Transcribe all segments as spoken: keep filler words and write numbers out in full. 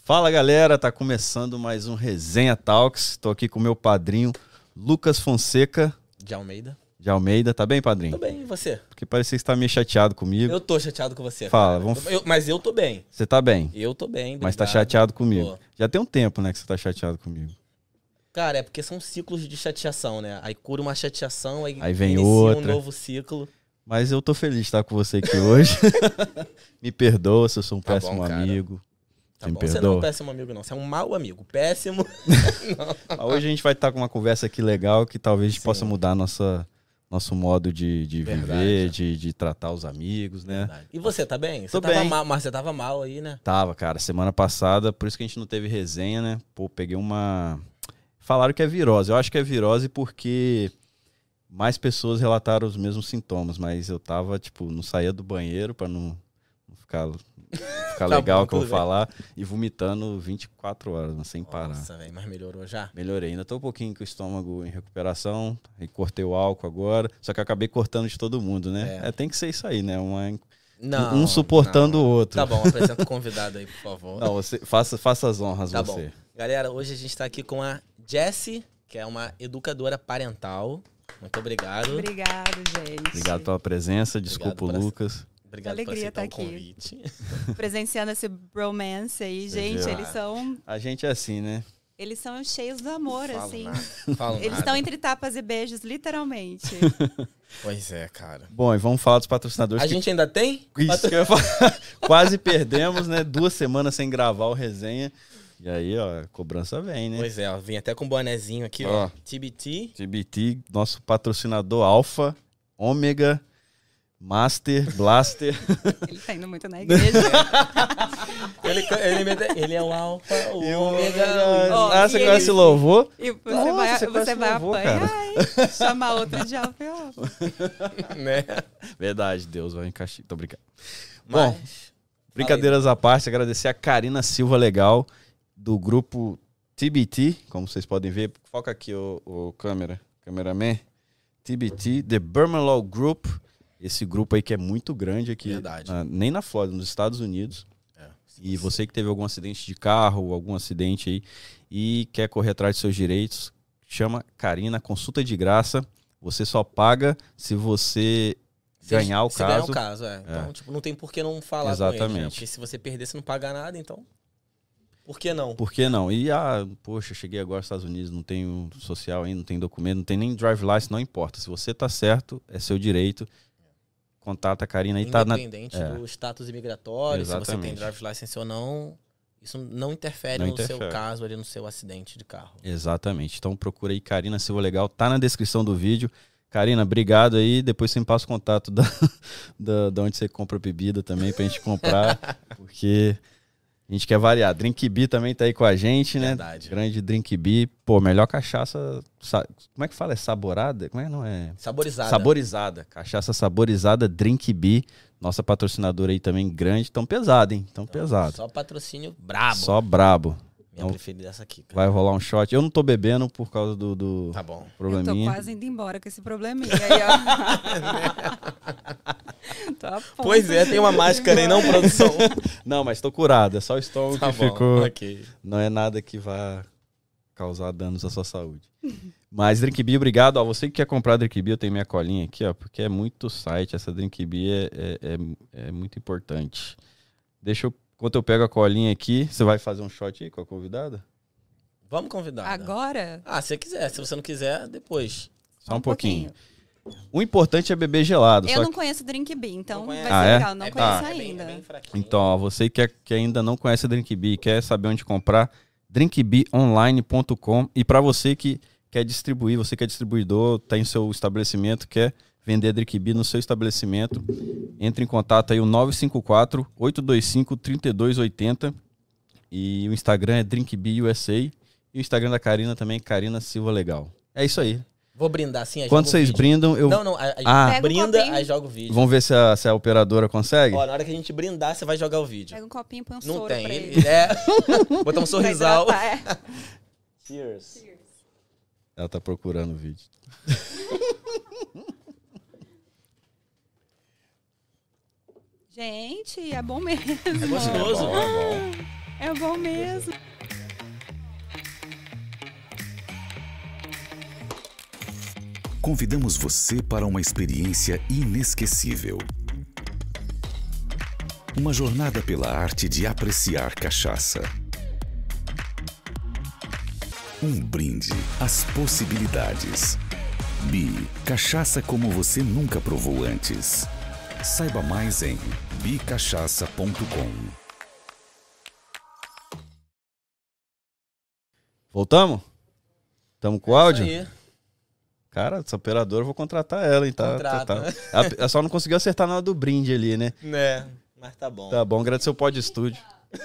Fala galera, tá começando mais um Resenha Talks. Tô aqui com o meu padrinho Lucas Fonseca De Almeida. De Almeida, tá bem, padrinho? Tô bem, e você? Porque parecia que você tá meio chateado comigo. Eu tô chateado com você. Fala, cara. vamos... Eu- mas eu tô bem. Você tá bem? Eu tô bem, Mas tá obrigado. chateado comigo. Tô. Já tem um tempo, né, que você tá chateado comigo. Cara, é porque são ciclos de chateação, né? Aí cura uma chateação, aí, Aí vem inicia outra. um novo ciclo. Mas eu tô feliz de estar com você aqui hoje. Me perdoa se eu sou um Tá péssimo bom, cara. amigo. Tá Você me bom? Você não é perdoa? um péssimo amigo, não. Você é um mau amigo. Péssimo. Mas hoje a gente vai estar com uma conversa aqui legal que talvez a gente Sim. possa mudar nossa, nosso modo de, de Verdade. viver, de, de tratar os amigos, né? Verdade. E você, tá bem? Você Tô tava bem. mal, mas você tava mal aí, né? Tava, cara, semana passada, por isso que a gente não teve resenha, né? Pô, peguei uma... Falaram que é virose. Eu acho que é virose porque mais pessoas relataram os mesmos sintomas, mas eu tava, tipo, não saía do banheiro pra não, não ficar, não ficar Tá legal bom, o que eu vou tudo bem. falar, e vomitando vinte e quatro horas, né, sem parar. Nossa, velho, mas melhorou já? Melhorei, ainda tô um pouquinho com o estômago em recuperação, aí cortei o álcool agora, só que eu acabei cortando de todo mundo, né? É. É, tem que ser isso aí, né? Uma, Não. um suportando não. o outro. Tá bom, apresenta o convidado aí, por favor. Não, você, faça, faça as honras, Tá você. bom. Galera, hoje a gente tá aqui com a Jessie, que é uma educadora parental. Muito obrigado. Obrigado, gente. Obrigado pela presença, desculpa Obrigado o por Lucas. Obrigado Alegria por aceitar tá o aqui. convite. Presenciando esse bromance aí, Você gente. viu? Eles são, A gente é assim, né? eles são cheios do amor, Falo assim. nada. Falo Eles nada. estão entre tapas e beijos, literalmente. Pois é, cara. Bom, e vamos falar dos patrocinadores. A que... gente ainda tem? Isso que eu ia falar. Quase perdemos, né? Duas semanas sem gravar o resenha. E aí, ó, a cobrança vem, né? Pois é, ó, vim até com um bonezinho aqui, ó. Ó. T B T. T B T, nosso patrocinador Alpha, Ômega, Master, Blaster. Ele tá indo muito na igreja. Ele, ele, ele é o alfa, o E o ômega. Ó, Ah, você e conhece ele- o louvor? E você Nossa, vai, você conhece você vai louvor, apanhar e chamar outro de alfa. e ó. Né? Verdade, Deus vai encaixar. Tô brincando. Bom, Mas, brincadeiras à parte, agradecer a Karina Silva Legal, do grupo T B T, como vocês podem ver. Foca aqui, o, o câmera, cameraman. T B T, The Berman Group. Esse grupo aí que é muito grande aqui, Verdade. na- nem na Flórida, nos Estados Unidos. É. E você que teve algum acidente de carro, algum acidente aí, e quer correr atrás dos seus direitos, chama Karina, consulta de graça. Você só paga se você Se- ganhar o se caso. ganhar o caso, é. Então, tipo, não tem por que não falar com eles, né? Exatamente. Porque se você perder, você não paga nada, então... Por que não? Por que não? E, ah, poxa, cheguei agora nos Estados Unidos, não tenho social ainda, não tenho documento, não tem nem drive license, não importa. Se você tá certo, é seu direito. Contata a Karina aí, tá na... Independente é. do status imigratório, se você tem Exatamente. driver's license ou não, isso não interfere Não no interfere. seu caso, ali no seu acidente de carro. Exatamente. Então procura aí Karina Silva Legal, tá na descrição do vídeo. Karina, obrigado aí. Depois você me passa o contato da, da, da onde você compra bebida também pra gente comprar, porque a gente quer variar. Drink Bee também tá aí com a gente, né? Verdade. Grande Drink Bee. Pô, melhor cachaça. sa- Como é que fala? É saborada? Como é? Não é? Saborizada. Saborizada. Cachaça saborizada, Drink Bee. Nossa patrocinadora aí também grande. Tão pesado, hein? Tão pesado. Só patrocínio brabo. Só brabo. Minha Não- preferida é essa aqui, cara. Vai rolar um shot. Eu não tô bebendo por causa do, do Tá bom. Eu tô probleminha. quase indo embora com esse probleminha aí, ó. Tô a ponto Pois é, de- tem uma máscara aí, não, produção? Não, mas tô curado. É só o estômago Tá que bom, ficou. ok. Não é nada que vá causar danos à sua saúde. Mas Drink Bee, obrigado. Ó, você que quer comprar Drink Bee, eu tenho minha colinha aqui, ó, porque é muito site. Essa Drink Bee é, é, é, é muito importante. Deixa eu. Enquanto eu pego a colinha aqui, você vai fazer um shot aí com a convidada? Vamos convidar. Agora? Ah, se você quiser. Se você não quiser, depois. Só um, pouquinho. O importante é beber gelado. Eu só não que- conheço Drink Bee, então Não vai conhece? ser Ah, é? legal. Não É conheço bem- é bem- ainda. é bem fraquinho. Então, ó, você que, é- que ainda não conhece a Drink Bee, quer saber onde comprar, drink bee online ponto com. E para você que quer distribuir, você que é distribuidor, tem seu estabelecimento, quer vender Drink Bee no seu estabelecimento, entre em contato aí o nove cinco quatro, oito dois cinco, três dois oito zero e o Instagram é Drink Bee U S A e o Instagram da Karina também é Karina Silva Legal. É isso aí. Vou brindar assim, aí Quando joga o vocês vídeo. brindam, eu... Não, não, a, a Ah. gente Pega o brinda, copinho. aí joga o vídeo. Vamos ver se a, se a operadora consegue? Ó, na hora que a gente brindar, você vai jogar o vídeo. Pega um copinho e põe um Não soro tem. pra Ele, ele. é... Botar um sorrisal. Pra hidratar, é. Cheers. Ela tá procurando o vídeo. Gente, é bom mesmo. É gostoso. É bom, é bom. É bom mesmo. Convidamos você para uma experiência inesquecível. Uma jornada pela arte de apreciar cachaça. Um brinde às possibilidades. Bi, cachaça como você nunca provou antes. Saiba mais em bicachaça ponto com. Voltamos? Tamo com o áudio? Isso aí. Cara, essa operadora eu vou contratar ela, hein? Tá, tá, Contrata. tá. Ela, ela só não conseguiu acertar nada do brinde ali, né? Né, mas tá bom. Tá bom, agradecer o Pod Estúdio.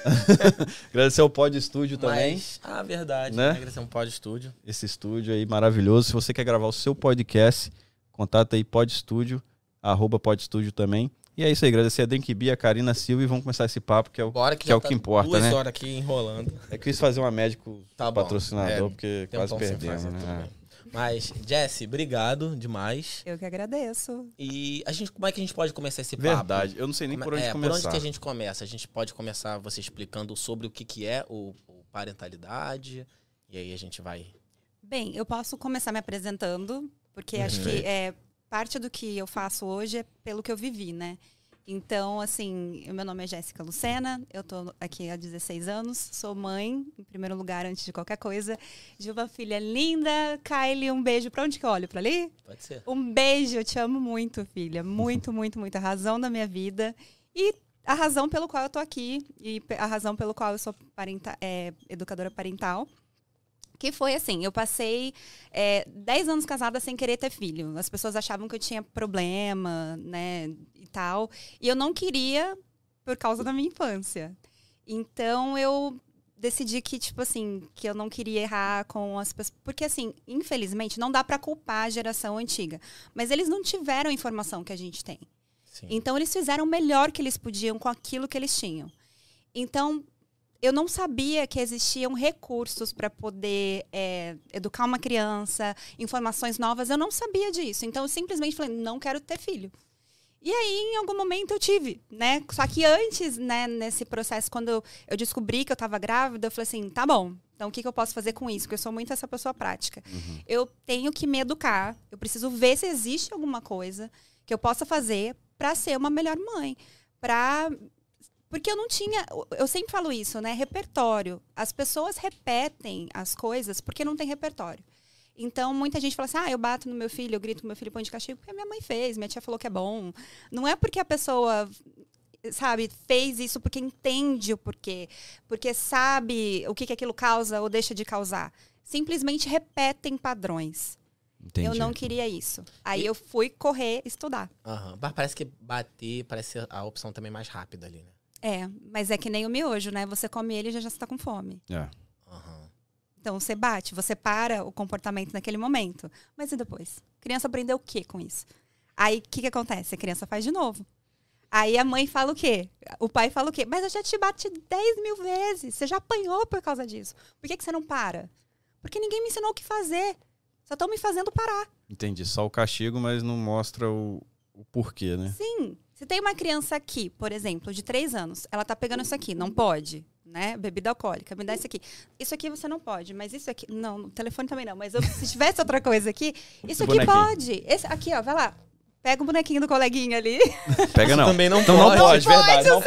Agradecer o Pod Estúdio também. Mas, ah, verdade, Né? né? Agradecer um Pod Estúdio. Esse estúdio aí maravilhoso. Se você quer gravar o seu podcast, contata aí Pod Estúdio, arroba Pod Estúdio também. E é isso aí, agradecer a Drink Bee, a Karina Silva e vamos começar esse papo que é o Bora que, que, já é o tá que importa, duas né? horas aqui enrolando. É que eu quis fazer uma médico Tá bom. patrocinador, É, porque Tem um quase pão sem perdemos, fazer, né? tudo É. bem. Mas, Jesse, obrigado demais. Eu que agradeço. E a gente, como é que a gente pode começar esse papo? Verdade, eu não sei nem Como- por onde é, começar. Por onde que a gente começa? A gente pode começar você explicando sobre o que, que é o, o parentalidade. E aí a gente vai... Bem, eu posso começar me apresentando, porque acho Uhum. que é, parte do que eu faço hoje é pelo que eu vivi, né? Então, assim, o meu nome é Jéssica Lucena, eu tô aqui há dezesseis anos, sou mãe, em primeiro lugar, antes de qualquer coisa, de uma filha linda. Kylie, um beijo. Pra onde que eu olho? Pra ali? Pode ser. Um beijo, eu te amo muito, filha. Muito, muito, muito. A razão da minha vida. E a razão pelo qual eu tô aqui. E pe- a razão pelo qual eu sou parenta- é, educadora parental. Que foi assim, eu passei é, dez anos casada sem querer ter filho. As pessoas achavam que eu tinha problema, né, e tal. E eu não queria por causa da minha infância. Então, eu decidi que, tipo assim, que eu não queria errar com as pessoas. Porque, assim, infelizmente, não dá pra culpar a geração antiga. Mas eles não tiveram a informação que a gente tem. Sim. Então, eles fizeram o melhor que eles podiam com aquilo que eles tinham. Então, eu não sabia que existiam recursos para poder é, educar uma criança, informações novas. Eu não sabia disso. Então, eu simplesmente falei, não quero ter filho. E aí, em algum momento, eu tive, né? Só que antes, né, nesse processo, quando eu, eu descobri que eu estava grávida, eu falei assim, tá bom, então o que, que eu posso fazer com isso? Porque eu sou muito essa pessoa prática. Uhum. Eu tenho que me educar, eu preciso ver se existe alguma coisa que eu possa fazer para ser uma melhor mãe. Pra... Porque eu não tinha, eu sempre falo isso, né? Repertório. As pessoas repetem as coisas porque não tem repertório. Então, muita gente fala assim, ah, eu bato no meu filho, eu grito com meu filho, põe de castigo, porque a minha mãe fez, minha tia falou que é bom. Não é porque a pessoa, sabe, fez isso porque entende o porquê, porque sabe o que, que aquilo causa ou deixa de causar. Simplesmente repetem padrões. Entendi. Eu não queria isso. Aí E- eu fui correr, estudar. Aham. Mas parece que bater parece ser a opção também mais rápida ali, né? É, mas é que nem o miojo, né? Você come ele e já já está com fome. É. Aham. Então, você bate, você para o comportamento naquele momento. Mas e depois? A criança aprendeu o quê com isso? Aí, o que, que acontece? A criança faz de novo. Aí a mãe fala o quê? O pai fala o quê? Mas eu já te bati dez mil vezes. Você já apanhou por causa disso. Por que, que você não para? Porque ninguém me ensinou o que fazer. Só estão me fazendo parar. Entendi. Só o castigo, mas não mostra o, o porquê, né? Sim. Se tem uma criança aqui, por exemplo, de três anos, ela tá pegando isso aqui, não pode, né? Bebida alcoólica, me dá isso aqui. Isso aqui você não pode, mas isso aqui... Não, no telefone também não, mas eu, se tivesse outra coisa aqui, isso aqui Bonequinho. pode. Esse, aqui, ó, vai lá. Pega o bonequinho do coleguinha ali. Pega não. Também não então pode. não pode, Não verdade, pode, eu não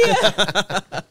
pode.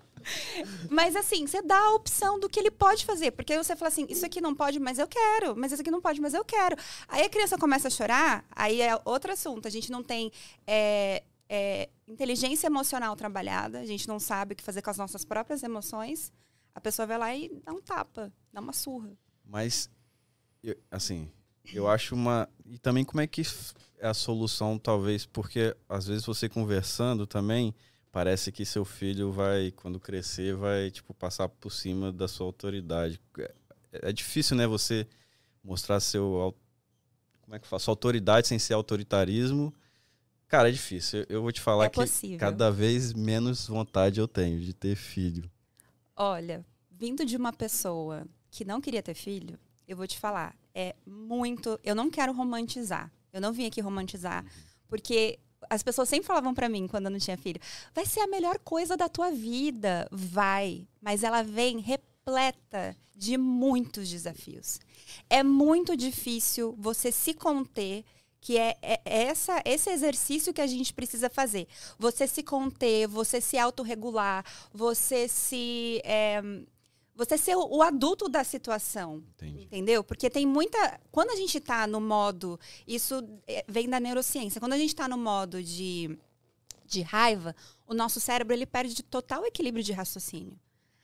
Mas assim, você dá a opção do que ele pode fazer. Porque aí você fala assim, isso aqui não pode, mas eu quero. Mas isso aqui não pode, mas eu quero. Aí a criança começa a chorar, aí é outro assunto. A gente não tem é, é, inteligência emocional trabalhada. A gente não sabe o que fazer com as nossas próprias emoções. A pessoa vai lá e dá um tapa, dá uma surra. Mas, eu- assim, eu acho uma... E também como é que f- é a solução, talvez, porque às vezes você conversando também, parece que seu filho vai, quando crescer, vai, tipo, passar por cima da sua autoridade. É, é difícil, né, você mostrar seu... au- Como é que fala? Sua autoridade sem ser autoritarismo. Cara, é difícil. Eu, eu vou te falar É que possível. cada vez menos vontade eu tenho de ter filho. Olha, vindo de uma pessoa que não queria ter filho, eu vou te falar, é muito... Eu não quero romantizar. Eu não vim aqui romantizar. Porque as pessoas sempre falavam pra mim, quando eu não tinha filho, vai ser a melhor coisa da tua vida. Vai. Mas ela vem repleta de muitos desafios. É muito difícil você se conter, que é, é essa, esse exercício que a gente precisa fazer. Você se conter, você se autorregular, você se... É, você ser o, o adulto da situação, Entendi. Entendeu? Porque tem muita... Quando a gente tá no modo... Isso vem da neurociência. Quando a gente tá no modo de, de raiva, o nosso cérebro ele perde total equilíbrio de raciocínio.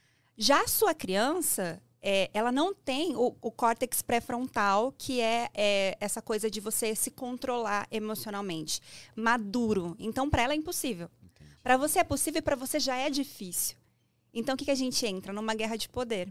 Já a sua criança... É, ela não tem o, o córtex pré-frontal, que é, é essa coisa de você se controlar emocionalmente. Maduro. Então, para ela é impossível. Para você é possível e para você já é difícil. Então, o que, que a gente entra? Numa guerra de poder.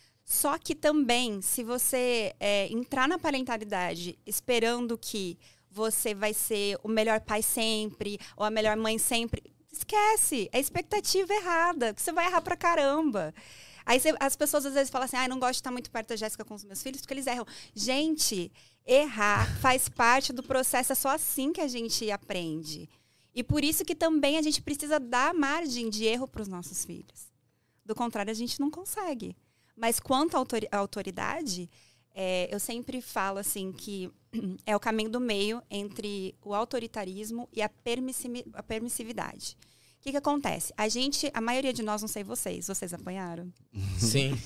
Só que também, se você é, entrar na parentalidade esperando que você vai ser o melhor pai sempre, ou a melhor mãe sempre, esquece. É expectativa errada, que você vai errar pra caramba. Aí cê, as pessoas às vezes falam assim, ah, não gosto de estar muito perto da Jéssica com os meus filhos, porque eles erram. Gente, errar faz parte do processo, é só assim que a gente aprende. E por isso que também a gente precisa dar margem de erro para os nossos filhos. Do contrário, a gente não consegue. Mas quanto à autori- autoridade, é, eu sempre falo assim que é o caminho do meio entre o autoritarismo e a, permissi- a permissividade. O que que acontece? A gente, a maioria de nós, não sei vocês, vocês apanharam? Sim.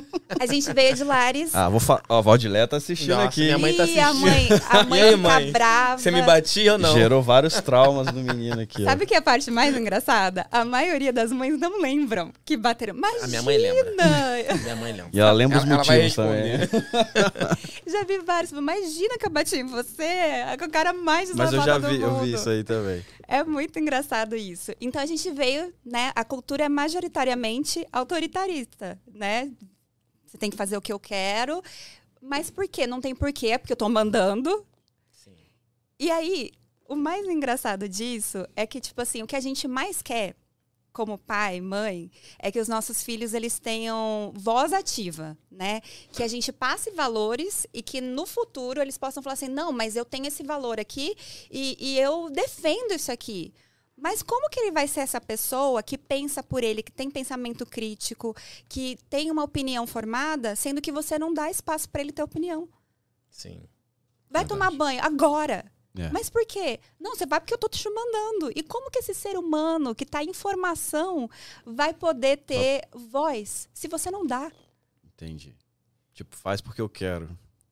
A gente veio de lares... Ah, vou falar. Ó, a Valdilé tá assistindo Nossa, aqui. minha mãe tá Ih, a assistindo. mãe, a mãe E aí, fica mãe? brava. Você me batia ou não? Gerou vários traumas do menino aqui. ó. Sabe o que é a parte mais engraçada? A maioria das mães não lembram que bateram. Imagina! A minha mãe lembra. Minha mãe lembra. E ela lembra os Ela- ela vai motivos também. responder. Já vi vários. Imagina que eu bati em você. É o cara mais Mas eu deslavado já do vi, eu vi mundo. isso aí também. É muito engraçado isso. Então a gente veio, né? A cultura é majoritariamente autoritarista, né? Você tem que fazer o que eu quero. Mas por quê? Não tem porquê, é porque eu tô mandando. Sim. E aí, o mais engraçado disso é que, tipo assim, o que a gente mais quer, como pai, mãe, é que os nossos filhos, eles tenham voz ativa, né? Que a gente passe valores e que no futuro eles possam falar assim, não, mas eu tenho esse valor aqui e, e eu defendo isso aqui. Mas como que ele vai ser essa pessoa que pensa por ele, que tem pensamento crítico, que tem uma opinião formada, sendo que você não dá espaço para ele ter opinião? Sim. Vai Verdade. tomar banho agora. É. Mas por quê? Não, você vai porque eu tô te mandando. E como que esse ser humano que tá em formação vai poder ter voz se você não dá? Entendi. Tipo, faz porque eu quero.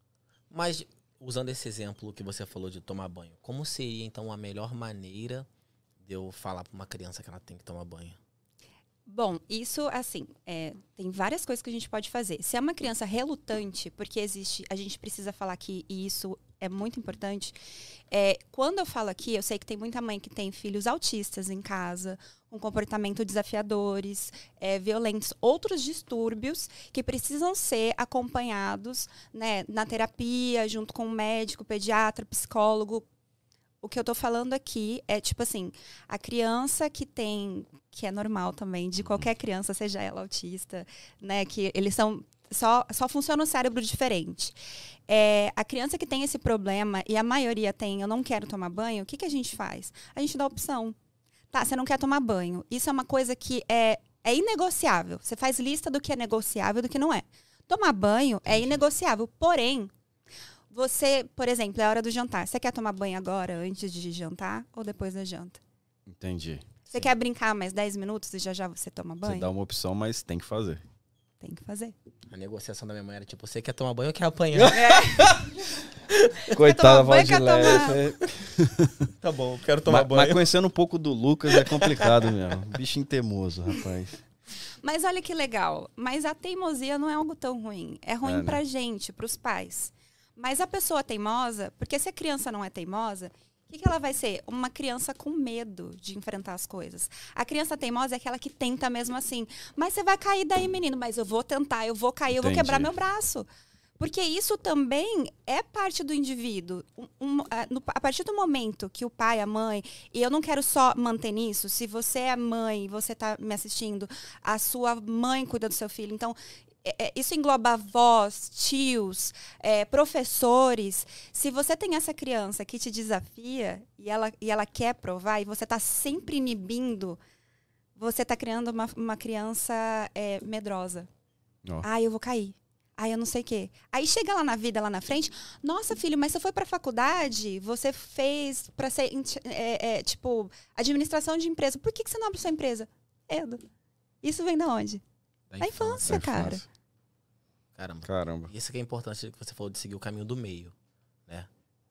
Mas, usando esse exemplo que você falou de tomar banho, como seria, então, a melhor maneira de eu falar para uma criança que ela tem que tomar banho? Bom, isso, assim, é, tem várias coisas que a gente pode fazer. Se é uma criança relutante, porque existe, a gente precisa falar aqui, e isso é muito importante, é, quando eu falo aqui, eu sei que tem muita mãe que tem filhos autistas em casa, com comportamento desafiadores, é, violentos, outros distúrbios que precisam ser acompanhados, né, na terapia, junto com o médico, pediatra, psicólogo. O que eu tô falando aqui é, tipo assim, a criança que tem, que é normal também, de qualquer criança, seja ela autista, né, que eles são, só, só funciona o cérebro diferente. É, a criança que tem esse problema, e a maioria tem, eu não quero tomar banho, o que, que a gente faz? A gente dá opção. Tá, você não quer tomar banho. Isso é uma coisa que é, é inegociável. Você faz lista do que é negociável e do que não é. Tomar banho é inegociável, porém, você, por exemplo, é a hora do jantar. Você quer tomar banho agora, antes de jantar, ou depois da janta? Entendi. Você quer brincar mais dez minutos e já já você toma banho? Você dá uma opção, mas tem que fazer. Tem que fazer. A negociação da minha mãe era tipo, você quer tomar banho ou quer apanhar? Coitada, tomar banho, quer Valdilé. Tá bom, quero tomar Mas, banho. mas conhecendo um pouco do Lucas é complicado mesmo. Bichinho teimoso, rapaz. Mas olha que legal. Mas a teimosia não é algo tão ruim. É ruim É, né? pra gente, pros pais. Mas a pessoa teimosa, porque se a criança não é teimosa, o que, que ela vai ser? Uma criança com medo de enfrentar as coisas. A criança teimosa é aquela que tenta mesmo assim. Mas você vai cair daí, menino. Mas eu vou tentar, eu vou cair, eu vou Entendi. quebrar meu braço. Porque isso também é parte do indivíduo. Um, um, a, no, a partir do momento que o pai, a mãe... E eu não quero só manter nisso. Se você é mãe e você está me assistindo, a sua mãe cuida do seu filho. Então, é, isso engloba avós, tios, é, professores. Se você tem essa criança que te desafia e ela, e ela quer provar e você está sempre inibindo, você está criando uma, uma criança é, medrosa. Oh. Ah, eu vou cair. Ah, eu não sei o quê. Aí chega lá na vida, lá na frente, nossa, filho, mas você foi pra faculdade, você fez pra ser, é, é, tipo, administração de empresa. Por que, que você não abre sua empresa? Medo. Isso vem de onde? Da, da infância, infância, cara. Caramba. Caramba. Isso que é importante que você falou de seguir o caminho do meio, né?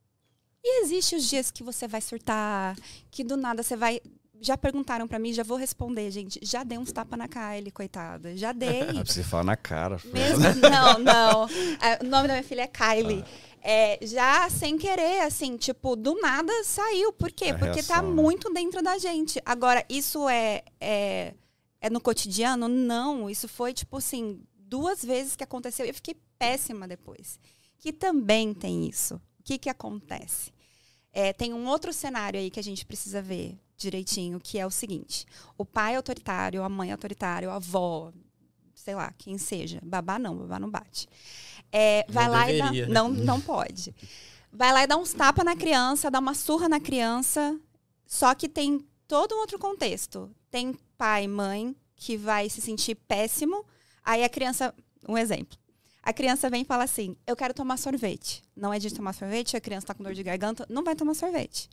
E existe os dias que você vai surtar, que do nada você vai... Já perguntaram pra mim, já vou responder, gente. Já dei uns tapas na Kylie, coitada. Já dei. Não precisa falar na cara. Mesmo, não, não. O nome da minha filha é Kylie. Ah. É, já sem querer, assim, tipo, do nada saiu. Por quê? É Porque reação, tá né? muito dentro da gente. Agora, isso é, é, é no cotidiano? Não. Isso foi, tipo assim, duas vezes que aconteceu e eu fiquei péssima depois. Que também tem isso. O que que acontece? É, tem um outro cenário aí que a gente precisa ver direitinho, que é o seguinte. O pai é autoritário, a mãe é autoritária, a avó, sei lá, quem seja. Babá não, babá não bate. É, vai não lá deveria, e dá, né? não, não pode. Vai lá e dá uns tapas na criança, dá uma surra na criança, só que tem todo um outro contexto. Tem pai, mãe, que vai se sentir péssimo, aí a criança, um exemplo. A criança vem e fala assim, eu quero tomar sorvete. Não é de tomar sorvete, a criança está com dor de garganta, não vai tomar sorvete.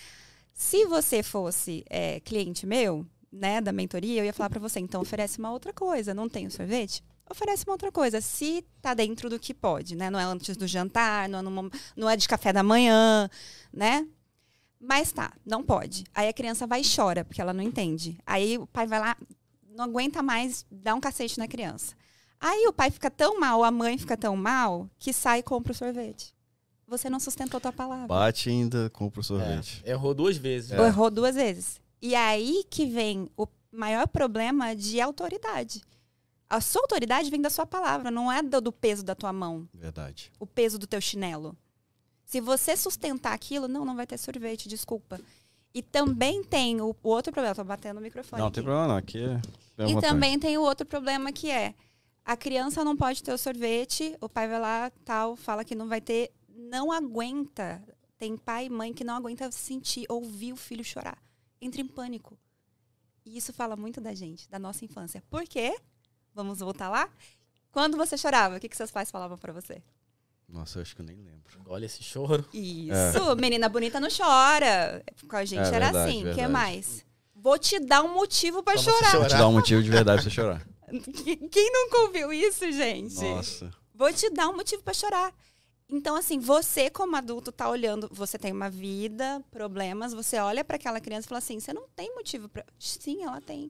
Se você fosse é, cliente meu, né, da mentoria, eu ia falar para você, então oferece uma outra coisa. Não tem o sorvete? Oferece uma outra coisa. Se tá dentro do que pode, né? Não é antes do jantar, não é, numa, não é de café da manhã, né? Mas tá, não pode. Aí a criança vai e chora, porque ela não entende. Aí o pai vai lá, não aguenta mais, dá um cacete na criança. Aí o pai fica tão mal, a mãe fica tão mal, que sai e compra o sorvete. Você não sustentou tua palavra. Bate e ainda compra o sorvete. É, errou duas vezes. É. Errou duas vezes. E aí que vem o maior problema de autoridade. A sua autoridade vem da sua palavra, não é do, do peso da tua mão. Verdade. O peso do teu chinelo. Se você sustentar aquilo, não, não vai ter sorvete, desculpa. E também tem o, o outro problema, tô batendo no microfone Não, aqui. tem problema não, aqui é... E também tem o outro problema que é, a criança não pode ter o sorvete, o pai vai lá, tal, fala que não vai ter, não aguenta. Tem pai e mãe que não aguenta sentir, ouvir o filho chorar. Entra em pânico. E isso fala muito da gente, da nossa infância. Por quê? Vamos voltar lá? Quando você chorava, o que, que seus pais falavam pra você? Nossa, eu acho que eu nem lembro. Olha esse choro. Isso, É. Menina bonita não chora. Com a gente É, era verdade, assim. O que verdade. mais? Vou te dar um motivo pra Pra você chorar. Vou te dar um motivo de verdade pra você chorar. Quem nunca ouviu isso, gente? Nossa. Vou te dar um motivo pra chorar. Então, assim, você como adulto tá olhando, você tem uma vida, problemas, você olha pra aquela criança e fala assim, você não tem motivo pra... Sim, ela tem.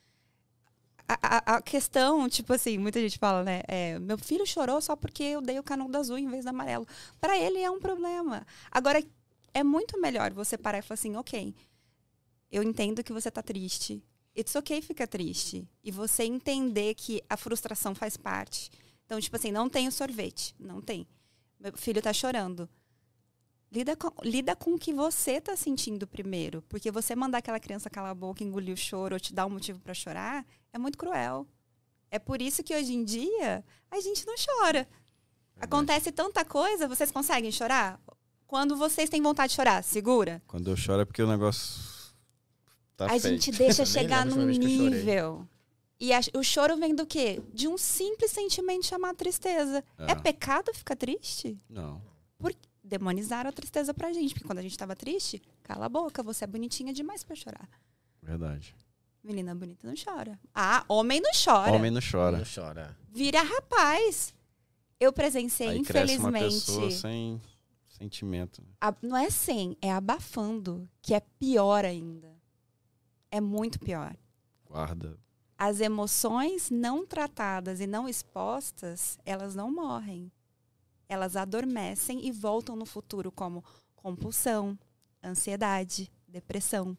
A, a, a questão, tipo assim, muita gente fala, né? É, meu filho chorou só porque eu dei o canudo azul em vez do amarelo. Pra ele é um problema. Agora, é muito melhor você parar e falar assim, ok, eu entendo que você tá triste. It's ok ficar triste. E você entender que a frustração faz parte. Então, tipo assim, não tem o sorvete. Não tem. Meu filho tá chorando. Lida com, lida com o que você tá sentindo primeiro. Porque você mandar aquela criança calar a boca, engolir o choro, ou te dar um motivo pra chorar, é muito cruel. É por isso que hoje em dia, a gente não chora. Acontece tanta coisa, vocês conseguem chorar? Quando vocês têm vontade de chorar, segura. Quando eu choro é porque o negócio tá A feio. gente deixa Nem chegar lembro a num última vez que eu chorei. nível. E a- o choro vem do quê? De um simples sentimento chamado tristeza. É. É pecado ficar triste? Não. Demonizaram a tristeza pra gente. Porque quando a gente tava triste, cala a boca, você é bonitinha demais pra chorar. Verdade. Menina bonita não chora. Ah, homem não chora. Homem não chora. Não chora. Vira rapaz. Eu presenciei, Aí cresce uma infelizmente. pessoa sem sentimento. a- não é sem, é abafando. Que é pior ainda. É muito pior. Guarda. As emoções não tratadas e não expostas, elas não morrem. Elas adormecem e voltam no futuro como compulsão, ansiedade, depressão.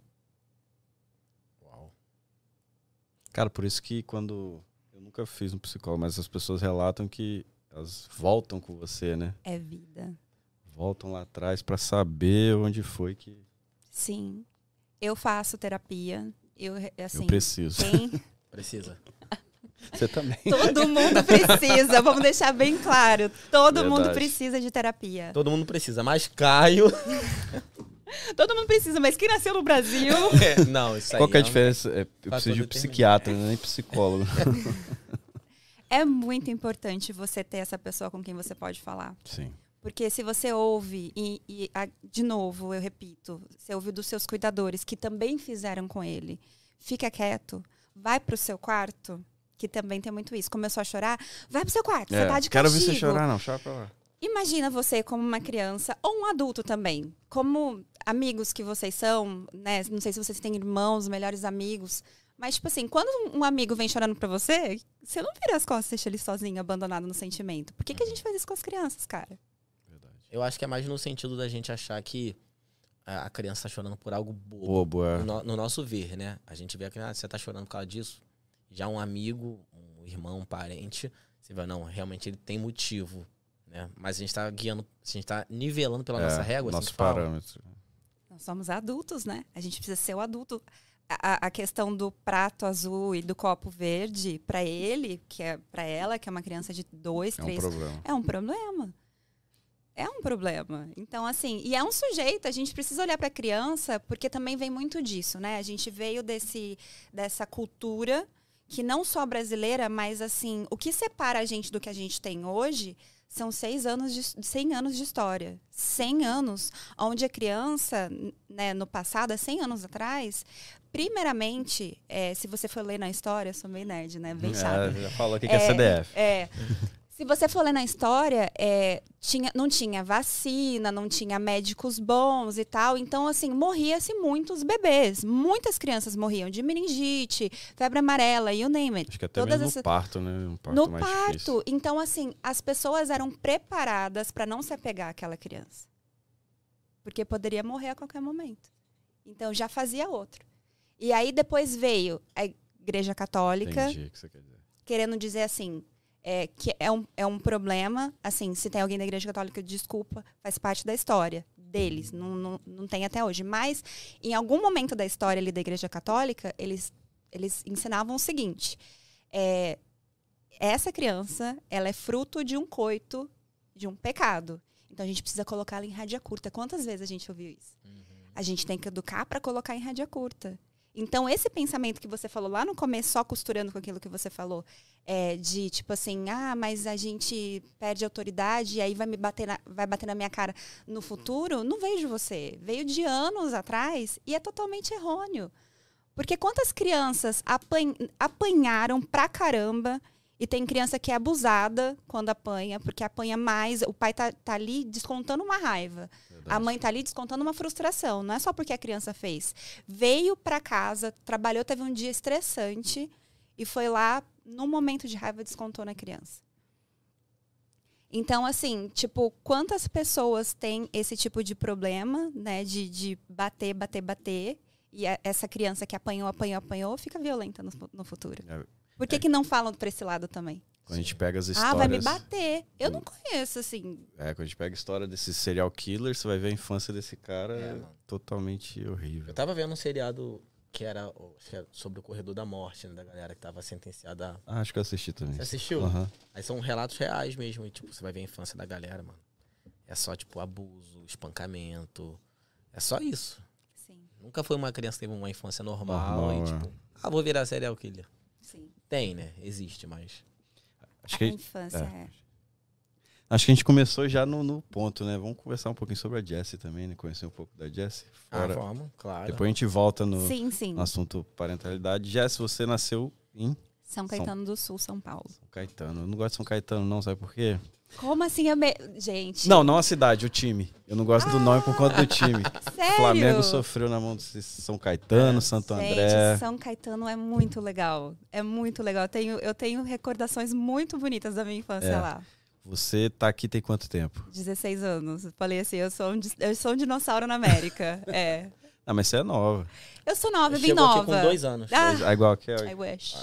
Uau. Cara, por isso que quando... Eu nunca fiz um psicólogo, mas as pessoas relatam que elas voltam com você, né? É vida. Voltam lá atrás pra saber onde foi que Sim. Eu faço terapia. Eu, assim, eu preciso. quem, Precisa. Você também. Todo mundo precisa, vamos deixar bem claro. Todo Verdade. mundo precisa de terapia. Todo mundo precisa, mas Caio... Todo mundo precisa, mas quem nasceu no Brasil... É, não, isso aí... Qual que é a um- diferença? É, eu faz preciso de um todo psiquiatra, né? Nem psicólogo. É muito importante você ter essa pessoa com quem você pode falar. Sim. Porque se você ouve, e, e a- de novo, eu repito, você ouve dos seus cuidadores, que também fizeram com ele, fica quieto, vai pro seu quarto, que também tem muito isso. Começou a chorar, vai pro seu quarto, você É, tá de quero castigo. ver você chorar, não. Chora pra lá. Imagina você como uma criança, ou um adulto também, como amigos que vocês são, né? Não sei se vocês têm irmãos, melhores amigos, mas, tipo assim, quando um amigo vem chorando pra você, você não vira as costas e deixa ele sozinho, abandonado no sentimento. Por que, que a gente faz isso com as crianças, cara? Verdade. Eu acho que é mais no sentido da gente achar que a a criança tá chorando por algo bobo. Bobo, é. No, no- no nosso ver, né? A gente vê que ah, você tá chorando por causa disso. Já um amigo, um irmão, um parente, você vai, não, realmente ele tem motivo, né? Mas a gente tá guiando, a gente tá nivelando pela É, nossa régua, assim nosso que fala. parâmetro. Nós somos adultos, né? A gente precisa ser o adulto. A, a- a questão do prato azul e do copo verde, pra ele, que é para ela, que é uma criança de dois, É um três, problema. é um problema. É um problema. Então, assim, e é um sujeito, a gente precisa olhar para a criança, porque também vem muito disso, né? A gente veio desse, dessa cultura que não só brasileira, mas assim, o que separa a gente do que a gente tem hoje são seis anos de, cem anos de história. cem anos, onde a criança, né, no passado, há cem anos atrás, primeiramente, é, se você for ler na história, eu sou meio nerd, né? Bem chata. É, já falou aqui que é, C D F. É. Se você for ler na história, é, tinha, não tinha vacina, não tinha médicos bons e tal. Então, assim, morria-se muitos bebês. Muitas crianças morriam de meningite, febre amarela, you name it. Acho que até Todas mesmo essas- no parto, né? Um parto No mais parto. difícil. Então, assim, as pessoas eram preparadas para não se apegar àquela criança. Porque poderia morrer a qualquer momento. Então, já fazia outro. E aí, depois veio a Igreja Católica, Entendi o que você quer dizer. querendo dizer assim, é, que é um, é um problema, assim, se tem alguém da Igreja Católica, desculpa, faz parte da história deles, não, não, não tem até hoje. Mas, em algum momento da história ali da Igreja Católica, eles, eles ensinavam o seguinte, é, essa criança, ela é fruto de um coito, de um pecado. Então, a gente precisa colocá-la em rédea curta. Quantas vezes a gente ouviu isso? A gente tem que educar para colocar em rédea curta. Então, esse pensamento que você falou lá no começo, só costurando com aquilo que você falou, é, de tipo assim, ah, mas a gente perde autoridade e aí vai me bater na, vai bater na minha cara no futuro, não veio de você. Veio de anos atrás e é totalmente errôneo. Porque quantas crianças apan- apanharam pra caramba e tem criança que é abusada quando apanha, porque apanha mais, o pai tá, tá ali descontando uma raiva. A mãe tá ali descontando uma frustração. Não é só porque a criança fez. Veio pra casa, trabalhou, teve um dia estressante e foi lá, num momento de raiva, descontou na criança. Então, assim, tipo, quantas pessoas têm esse tipo de problema, né? De, de bater, bater, bater. E a, essa criança que apanhou, apanhou, apanhou, fica violenta no, no futuro. É, Por que, é. que não falam pra esse lado também? Quando a gente pega as histórias... Ah, vai me bater. Eu não conheço, assim. É, quando a gente pega a história desse serial killer, você vai ver a infância desse cara É, mano. totalmente horrível. Eu tava vendo um seriado que era, ó, acho que era sobre o corredor da morte, né? Da galera que tava sentenciada. a- Ah, acho que eu assisti também. Você assistiu? Aham. Aí são relatos reais mesmo. E, tipo, você vai ver a infância da galera, mano. É só, tipo, abuso, espancamento. É só isso. Sim, Nunca foi uma criança que teve uma infância normal, Normal, e, é. tipo, ah, vou virar serial killer. sim. Tem, né? Existe, mas. Acho A que, infância é. acho que a gente começou já no, no ponto, né? Vamos conversar um pouquinho sobre a Jessie também, né? Conhecer um pouco da Jessie. Ah, Fora. vamos, claro. Depois a gente volta no, Sim, sim. no assunto parentalidade. Jessie, você nasceu em São Caetano do Sul, São Paulo. São Caetano. Eu não gosto de São Caetano, não, sabe por quê? Como assim? Eu me... Gente. Não, não a cidade, o time. Eu não gosto do nome por conta do time. Sério? O Flamengo sofreu na mão de São Caetano, É. Santo Gente, André. São Caetano é muito legal. É muito legal. Eu tenho, eu tenho recordações muito bonitas da minha infância É. lá. Você tá aqui tem quanto tempo? dezesseis anos. Eu falei assim, eu sou um, dis- eu sou um dinossauro na América. É. Ah, mas você é nova. Eu sou nova, eu vim Chegou nova. aqui com dois anos. Ah, É igual a Kelly. I wish.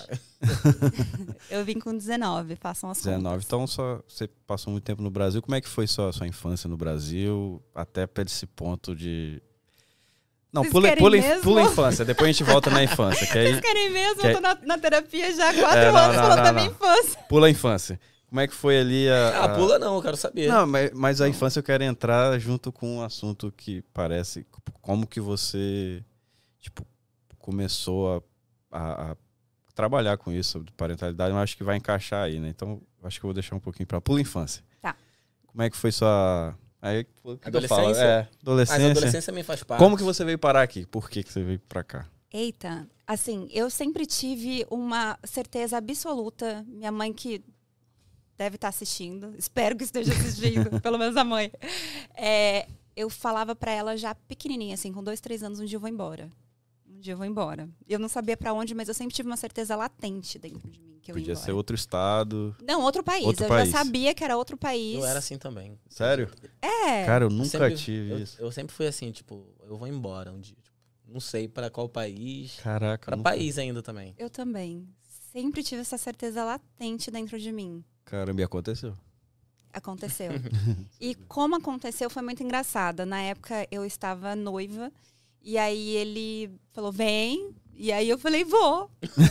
Eu vim com dezenove, façam as dezenove. contas. Então só, você passou muito tempo no Brasil. Como é que foi sua, sua infância no Brasil? Até para esse ponto de Não, Vocês pula, querem pula, mesmo? pula a infância, depois a gente volta na infância. Que aí, Vocês querem mesmo? que Eu tô na, na terapia já há quatro É, não, anos não, falando não, da não. minha infância. pula a infância. Como é que foi ali a... Ah, pula não, eu quero saber. Não, mas, mas a infância eu quero entrar junto com um assunto que parece... Como que você, tipo, começou a, a, a trabalhar com isso, de parentalidade, mas acho que vai encaixar aí, né? Então, acho que eu vou deixar um pouquinho pra... Pula a infância. Tá. Como é que foi sua... Aí, o que eu Adolescência? falo? É, adolescência. Mas a adolescência também faz parte. Como que você veio parar aqui? Por que, que você veio pra cá? Eita, assim, eu sempre tive uma certeza absoluta. Minha mãe que deve estar assistindo, espero que esteja assistindo, pelo menos a mãe. É, eu falava pra ela já pequenininha, assim, com dois, três anos, um dia eu vou embora. Um dia eu vou embora. Eu não sabia pra onde, mas eu sempre tive uma certeza latente dentro de mim que eu ia Podia embora. ser outro estado. Não, outro país. Outro eu país. já sabia que era outro país. Eu era assim também. Sério? É. Cara, eu Eu nunca sempre- tive eu, isso. Eu sempre fui assim, tipo, eu vou embora um dia. Tipo, não sei pra qual país. Caraca. Pra nunca... país ainda também. Eu também. Sempre tive essa certeza latente dentro de mim. Caramba, e aconteceu. Aconteceu. E como aconteceu foi muito engraçado. Na época eu estava noiva e aí ele falou, vem. E aí eu falei, vou.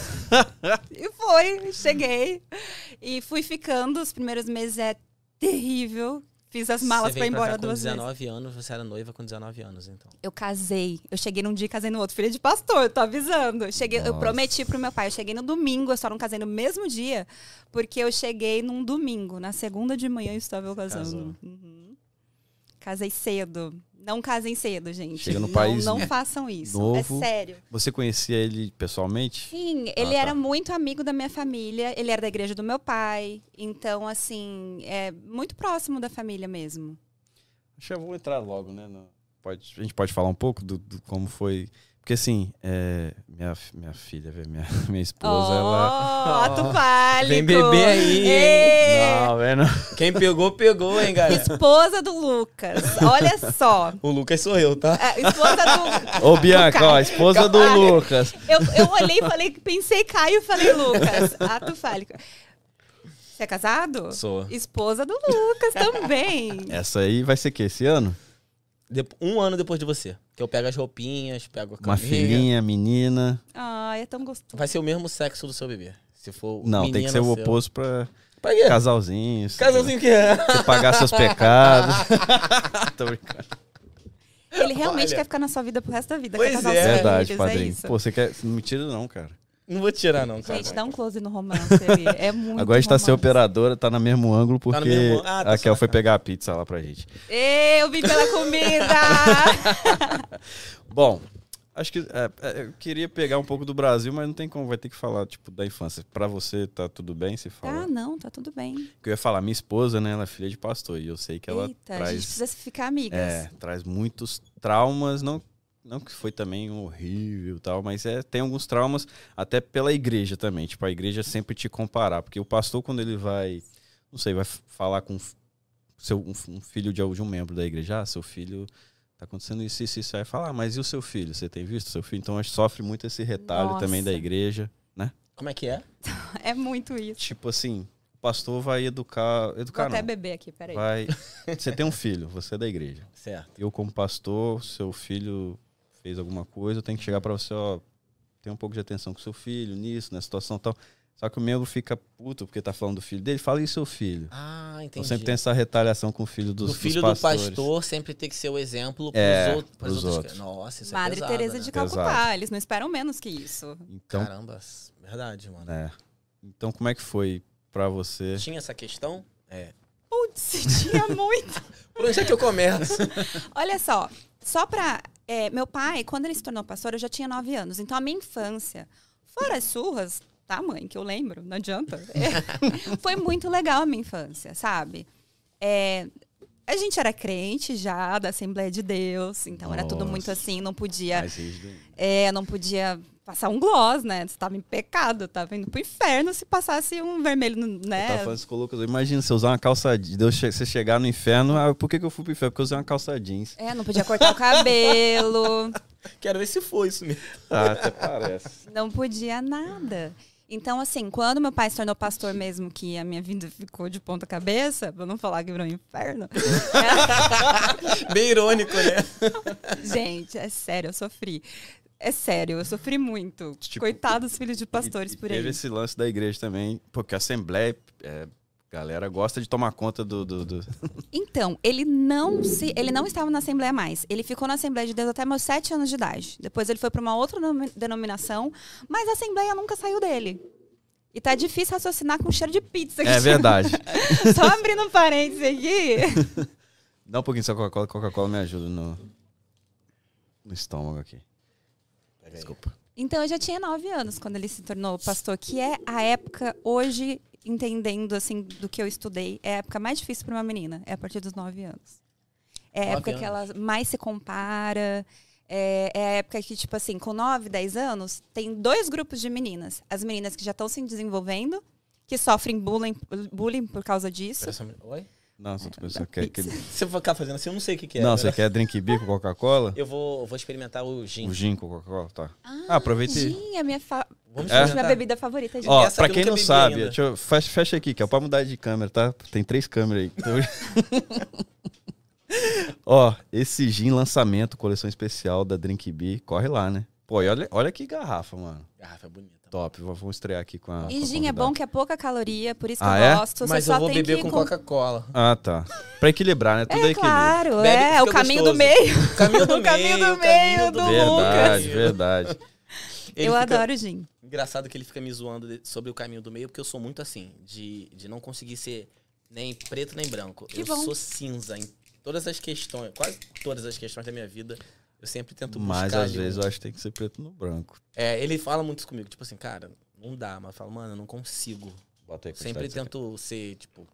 E foi, cheguei. E fui ficando. Os primeiros meses é terrível. Fiz as malas Você pra ir veio embora cá com duas vezes. dezenove anos, você era noiva com dezenove anos, então. Eu casei. Eu cheguei num dia e casei no outro. Filha de pastor, eu tô avisando. Eu, cheguei, eu Nossa. prometi pro meu pai. Eu cheguei no domingo, eu só não casei no mesmo dia, porque eu cheguei num domingo. Na segunda de manhã eu estava eu casando. Casou. Uhum. Casei cedo. Não casem cedo, gente. Chega no não, país não façam isso. novo. É sério. Você conhecia ele pessoalmente? Sim, ele tá. era muito amigo da minha família. Ele era da igreja do meu pai. Então, assim, é muito próximo da família mesmo. Acho que eu vou entrar logo, né? no- Pode, a gente pode falar um pouco do, do como foi... Porque assim, é, minha, minha filha, velho, minha, minha esposa, ela... Oh, ato válido. Vem beber aí, Ê, Não, velho, não. Quem pegou, pegou, hein, galera? Esposa do Lucas. Olha só. O Lucas sou eu, tá? É, esposa do... Ô, Bianca, Caio. ó, esposa do Caio. Lucas. Eu, eu olhei e falei, pensei Caio e falei Lucas. Ato fálico. Você é casado? Sou. Esposa do Lucas também. Essa aí vai ser o quê? Esse ano? Dep- um ano depois de você. Que eu pego as roupinhas, pego a Uma caminha. filhinha, menina. Ai, é tão gostoso. Vai ser o mesmo sexo do seu bebê. Se for Não, tem que ser o menina, seu. oposto pra Pra quê? casalzinhos. Casalzinho que é. Você pagar seus pecados. Tô brincando. Ele realmente Olha. quer ficar na sua vida pro resto da vida. Pois quer casar é. os Verdade, filhos, é padrinho. isso. Pô, você quer... Não me tira não, cara. Não vou tirar, não, cara. Gente, dá um close no romance ali. É muito Agora a gente tá romance. sem operadora, tá no mesmo ângulo, porque no mesmo ângulo. Ah, tá a Raquel só foi cá. pegar a pizza lá pra gente. Eu vim pela comida! Bom, acho que é, é, eu queria pegar um pouco do Brasil, mas não tem como, vai ter que falar, tipo, da infância. Pra você, tá tudo bem se falar? Ah, não, tá tudo bem. Que eu ia falar, minha esposa, né, ela é filha de pastor, e eu sei que ela Eita, a gente traz, precisa ficar amigas. é, traz muitos traumas, não, não que foi também horrível e tal, mas é, tem alguns traumas até pela igreja também, tipo, a igreja sempre te comparar, porque o pastor, quando ele vai, não sei, vai falar com seu, um, um filho de, de um membro da igreja, ah, seu filho... Tá acontecendo isso, isso, isso. Aí fala, ah, mas e o seu filho? Você tem visto o seu filho? Então, acho que sofre muito esse retalho Nossa. também da igreja, né? Como é que é? É muito isso. Tipo assim, o pastor vai educar... Vou Educar até não. beber aqui, peraí. Vai... Você tem um filho, você é da igreja. Certo. Eu, como pastor, seu filho fez alguma coisa, eu tenho que chegar pra você, ó... Tem um pouco de atenção com seu filho, nisso, nessa situação e tal. Só que o membro fica puto porque tá falando do filho dele. Fala, e seu filho? Ah, entendi. Então sempre tem essa retaliação com o filho dos, O filho dos do pastores. pastor sempre tem que ser o exemplo pros, É, outros, pras pros outras. outros. Nossa, isso Madre é pesado, Teresa né? de Pesado. Calcutá, eles não esperam menos que isso. Então, Caramba, verdade, mano. é. Então, como é que foi pra você? Tinha essa questão? É. Putz, tinha muito. Por onde é que eu começo? Olha só, só pra... é, meu pai, quando ele se tornou pastor, eu já tinha nove anos. Então, a minha infância, fora as surras, tá, mãe, que eu lembro, não adianta. É, foi muito legal a minha infância, sabe? É, a gente era crente já, da Assembleia de Deus. Então, era tudo Nossa. muito assim, não podia... Mais rígido. É, não podia passar um gloss, né? Você tava em pecado, tava indo pro inferno se passasse um vermelho, no- Eu né? tava falando isso com o Lucas, imagina você usar uma calça jeans, Deus che- você chegar no inferno, ah, por que, que eu fui pro inferno? Porque eu usei uma calça jeans. É, não podia cortar o cabelo, Quero ver se foi isso mesmo. Ah, até parece. não podia nada. Então, assim, quando meu pai se tornou pastor mesmo, que a minha vida ficou de ponta cabeça, pra não falar que virou um inferno. Bem irônico, né? Gente, é sério, eu sofri. É sério, eu sofri muito. Tipo, Coitados filhos de pastores e, e por aí. Teve esse lance da igreja também, porque a Assembleia, é, galera gosta de tomar conta do... do, do... Então, ele não se, ele não estava na Assembleia mais. Ele ficou na Assembleia de Deus até meus sete anos de idade. Depois ele foi para uma outra denominação, mas a Assembleia nunca saiu dele. E tá difícil raciocinar com cheiro de pizza. É verdade. Só abrindo um parênteses aqui. Dá um pouquinho só Coca-Cola, Coca-Cola me ajuda no, no estômago aqui. Desculpa. Então, eu já tinha nove anos quando ele se tornou pastor, que é a época, hoje, entendendo assim do que eu estudei, é a época mais difícil para uma menina, é a partir dos nove anos. É a Nove época anos. que ela mais se compara, é, é a época que, tipo assim, com nove, dez anos, tem dois grupos de meninas. As meninas que já estão se desenvolvendo, que sofrem bullying, bullying por causa disso. Oi? Não, você pensou que quer... Se eu ficar fazendo assim, eu não sei o que, que é. Não, né? você quer drink beer com Coca-Cola? Eu vou, vou experimentar o gin. O gin com Coca-Cola, tá. Ah, Ah, aproveita e... gin é minha, fa... Vamos É? minha bebida favorita. Gin. Ó, Essa pra eu quem nunca não bebi sabe, ainda. deixa eu, fecha, fecha aqui, que é pra mudar de câmera, tá? Tem três câmeras aí. Ó, esse gin lançamento, coleção especial da Drink Bee, corre lá, né? Pô, e olha, olha que garrafa, mano. Garrafa bonita. Top, vamos estrear aqui com a. E com a gin é convidada. bom que é pouca caloria, por isso que Ah, eu é? gosto. Mas Você eu só vou tem beber que com com- Coca-Cola. Ah, tá. Pra equilibrar, né? Tudo é, É equilíbrio. claro, Bebe, é. fica O caminho gostoso. do meio. Caminho do O caminho meio, do meio do Verdade, meio. verdade. Ele Eu fica- adoro gin. Engraçado que ele fica me zoando de- sobre o caminho do meio, porque eu sou muito assim, de, de não conseguir ser nem preto nem branco. Que eu bom. sou cinza em todas as questões, quase todas as questões da minha vida. Eu sempre tento buscar. Mas às ali vezes um- eu acho que tem que ser preto no branco. É, ele fala muito isso comigo, tipo assim, cara, não dá, mas eu falo, mano, eu não consigo. Bota aí, Sempre quantidade que tento ser, tipo.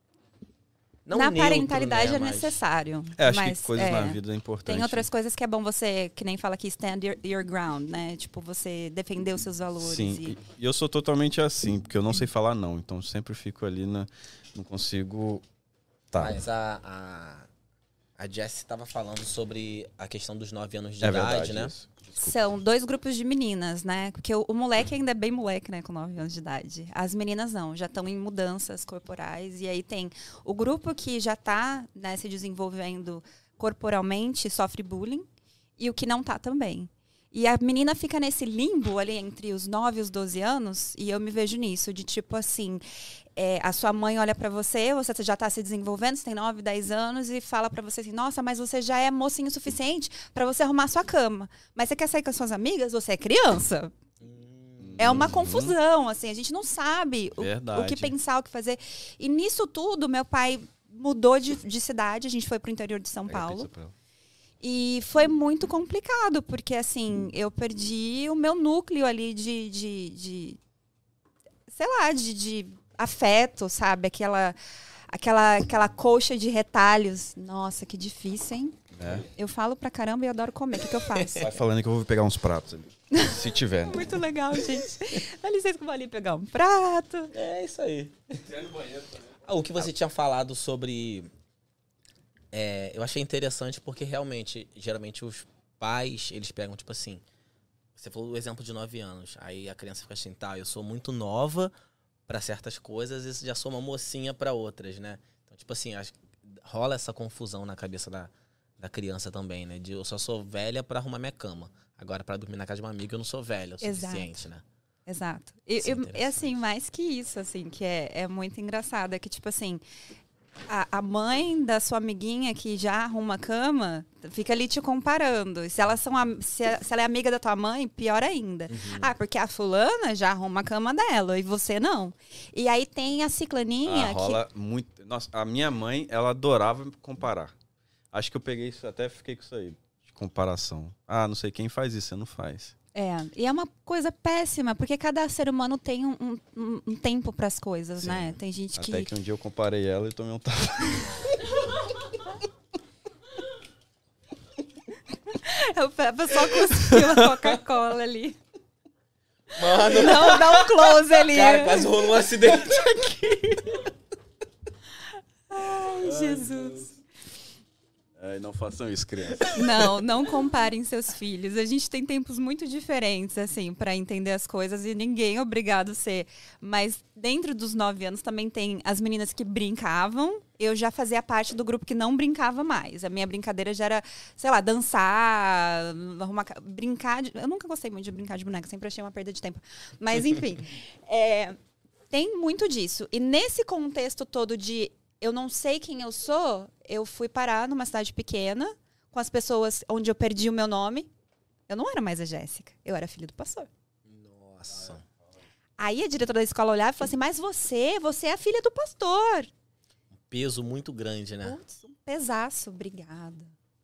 Não Na neutro, parentalidade né, é mas- necessário. É, acho mas, que coisas é, na vida é importante. Tem outras coisas que é bom você, que nem fala aqui, stand your, your ground, né? Tipo, você defender os seus valores. Sim, E... e e eu sou totalmente assim, porque eu não sei falar não. Então sempre fico ali na. Não consigo. Tá. Mas a, a, a Jessie estava falando sobre a questão dos nove anos de É idade, verdade, né? isso. Desculpa. São dois grupos de meninas, né? Porque o, o moleque ainda é bem moleque, né? Com nove anos de idade. As meninas não, já estão em mudanças corporais. E aí tem o grupo que já está, né, se desenvolvendo corporalmente, sofre bullying. E o que não tá também. E a menina fica nesse limbo ali entre os nove e os doze anos. E eu me vejo nisso, de tipo assim... É, a sua mãe olha pra você, você já está se desenvolvendo, você tem nove, dez anos e fala pra você assim, nossa, mas você já é mocinho o suficiente pra você arrumar sua cama. Mas você quer sair com as suas amigas? Você é criança. É uma confusão, assim, a gente não sabe o, Verdade. o que pensar, o que fazer. E nisso tudo, meu pai mudou de, de cidade, a gente foi pro interior de São Pega a Paulo. pizza pra ela. E foi muito complicado, porque assim, eu perdi o meu núcleo ali de, de, de sei lá, de, de afeto, sabe? Aquela, aquela, aquela colcha de retalhos. Nossa, que difícil, hein? É. Eu falo pra caramba e adoro comer. O que, que eu faço? Vai falando que eu vou pegar uns pratos ali. Se tiver. Né? Muito legal, gente. Dá licença que eu vou ali pegar um prato. É isso aí. Ah, o que você tinha falado sobre... é, eu achei interessante porque realmente, geralmente os pais, eles pegam tipo assim... Você falou o exemplo de nove anos. Aí a criança fica assim, tá, eu sou muito nova pra certas coisas e já sou uma mocinha pra outras, né? Então, tipo assim, acho, rola essa confusão na cabeça da, da criança também, né? De eu só sou velha pra arrumar minha cama. Agora, pra dormir na casa de uma amiga, eu não sou velha o suficiente, né? Exato. E, Isso é e- e interessante. assim, mais que isso, assim, que é, é muito engraçado, é que, tipo assim, a, a mãe da sua amiguinha que já arruma a cama fica ali te comparando. E se, elas são am- se, a- se ela é amiga da tua mãe, pior ainda. Uhum. Ah, porque a fulana já arruma a cama dela e você não. E aí tem a ciclaninha Ah, que... rola muito. Nossa, a minha mãe, ela adorava me comparar. Acho que eu peguei isso, até fiquei com isso aí, de comparação. Ah, não sei quem faz isso, você não faz. É, e é uma coisa péssima, porque cada ser humano tem um, um- um- um tempo para as coisas, Sim. né? Tem gente que... Até que um dia eu comparei ela e tomei um tapa. A pessoa cuspiu a Coca-Cola ali. Mano, Não, dá um close ali. cara, quase rolou um acidente aqui. Ai, Jesus. Ai, Não façam isso, criança. Não, não comparem seus filhos. A gente tem tempos muito diferentes, assim, para entender as coisas e ninguém é obrigado a ser. Mas dentro dos nove anos também tem as meninas que brincavam. Eu já fazia parte do grupo que não brincava mais. A minha brincadeira já era, sei lá, dançar, arrumar, brincar. De... Eu nunca gostei muito de brincar de boneca, sempre achei uma perda de tempo. Mas, enfim, é, tem muito disso. E nesse contexto todo de eu não sei quem eu sou, eu fui parar numa cidade pequena, com as pessoas onde eu perdi o meu nome. Eu não era mais a Jéssica, eu era filha do pastor. Nossa. Aí a diretora da escola olhava e falou assim, mas você, você é a filha do pastor. Um peso muito grande, né? Putz, um pesaço, obrigada.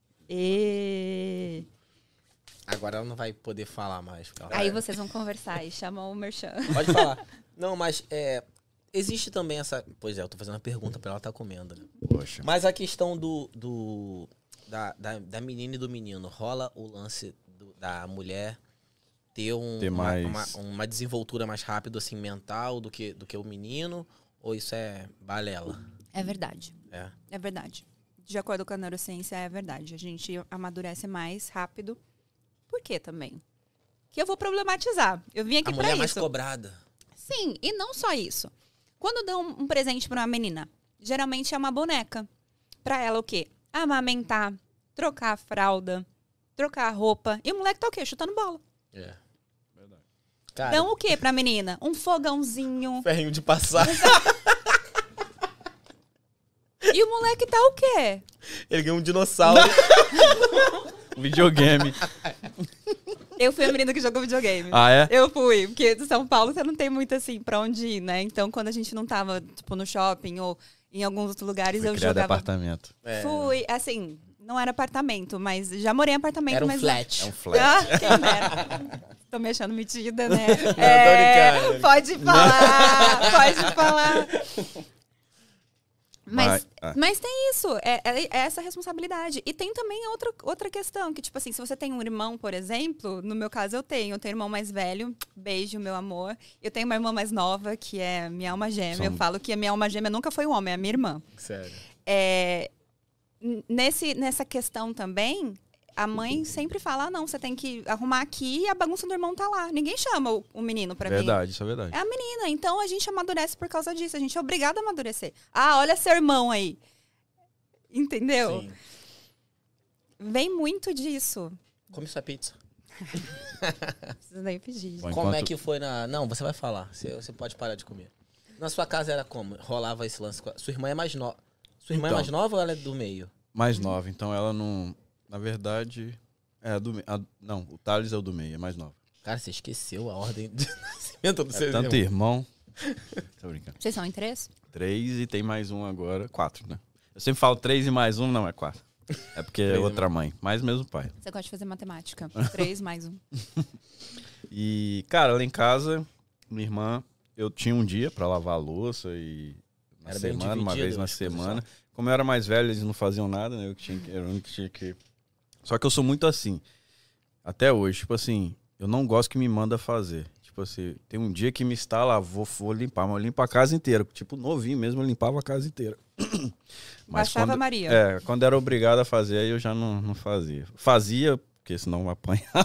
E... Agora ela não vai poder falar mais. Porque ela... Aí vocês vão conversar e chamam o Merchan. Pode falar. Não, mas é, existe também essa... Pois é, eu tô fazendo uma pergunta pra ela estar comendo, né? Poxa. Mas a questão do... do da, da, da menina e do menino, rola o lance do, da mulher ter, um, Ter uma, mais- uma, uma desenvoltura mais rápido, assim, mental do que, do que o menino? Ou isso é balela? É verdade, É. é verdade. De acordo com a neurociência, é verdade. A gente amadurece mais rápido. Por quê também? Que eu vou problematizar. Eu vim aqui A pra mulher é isso. mais cobrada. Sim, e não só isso. Quando dão um, um presente pra uma menina, geralmente é uma boneca. Pra ela o quê? Amamentar, trocar a fralda, trocar a roupa. E o moleque tá o quê? Chutando bola. É. Cara, Então o quê pra menina? Um fogãozinho. ferrinho de passar. E o moleque tá o quê? Ele ganhou um dinossauro. Um videogame. Eu fui a menina que jogou videogame. Ah, é? Eu fui, porque de São Paulo você não tem muito assim pra onde ir, né? Então quando a gente não tava, tipo, no shopping ou em alguns outros lugares, Foi eu criado jogava. apartamento. É. Fui, assim, não era apartamento, mas já morei em apartamento, Era um mas. flat. É um flat. Ah, quem dera. Tô me achando metida, né? tô É, brincando. pode falar, pode falar. Mas, Mas- ah. mas tem isso, é, é- é essa responsabilidade. E tem também outra, outra questão, que tipo assim, se você tem um irmão, por exemplo, no meu caso eu tenho, eu tenho um irmão mais velho, beijo, meu amor. Eu tenho uma irmã mais nova, que é minha alma gêmea. São- Eu falo que a minha alma gêmea nunca foi um homem, é a minha irmã. Sério. É, n- nesse, nessa questão também, a mãe sempre fala, ah, não, você tem que arrumar aqui e a bagunça do irmão tá lá. Ninguém chama o, o menino pra mim. Verdade, isso é verdade. É a menina. Então a gente amadurece por causa disso. A gente é obrigado a amadurecer. Ah, olha seu irmão aí. Entendeu? Sim. Vem muito disso. Come sua pizza. Precisa nem pedir. Bom, Como é enquanto- que foi na... Não, você vai falar. Você, você pode parar de comer. Na sua casa era como? Rolava esse lance? com a- Sua irmã é mais nova. Sua irmã é Então. mais nova ou ela é do meio? Mais nova, então ela não... Na verdade... É, a do meio. a- Não, o Thales é o do meio, é mais nova. Cara, você esqueceu a ordem de nascimento do seu É tanto irmão. irmão... Tô brincando. Vocês são em três? Três e tem mais um agora. Quatro, né? Eu sempre falo três e mais um, não, é quatro. É porque é Três e outra mãe, mas mesmo pai. Você gosta de fazer matemática. Três mais um. E, cara, lá em casa, minha irmã, eu tinha um dia pra lavar a louça e na Era bem semana, uma dividido vez na as coisas semana. Como eu era mais velho, eles não faziam nada, né? Eu que tinha, que- era o único que tinha que... Só que eu sou muito assim, até hoje, tipo assim, eu não gosto que me manda fazer. Tipo assim, tem um dia que me instala, vou, vou limpar, mas eu limpo a casa inteira. Tipo, novinho mesmo, eu limpava a casa inteira. Baixava quando, a Maria. É, quando era obrigado a fazer, aí eu já não, não fazia. Fazia, porque senão eu apanhava.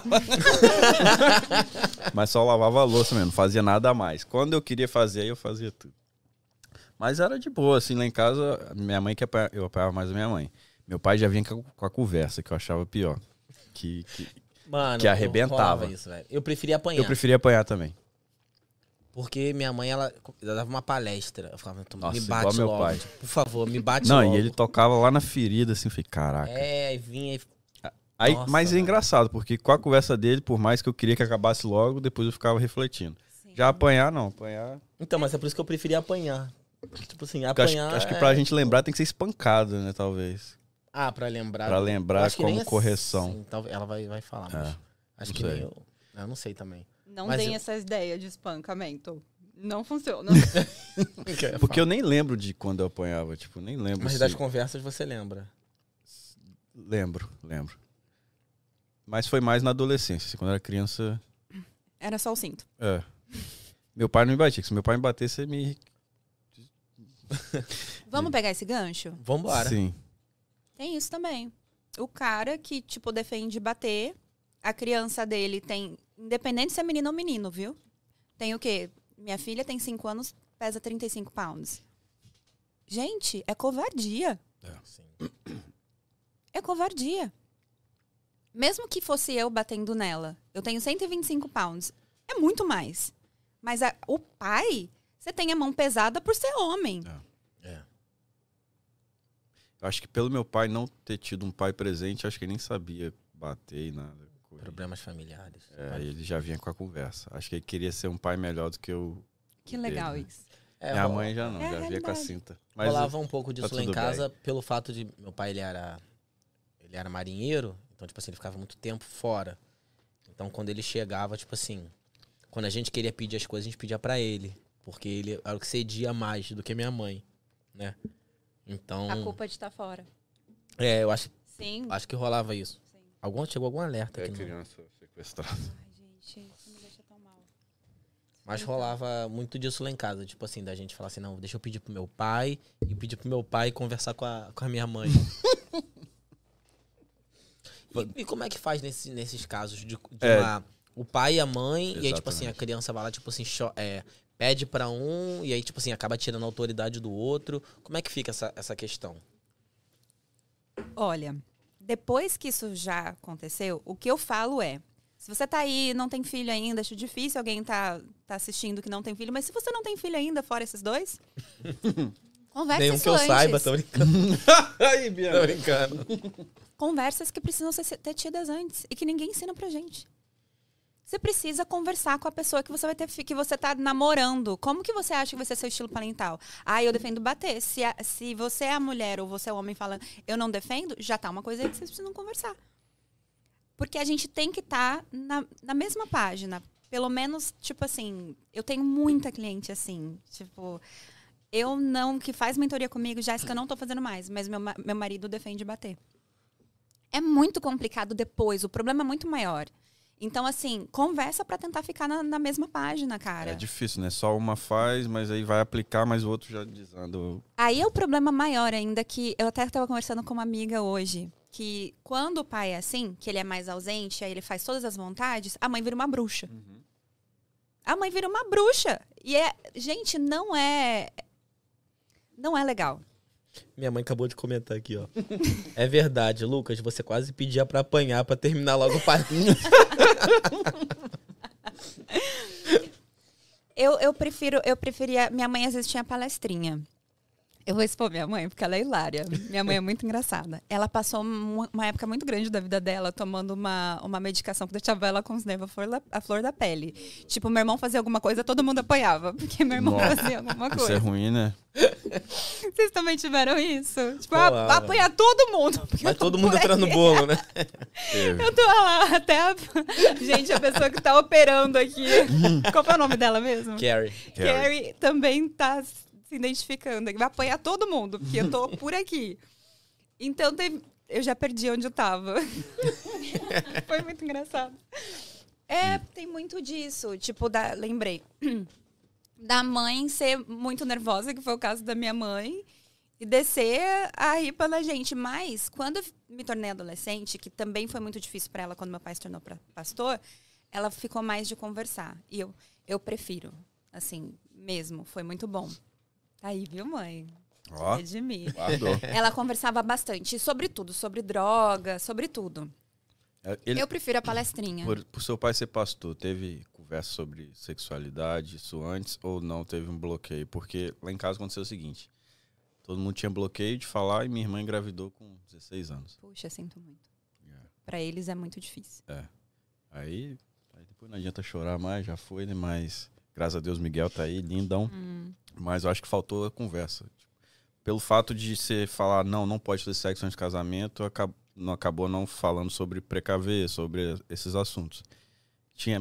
Mas só lavava a louça mesmo, não fazia nada a mais. Quando eu queria fazer, aí eu fazia tudo. Mas era de boa, assim, lá em casa, minha mãe que apanha, eu apanhava mais a minha mãe. Meu pai já vinha com a, com a conversa, que eu achava pior. Que, que Mano, Que arrebentava. rolava isso, velho. Eu preferia apanhar. eu preferia apanhar também. Porque minha mãe, ela, ela dava uma palestra. Eu falava, Nossa, me igual bate meu logo. pai. tipo, por favor, me bate Não, logo. e ele tocava lá na ferida, assim, eu falei, caraca. É, e vinha e... Aí, Nossa, mas é velho. engraçado, porque com a conversa dele, por mais que eu queria que acabasse logo, depois eu ficava refletindo. Sim. Já apanhar, não. Apanhar... Então, mas é por isso que eu preferia apanhar. Tipo assim, Porque eu acho, apanhar... acho que é- pra gente lembrar tem que ser espancado, né, talvez. Ah, pra lembrar. Pra do- lembrar eu acho que como nem correção. Assim, talvez ela vai, vai falar, mas... É, acho não que sei. nem eu... Eu não sei também. Não Mas tem eu- essa ideia de espancamento. Não funciona. Porque eu nem lembro de quando eu apanhava, tipo, nem lembro. Mas se- das conversas você lembra. Lembro, lembro. Mas foi mais na adolescência, assim, quando eu era criança... Era só o cinto. É. Meu pai não me batia, que se meu pai me batesse, você me... Vamos pegar esse gancho? Vambora. Sim. Tem isso também. o cara que, tipo, defende bater. A criança dele tem... Independente se é menino ou menino, viu? Tem o quê? Minha filha tem cinco anos, pesa trinta e cinco pounds. Gente, é covardia. É, sim. É covardia. Mesmo que fosse eu batendo nela, eu tenho cento e vinte e cinco pounds. É muito mais. Mas a, o pai, você tem a mão pesada por ser homem. É. É. Eu acho que pelo meu pai não ter tido um pai presente, acho que ele nem sabia bater e nada. Problemas familiares. É, ele já vinha com a conversa. Acho que ele queria ser um pai melhor do que o Que legal dele, né? isso. É, Minha rola- mãe já não, É a já vinha com a realidade. cinta. Mas rolava um pouco disso tá lá em tudo casa pelo fato de meu pai ele era ele era marinheiro, então tipo assim, ele ficava muito tempo fora. Então quando ele chegava, tipo assim, quando a gente queria pedir as coisas, a gente pedia pra ele, porque ele era o que cedia mais do que minha mãe, né? Então, A culpa é de estar fora. é, eu acho, Sim. acho que rolava isso. Sim. Algum chegou algum alerta é aqui no... criança sequestrada. Ai, gente, isso me deixa tão mal. Mas Então. rolava muito disso lá em casa, tipo assim, da gente falar assim, não, deixa eu pedir pro meu pai e pedir pro meu pai conversar com a, com a minha mãe. e, e como é que faz nesse, nesses casos de, de É. uma- o pai e a mãe, e aí, tipo assim, a Exatamente. criança vai lá, tipo assim, cho- é, pede pra um, e aí, tipo assim, acaba tirando a autoridade do outro. Como é que fica essa, essa questão? Olha, depois que isso já aconteceu, o que eu falo é, se você tá aí, não tem filho ainda, acho difícil alguém tá, tá assistindo que não tem filho, mas se você não tem filho ainda, fora esses dois, conversa Nenhum isso que eu antes. saiba, tô brincando. Aí, Tô Biana. brincando. Conversas que precisam ser ter tidas antes e que ninguém ensina pra gente. Você precisa conversar com a pessoa que você vai ter fi- que você tá namorando. Como que você acha que vai ser seu estilo parental? Ah, eu defendo bater. Se, a- se você é a mulher ou você é o homem falando, eu não defendo, já tá uma coisa aí que vocês precisam conversar. Porque a gente tem que estar na, na mesma página. Pelo menos, tipo assim, eu tenho muita cliente assim. Tipo, eu não, que faz mentoria comigo, Jéssica, eu não tô fazendo mais, mas meu, ma- meu marido defende bater. É muito complicado depois, o problema é muito maior. Então, assim, conversa pra tentar ficar na, na mesma página, cara. É difícil, né? Só uma faz, mas aí vai aplicar, mas o outro já desanda. Aí é o problema maior ainda, que eu até estava conversando com uma amiga hoje, que quando o pai é assim, que ele é mais ausente, aí ele faz todas as vontades, a mãe vira uma bruxa. A mãe vira uma bruxa. E é, gente, não é não é legal. Minha mãe acabou de comentar aqui, ó. É verdade, Lucas, você quase pedia pra apanhar pra terminar logo o padrinho. Eu, eu prefiro, eu preferia, minha mãe às vezes tinha palestrinha. Eu vou expor minha mãe, porque ela é hilária. Minha mãe é muito engraçada. Ela passou uma uma época muito grande da vida dela tomando uma, uma medicação que deixava ela com os nervos à flor, da, à flor da pele. Tipo, meu irmão fazia alguma coisa, todo mundo apoiava. Porque meu irmão Nossa. fazia alguma Isso é coisa. ruim, né? Vocês também tiveram isso? Tipo, Rolava. a- apoiar todo mundo. porque Mas eu tô todo mundo por entrando no aqui. bolo, né? Teve. Eu tô lá, até a... Gente, a pessoa que tá operando aqui. Qual foi o nome dela mesmo? Carrie. Carrie também tá se identificando. Vai apoiar todo mundo, porque eu tô por aqui. Então, teve... eu já perdi onde eu tava. Foi muito engraçado. É, tem muito disso. Tipo, da... lembrei. Da mãe ser muito nervosa, que foi o caso da minha mãe, e descer a ripa na gente. Mas, quando eu me tornei adolescente, que também foi muito difícil para ela quando meu pai se tornou pra- pastor, ela ficou mais de conversar. E eu, eu prefiro, assim, mesmo. Foi muito bom. Tá aí, viu, mãe? Ó, Redimir. guardou. Ela conversava bastante sobre tudo, sobre droga, sobre tudo. É, Ele, Eu prefiro a palestrinha. por, por seu pai ser pastor, teve conversa sobre sexualidade, isso antes, ou não teve um bloqueio? Porque lá em casa aconteceu o seguinte, todo mundo tinha bloqueio de falar e minha irmã engravidou com dezesseis anos. Puxa, sinto muito. Yeah. Pra eles é muito difícil. Aí, aí depois não adianta chorar mais, já foi, né? Mas graças a Deus Miguel tá aí, lindão. Hum. Mas eu acho que faltou a conversa. Tipo, pelo fato de você falar, não, não pode ter sexo antes de casamento, acab- não acabou não falando sobre precaver, sobre esses assuntos. Tinha...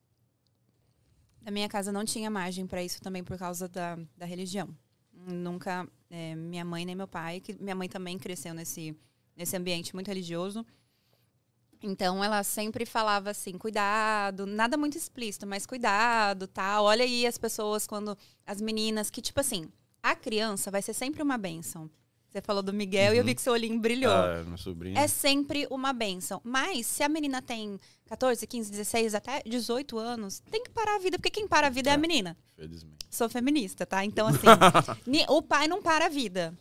Na minha casa não tinha margem pra isso também por causa da, da religião. Nunca, é, minha mãe nem meu pai, que minha mãe também cresceu nesse, nesse ambiente muito religioso. Então ela sempre falava assim, cuidado, nada muito explícito, mas cuidado, tá? Olha aí as pessoas quando as meninas que tipo assim, a criança vai ser sempre uma bênção. Você falou do Miguel Uhum. e eu vi que seu olhinho brilhou. Ah, meu sobrinho. É sempre uma bênção. Mas se a menina tem catorze, quinze, dezesseis, até dezoito anos, tem que parar a vida, porque quem para a vida é, é a menina. Felizmente. Sou feminista, tá? Então, assim, o pai não para a vida.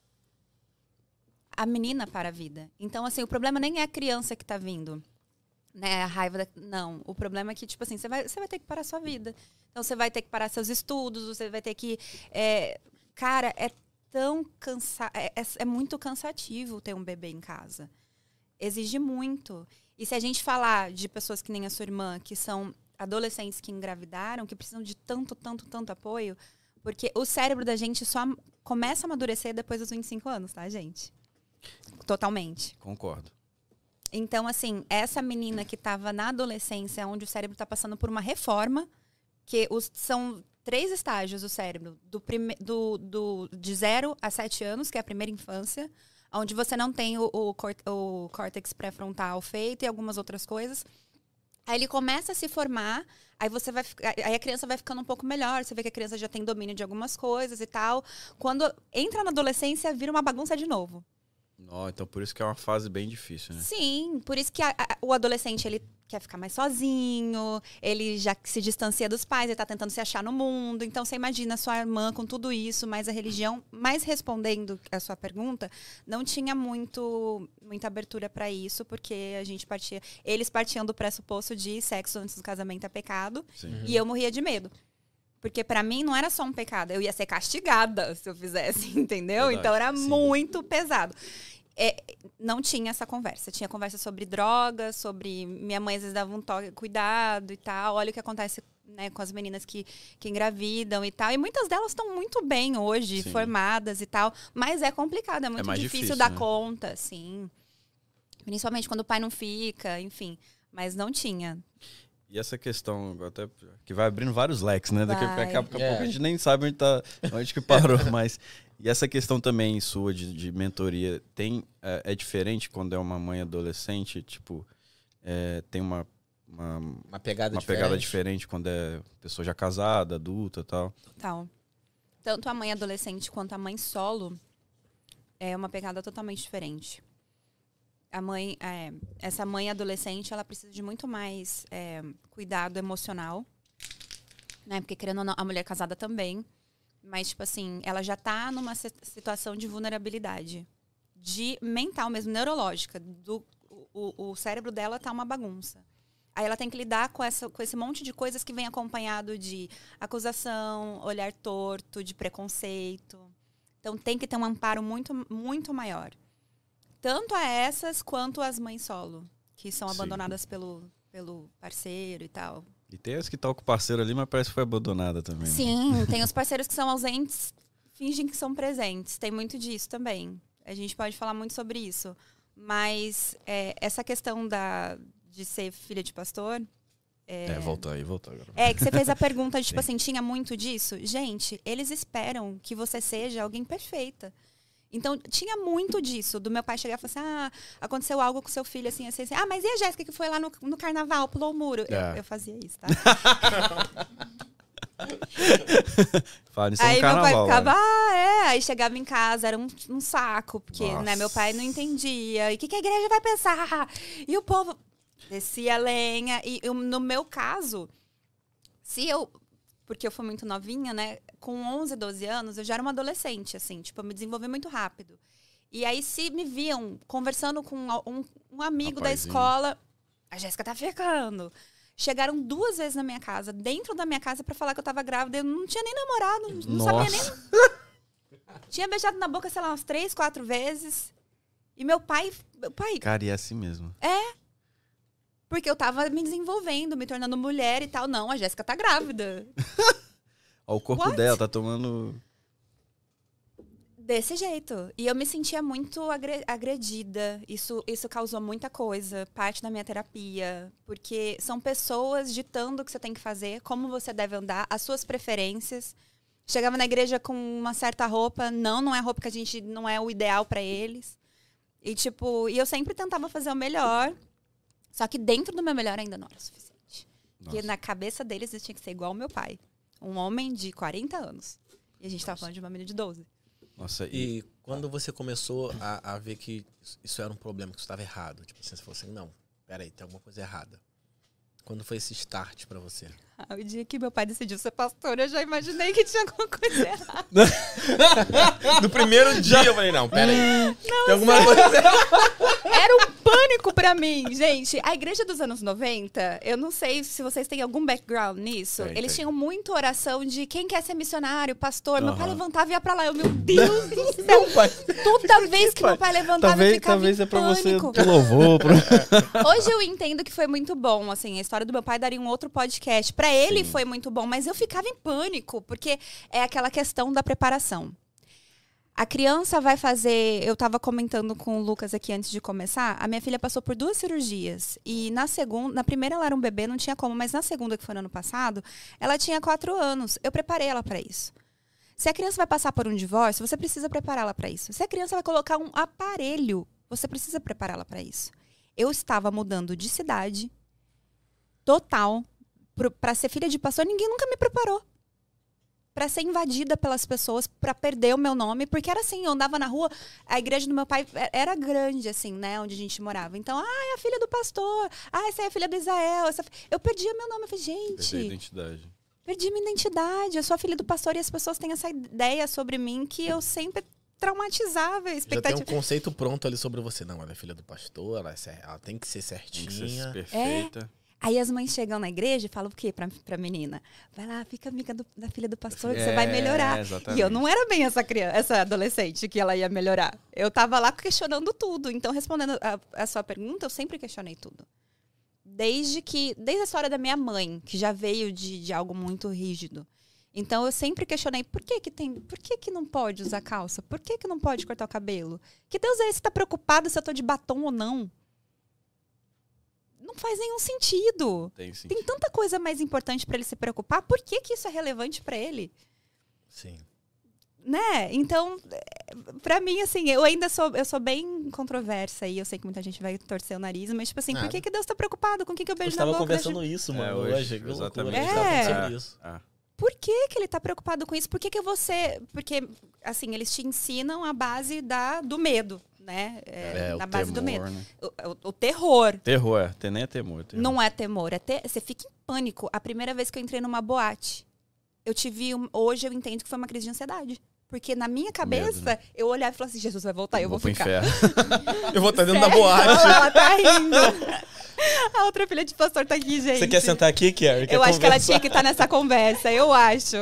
A menina para a vida. Então, assim, o problema nem é a criança que tá vindo. Né, a raiva da... Não, o problema é que, tipo assim, você vai, você vai ter que parar a sua vida. Então, você vai ter que parar seus estudos, você vai ter que... É... Cara, é tão cansa... É, é, é muito cansativo ter um bebê em casa. Exige muito. E se a gente falar de pessoas que nem a sua irmã, que são adolescentes que engravidaram, que precisam de tanto, tanto, tanto apoio, porque o cérebro da gente só começa a amadurecer depois dos vinte e cinco anos, tá, gente? Totalmente. Concordo. Então, assim, essa menina que estava na adolescência, onde o cérebro está passando por uma reforma, que os, são três estágios do cérebro, do prime, do, do, de zero a sete anos, que é a primeira infância, onde você não tem o, o, o córtex pré-frontal feito e algumas outras coisas. Aí ele começa a se formar, aí, você vai, aí a criança vai ficando um pouco melhor, você vê que a criança já tem domínio de algumas coisas e tal. Quando entra na adolescência, vira uma bagunça de novo. Oh, então por isso que é uma fase bem difícil, né? Sim, por isso que a, a, o adolescente, ele quer ficar mais sozinho, ele já se distancia dos pais, ele tá tentando se achar no mundo. Então, você imagina a sua irmã com tudo isso, mais a religião. Mas respondendo a sua pergunta, não tinha muito, muita abertura para isso, porque a gente partia... Eles partiam do pressuposto de sexo antes do casamento é pecado. Sim. E eu morria de medo. Porque para mim não era só um pecado, eu ia ser castigada se eu fizesse, entendeu? Verdade, então era sim. muito pesado. É, não tinha essa conversa. Tinha conversa sobre drogas, sobre... Minha mãe às vezes dava um toque, cuidado e tal. Olha o que acontece, né, com as meninas que, que engravidam e tal. E muitas delas estão muito bem hoje, Sim. formadas e tal. Mas é complicado, é muito mais difícil, difícil, dar né? conta, sim. Principalmente quando o pai não fica, enfim. Mas não tinha. E essa questão, até que vai abrindo vários leques, né? Daqui, Vai. daqui a pouco É. a gente nem sabe onde, tá, onde que parou, mas... E essa questão também sua de, de mentoria, tem, é, é diferente quando é uma mãe adolescente? Tipo, é, tem uma, uma, Uma pegada uma diferente. pegada diferente quando é pessoa já casada, adulta e tal? Tal. Tanto a mãe adolescente quanto a mãe solo é uma pegada totalmente diferente. A mãe, é, essa mãe adolescente, ela precisa de muito mais é, cuidado emocional, né? Porque querendo ou não, a mulher casada também. Mas, tipo assim, ela já tá numa situação de vulnerabilidade. De mental mesmo, neurológica. Do, o, o cérebro dela tá uma bagunça. Aí ela tem que lidar com, essa, com esse monte de coisas que vem acompanhado de acusação, olhar torto, de preconceito. Então tem que ter um amparo muito, muito maior. Tanto a essas quanto as mães solo, que são Sim. abandonadas pelo, pelo parceiro e tal. E tem as que tá com o parceiro ali, mas parece que foi abandonada também. Né? Sim, tem os parceiros que são ausentes, fingem que são presentes. Tem muito disso também. A gente pode falar muito sobre isso. Mas é, essa questão da, de ser filha de pastor... É, É, voltou aí, voltou agora. é que você fez a pergunta de, tipo assim, tinha muito disso? Gente, eles esperam que você seja alguém perfeita. Então, tinha muito disso, do meu pai chegar e falar assim, ah, aconteceu algo com seu filho, assim, assim, assim. Ah, mas e a Jéssica que foi lá no, no carnaval, pulou o muro? É. Eu, eu fazia isso, tá? Fala nisso Aí no meu pai carnaval. ficava, né? ah, é. Aí chegava em casa, era um, um saco, porque, Nossa. né, meu pai não entendia. E o que, que a igreja vai pensar? E o povo descia a lenha. E eu, no meu caso, se eu... Porque eu fui muito novinha, né? Com onze, doze anos, eu já era uma adolescente, assim. Tipo, eu me desenvolvi muito rápido. E aí, se me viam conversando com um, um amigo da Rapazinho. escola... A Jéssica tá ficando. Chegaram duas vezes na minha casa, dentro da minha casa, pra falar que eu tava grávida. Eu não tinha nem namorado, não Nossa. sabia nem... Tinha beijado na boca, sei lá, umas três, quatro vezes. E meu pai... Meu pai, Cara, e é assim mesmo. porque eu tava me desenvolvendo, me tornando mulher e tal. Não, a Jéssica tá grávida. Ó, o corpo What? dela tá tomando... Desse jeito. E eu me sentia muito agre- agredida. Isso, isso causou muita coisa. Parte da minha terapia. Porque são pessoas ditando o que você tem que fazer, como você deve andar, as suas preferências. Chegava na igreja com uma certa roupa. Não, não é roupa que a gente... Não é o ideal pra eles. E, tipo... E eu sempre tentava fazer o melhor. Só que dentro do meu melhor ainda não era o suficiente. Porque Nossa. na cabeça deles eu tinha que ser igual ao meu pai. Um homem de quarenta anos. E a gente tava falando de uma menina de doze. Nossa, e... E Quando você começou a, a ver que isso era um problema, que isso estava errado, tipo assim, você falou assim, não, peraí, tem alguma coisa errada. Quando foi esse start pra você? Ah, o dia que meu pai decidiu ser pastor, eu já imaginei que tinha alguma coisa errada. No primeiro dia eu falei, não, peraí. Não, tem alguma coisa errada. Era um pânico pra mim, gente. A igreja dos anos noventa, eu não sei se vocês têm algum background nisso. Tem, Eles tem. tinham muito oração de quem quer ser missionário, pastor. Meu Uhum. pai levantava e ia pra lá. Eu, meu Deus do céu. Toda vez que meu pai levantava, eu Talvez, ficava talvez em é pra você pânico. do louvor. Pro... Hoje eu entendo que foi muito bom, assim, a história do meu pai daria um outro podcast. Pra ele Sim. foi muito bom, mas eu ficava em pânico, porque é aquela questão da preparação. A criança vai fazer... Eu tava comentando com o Lucas aqui antes de começar, a minha filha passou por duas cirurgias, e na segunda, na primeira ela era um bebê, não tinha como, mas na segunda, que foi no ano passado, ela tinha quatro anos. Eu preparei ela pra isso. Se a criança vai passar por um divórcio, você precisa prepará-la pra isso. Se a criança vai colocar um aparelho, você precisa prepará-la pra isso. Eu estava mudando de cidade total para ser filha de pastor. Ninguém nunca me preparou para ser invadida pelas pessoas, para perder o meu nome, porque era assim, eu andava na rua, a igreja do meu pai era grande, assim, né, onde a gente morava. Então, ah, é a filha do pastor, ah, essa é a filha do Israel. Essa... Eu perdia meu nome, eu falei, gente... Perdi a identidade. Perdi minha identidade, eu sou a filha do pastor, e as pessoas têm essa ideia sobre mim que eu sempre traumatizava a Já expectativa. tem um conceito pronto ali sobre você. Não, ela é filha do pastor, ela, é cer- ela tem que ser certinha. Tem que ser perfeita. Aí as mães chegam na igreja e falam o quê pra, pra menina? Vai lá, fica amiga do- da filha do pastor, que você vai É, melhorar. exatamente. E eu não era bem essa criança, essa adolescente que ela ia melhorar. Eu tava lá questionando tudo. Então, respondendo a, a sua pergunta, eu sempre questionei tudo. Desde que, desde a história da minha mãe, que já veio de, de algo muito rígido. Então, eu sempre questionei, por que que tem, por que que não pode usar calça? Por que que não pode cortar o cabelo? Que Deus é esse que tá preocupado se eu tô de batom ou não? Não faz nenhum sentido. Tem sim. Tem tanta coisa mais importante pra ele se preocupar. Por que que isso é relevante pra ele? Sim. Né? Então, é, pra mim, assim, eu ainda sou, eu sou bem controversa e eu sei que muita gente vai torcer o nariz, mas, tipo assim, por Nada. que que Deus tá preocupado? Com quem que eu Eu beijo na estava boca? conversando Deixa- isso, É, mano. hoje, hoje, que loucura. exatamente. A gente tava É. conversando isso. Ah, Por que que ele tá preocupado com isso? Por que que você... Porque, assim, eles te ensinam a base da, do medo, né? É, É, o na base do temor, medo. né? O, o- o terror. Terror, é. Tem nem é temor. terror. Não é temor, é ter, você fica em pânico. A primeira vez que eu entrei numa boate, eu tive, um- hoje eu entendo que foi uma crise de ansiedade. Porque na minha cabeça, né? eu olhava e falava assim, Jesus vai voltar, eu vou, pro ficar. inferno. Eu vou estar dentro da Sério? boate. Ela tá rindo. A outra filha de pastor tá aqui, gente. Você quer sentar aqui, Kiara? Quer Eu acho que ela conversar? tinha que estar nessa conversa, eu acho.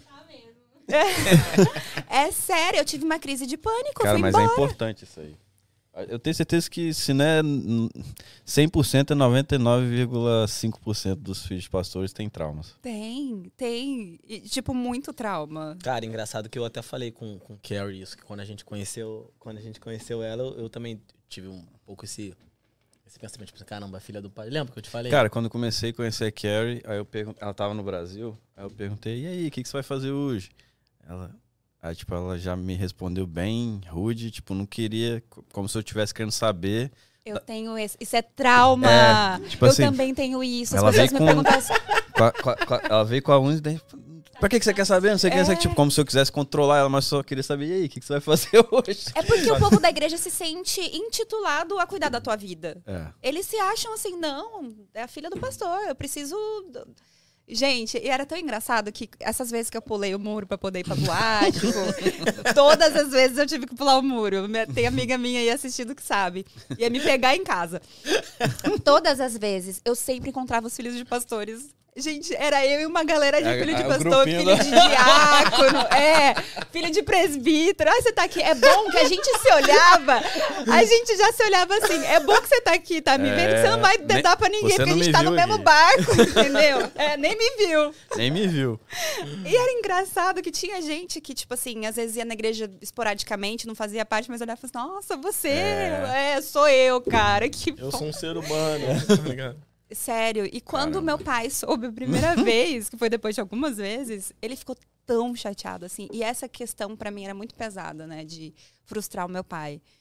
É, é sério, eu tive uma crise de pânico, Cara, eu fui mas é embora. importante isso aí. Eu tenho certeza que se não é hum, cem por cento, é noventa e nove vírgula cinco por cento dos filhos de pastores têm traumas. Tem, tem. E, tipo, muito trauma. Cara, engraçado que eu até falei com, com Carrie isso, que quando a gente conheceu, quando a gente conheceu ela, eu, eu também tive um pouco esse, esse pensamento, tipo, caramba, filha do pai. Lembra que eu te falei? Cara, quando eu comecei a conhecer a Carrie, aí eu perguntei, ela tava no Brasil, aí eu perguntei, e aí, o que, que você vai fazer hoje? Ela, aí, tipo, ela já me respondeu bem rude, tipo, não queria, como se eu tivesse querendo saber. Eu tenho esse. Isso é trauma. É, tipo eu assim, também tenho isso. As ela pessoas veio me com- perguntam assim, Com a- com a- com a- ela veio com a unha, daí, pra que, que você quer saber? Não sei o que, não sei o que, tipo, como se eu quisesse controlar ela, mas só queria saber, e aí, o que, que você vai fazer hoje? É porque o povo da igreja se sente intitulado a cuidar da tua vida. É. Eles se acham assim, não, é a filha do pastor, eu preciso... Gente, e era tão engraçado que essas vezes que eu pulei o muro pra poder ir pra boate, tipo, todas as vezes eu tive que pular o muro. Me- Tem amiga minha aí assistindo que sabe. Ia me pegar em casa. Todas as vezes, eu sempre encontrava os filhos de pastores. Gente, era eu e uma galera de É, filho de é, o pastor, grupinho filho da- de diácono, é, filho de presbítero. Ah, você tá aqui. É bom que a gente se olhava. A gente já se olhava assim. É bom que você tá aqui, tá me É, vendo? Você não vai nem- tentar pra ninguém, você porque a não gente me tá no viu mesmo aqui. barco, entendeu? É, nem me viu. Nem me viu. E era engraçado que tinha gente que, tipo assim, às vezes ia na igreja esporadicamente, não fazia parte, mas olhava e falava assim, nossa, você, É. é, sou eu, cara. Que Eu bom. sou um ser humano. tá ligado? Sério. E quando Caramba. meu pai soube a primeira vez, que foi depois de algumas vezes, ele ficou tão chateado, assim. E essa questão, pra mim, era muito pesada, né? De frustrar o meu pai.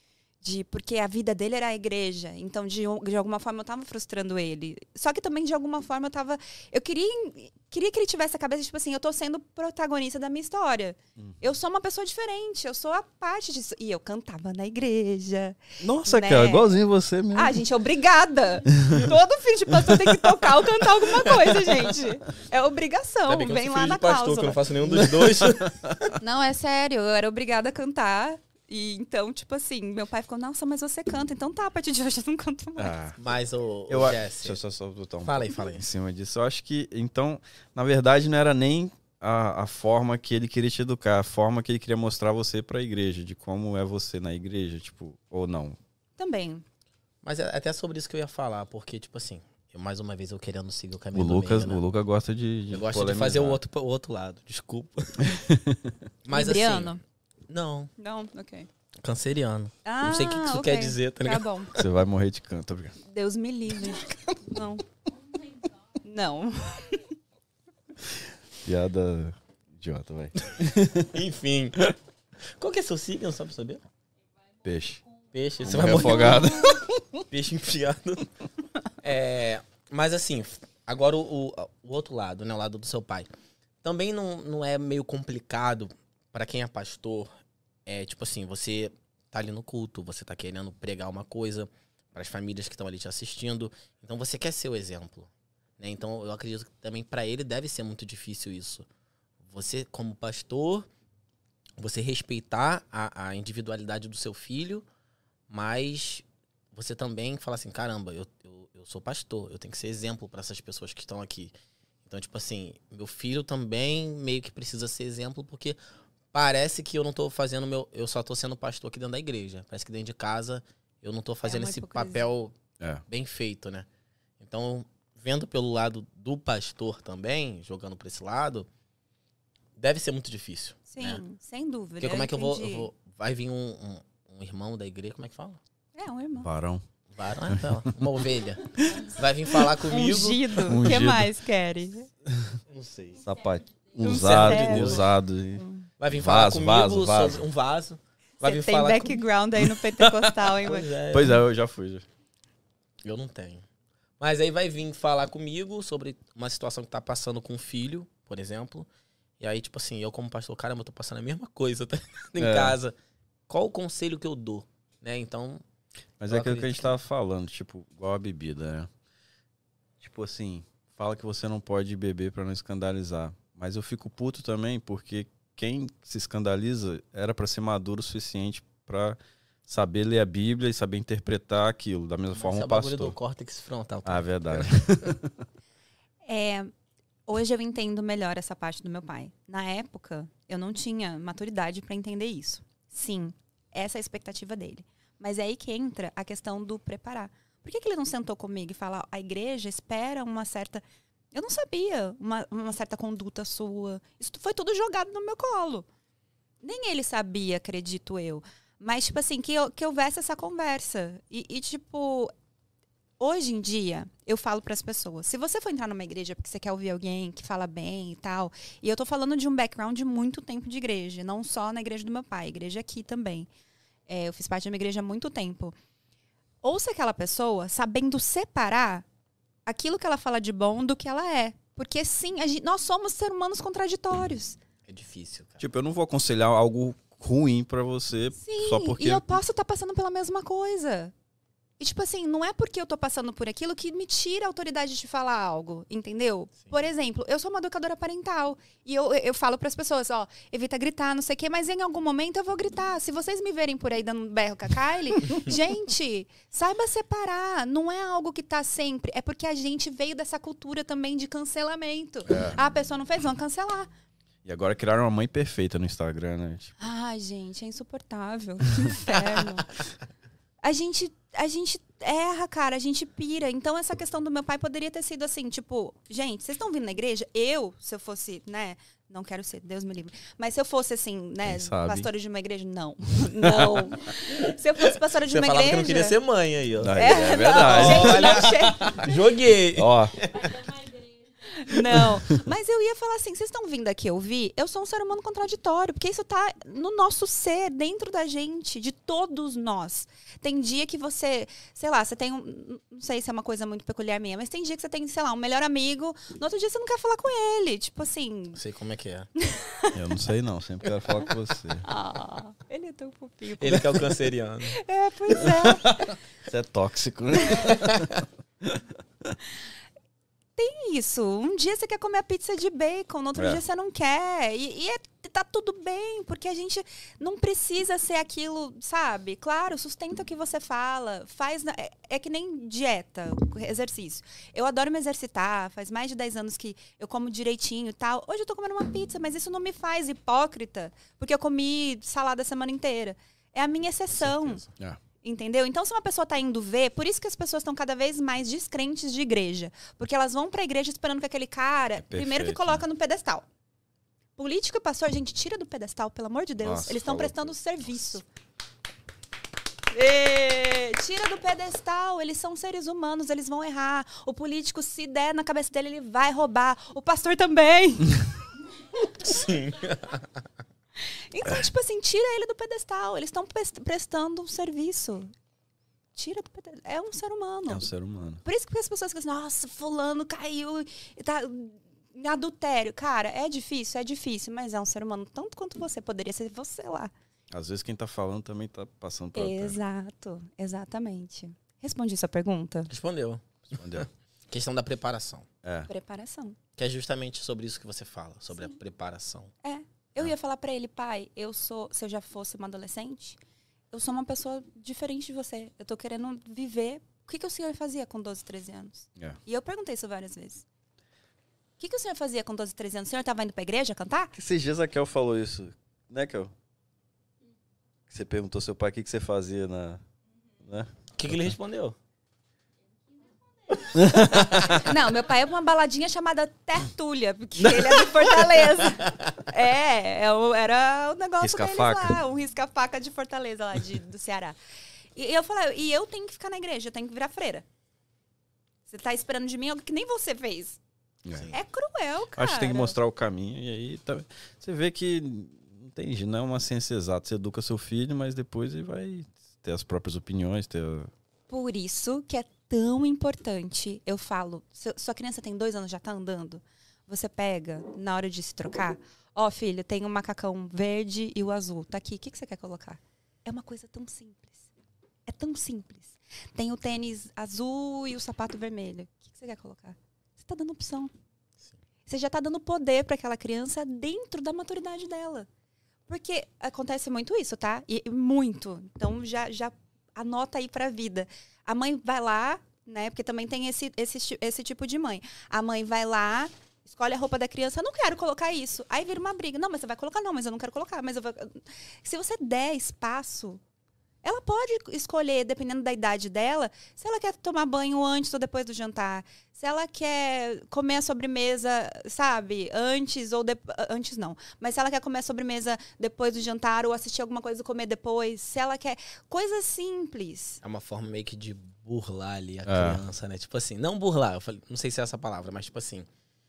de porque a vida dele era a igreja. Então, de, de alguma forma, eu tava frustrando ele. Só que também, de alguma forma, eu tava... Eu queria, queria que ele tivesse a cabeça, tipo assim, eu tô sendo protagonista da minha história. Uhum. Eu sou uma pessoa diferente, eu sou a parte disso. E eu cantava na igreja. Nossa, né? cara, igualzinho você mesmo. Ah, gente, é obrigada. Todo filho de pastor tem que tocar ou cantar alguma coisa, gente. É obrigação, vem lá na cláusula. Que eu não faço nenhum dos dois. Não, é sério, eu era obrigada a cantar. E então, tipo assim, meu pai ficou, nossa, mas você canta. Então tá, a partir de hoje eu não canto mais. Ah, mas o, eu o Jesse... Deixa eu só, só botar um fala aí, fala aí. Em cima disso. Eu acho que, então, na verdade, não era nem a, a forma que ele queria te educar, a forma que ele queria mostrar você pra igreja, de como é você na igreja, tipo, ou não. Também. Mas é até sobre isso que eu ia falar, porque, tipo assim, eu, mais uma vez eu querendo seguir o caminho o do Lucas, meio, né? O Lucas gosta de, de Eu gosto polemizar. de fazer o outro, o outro lado, desculpa. Mas Libriano? assim... Não. Não? Ok. Canceriano. Ah, não sei o que isso okay. quer dizer, tá ligado? Tá bom. Você vai morrer de canto, obrigado. Deus me livre. Não. Não. Piada idiota, vai. Enfim. Qual que é seu signo, só pra saber? Peixe. Peixe. Você Um vai morrer afogado. Peixe enfiado. É, mas assim, agora o, o, o outro lado, né? O lado do seu pai. Também não, não é meio complicado pra quem é pastor. É tipo assim, você tá ali no culto, você tá querendo pregar uma coisa para as famílias que estão ali te assistindo. Então você quer ser o exemplo, né? Então eu acredito que também para ele deve ser muito difícil isso. Você como pastor, você respeitar a, a individualidade do seu filho, mas você também fala assim, caramba, eu, eu, eu sou pastor, eu tenho que ser exemplo para essas pessoas que estão aqui. Então, tipo assim, meu filho também meio que precisa ser exemplo, porque parece que eu não tô fazendo meu... Eu só tô sendo pastor aqui dentro da igreja. Parece que dentro de casa eu não tô fazendo é esse hipocrisia. papel É. bem feito, né? Então, vendo pelo lado do pastor também, jogando pra esse lado, deve ser muito difícil. Sim, né? sem dúvida. Porque como é que eu vou, eu entendi. vou... Vai vir um, um, um irmão da igreja, como é que fala? É, um irmão. Varão. Varão, é, fala. Uma ovelha. Vai vir falar comigo. Ungido. O que Ungido. mais querem? Não sei. Sapato. Um Usado, cérebro. usado. e- Vai vir Vaso, falar comigo vaso, vaso. sobre um vaso. Vai Você vir tem falar background aí no pentecostal, hein? Pois é, Pois é, eu já fui. Já. eu não tenho. Mas aí vai vir falar comigo sobre uma situação que tá passando com o filho, por exemplo. E aí, tipo assim, eu como pastor, caramba, eu tô passando a mesma coisa tá? em É. casa. Qual o conselho que eu dou? Né? Então, Mas Eu é aquilo que a acredito gente que- tava falando, tipo, igual a bebida, né? Tipo assim, fala que você não pode beber pra não escandalizar. Mas eu fico puto também porque quem se escandaliza era pra ser maduro o suficiente pra saber ler a Bíblia e saber interpretar aquilo. Da mesma esse forma é o o bagulho pastor. do córtex frontal. Ah, verdade. É, hoje eu entendo melhor essa parte do meu pai. Na época, eu não tinha maturidade para entender isso. Sim, essa é a expectativa dele. Mas é aí que entra a questão do preparar. Por que, que ele não sentou comigo e falou, a igreja espera uma certa... Eu não sabia uma, uma certa conduta sua. Isso foi tudo jogado no meu colo. Nem ele sabia, acredito eu. Mas, tipo assim, que, eu, que houvesse essa conversa. E, e, tipo, hoje em dia, eu falo para as pessoas, se você for entrar numa igreja porque você quer ouvir alguém que fala bem e tal, e eu tô falando de um background de muito tempo de igreja, não só na igreja do meu pai, igreja aqui também. É, eu fiz parte de uma igreja há muito tempo. Ouça aquela pessoa sabendo separar aquilo que ela fala de bom do que ela é. Porque, sim, a gente, nós somos seres humanos contraditórios. É difícil, cara. Tipo, eu não vou aconselhar algo ruim pra você Sim, só porque... e eu posso estar passando pela mesma coisa. E, tipo assim, não é porque eu tô passando por aquilo que me tira a autoridade de falar algo, entendeu? Sim. Por exemplo, eu sou uma educadora parental e eu, eu falo pras pessoas, ó, evita gritar, não sei o quê, mas em algum momento eu vou gritar. Se vocês me verem por aí dando um berro com a Kylie, gente, saiba separar. Não é algo que tá sempre. É porque a gente veio dessa cultura também de cancelamento. É. Ah, a pessoa não fez, vamos cancelar. E agora criaram uma mãe perfeita no Instagram, né? Tipo, Ai, gente, é insuportável. Que inferno. A gente, a gente erra, cara, a gente pira. Então, essa questão do meu pai poderia ter sido assim, tipo, gente, vocês estão vindo na igreja? Eu, se eu fosse, né, não quero ser, Deus me livre. Mas se eu fosse, assim, né, Quem sabe? pastora de uma igreja, não. Não. Se eu fosse pastora de Você uma falava igreja... que não queria ser mãe aí, ó. é, é verdade. Não, gente, Olha. não chega. Joguei. Ó, Não, mas eu ia falar assim, vocês estão vindo aqui ouvir? Eu sou um ser humano contraditório, porque isso tá no nosso ser, dentro da gente, de todos nós. Tem dia que você, sei lá, você tem um, não sei se é uma coisa muito peculiar minha, mas tem dia que você tem, sei lá, um melhor amigo, no outro dia você não quer falar com ele, tipo assim... Não sei como é que é. Eu não sei não, sempre quero falar com você. Ah, ele é tão fofinho. Ele que é o canceriano. É, pois é. Você é tóxico, né? Tem isso. Um dia você quer comer a pizza de bacon, no outro É. dia você não quer. E, e é, tá tudo bem, porque a gente não precisa ser aquilo, sabe? Claro, sustenta o que você fala. Faz na- é, é que nem dieta, exercício. Eu adoro me exercitar, faz mais de dez anos que eu como direitinho e tal. Hoje eu tô comendo uma pizza, mas isso não me faz hipócrita, porque eu comi salada a semana inteira. É a minha exceção. É. Entendeu? Então, se uma pessoa tá indo ver, por isso que as pessoas estão cada vez mais descrentes de igreja. Porque elas vão pra igreja esperando que aquele cara, perfeito, primeiro que coloca no pedestal. Político e pastor, gente, tira do pedestal, pelo amor de Deus. Nossa, Eles estão falou prestando tudo. serviço. Ê, tira do pedestal, eles são seres humanos, eles vão errar. O político, se der na cabeça dele, ele vai roubar. O pastor também. Sim. Então, tipo assim, tira ele do pedestal. Eles estão prestando um serviço. Tira do pedestal. É um ser humano. É um ser humano. Por isso que as pessoas ficam assim, nossa, fulano caiu e tá em adultério. Cara, é difícil, é difícil, mas é um ser humano tanto quanto você. Poderia ser você lá. Às vezes quem tá falando também tá passando por adultério. Exato, exatamente. Respondi sua pergunta? Respondeu. Respondeu. Questão da preparação. É. Preparação. Que é justamente sobre isso que você fala, sobre a preparação. É. Eu ia falar pra ele, pai, eu sou, se eu já fosse uma adolescente, eu sou uma pessoa diferente de você. Eu tô querendo viver. O que, que o senhor fazia com doze, treze anos? É. E eu perguntei isso várias vezes. O que, que o senhor fazia com doze, treze anos? O senhor tava indo pra igreja cantar? Esses dias a Kel falou isso, né, Kel? Você perguntou ao seu pai o que, que você fazia na... Né? O que, que ele respondeu? Não, meu pai é uma baladinha chamada Tertúlia, porque ele é de Fortaleza. É, é o- era o negócio deles Risca-faca? lá, um risca-faca de Fortaleza, lá, de, do Ceará. E eu falei, e eu tenho que ficar na igreja, eu tenho que virar freira. Você tá esperando de mim algo que nem você fez. É. É cruel, cara. Acho que tem que mostrar o caminho e aí tá... você vê que não tem, não é uma ciência exata. Você educa seu filho, mas depois ele vai ter as próprias opiniões, ter... Por isso que é tão importante, eu falo, se sua criança tem dois anos, já tá andando, você pega, na hora de se trocar, ó, filho, tem o macacão verde e o azul, tá aqui, o que, que você quer colocar? É uma coisa tão simples. É tão simples. Tem o tênis azul e o sapato vermelho. O que, que você quer colocar? Você tá dando opção. Você já tá dando poder para aquela criança dentro da maturidade dela. Porque acontece muito isso, tá? E e muito. Então já, já anota aí pra vida. A mãe vai lá, né? Porque também tem esse, esse, ti- esse tipo de mãe. A mãe vai lá, escolhe a roupa da criança, eu não quero colocar isso. Aí vira uma briga. Não, mas você vai colocar, não, mas eu não quero colocar. Mas eu vou... Se você der espaço, ela pode escolher, dependendo da idade dela, se ela quer tomar banho antes ou depois do jantar. Se ela quer comer a sobremesa, sabe, antes ou depois. Antes não. Mas se ela quer comer a sobremesa depois do jantar ou assistir alguma coisa e comer depois. Se ela quer. Coisas simples. É uma forma meio que de burlar ali a É. criança, né? Tipo assim, não burlar, eu falei, não sei se é essa palavra, mas tipo assim.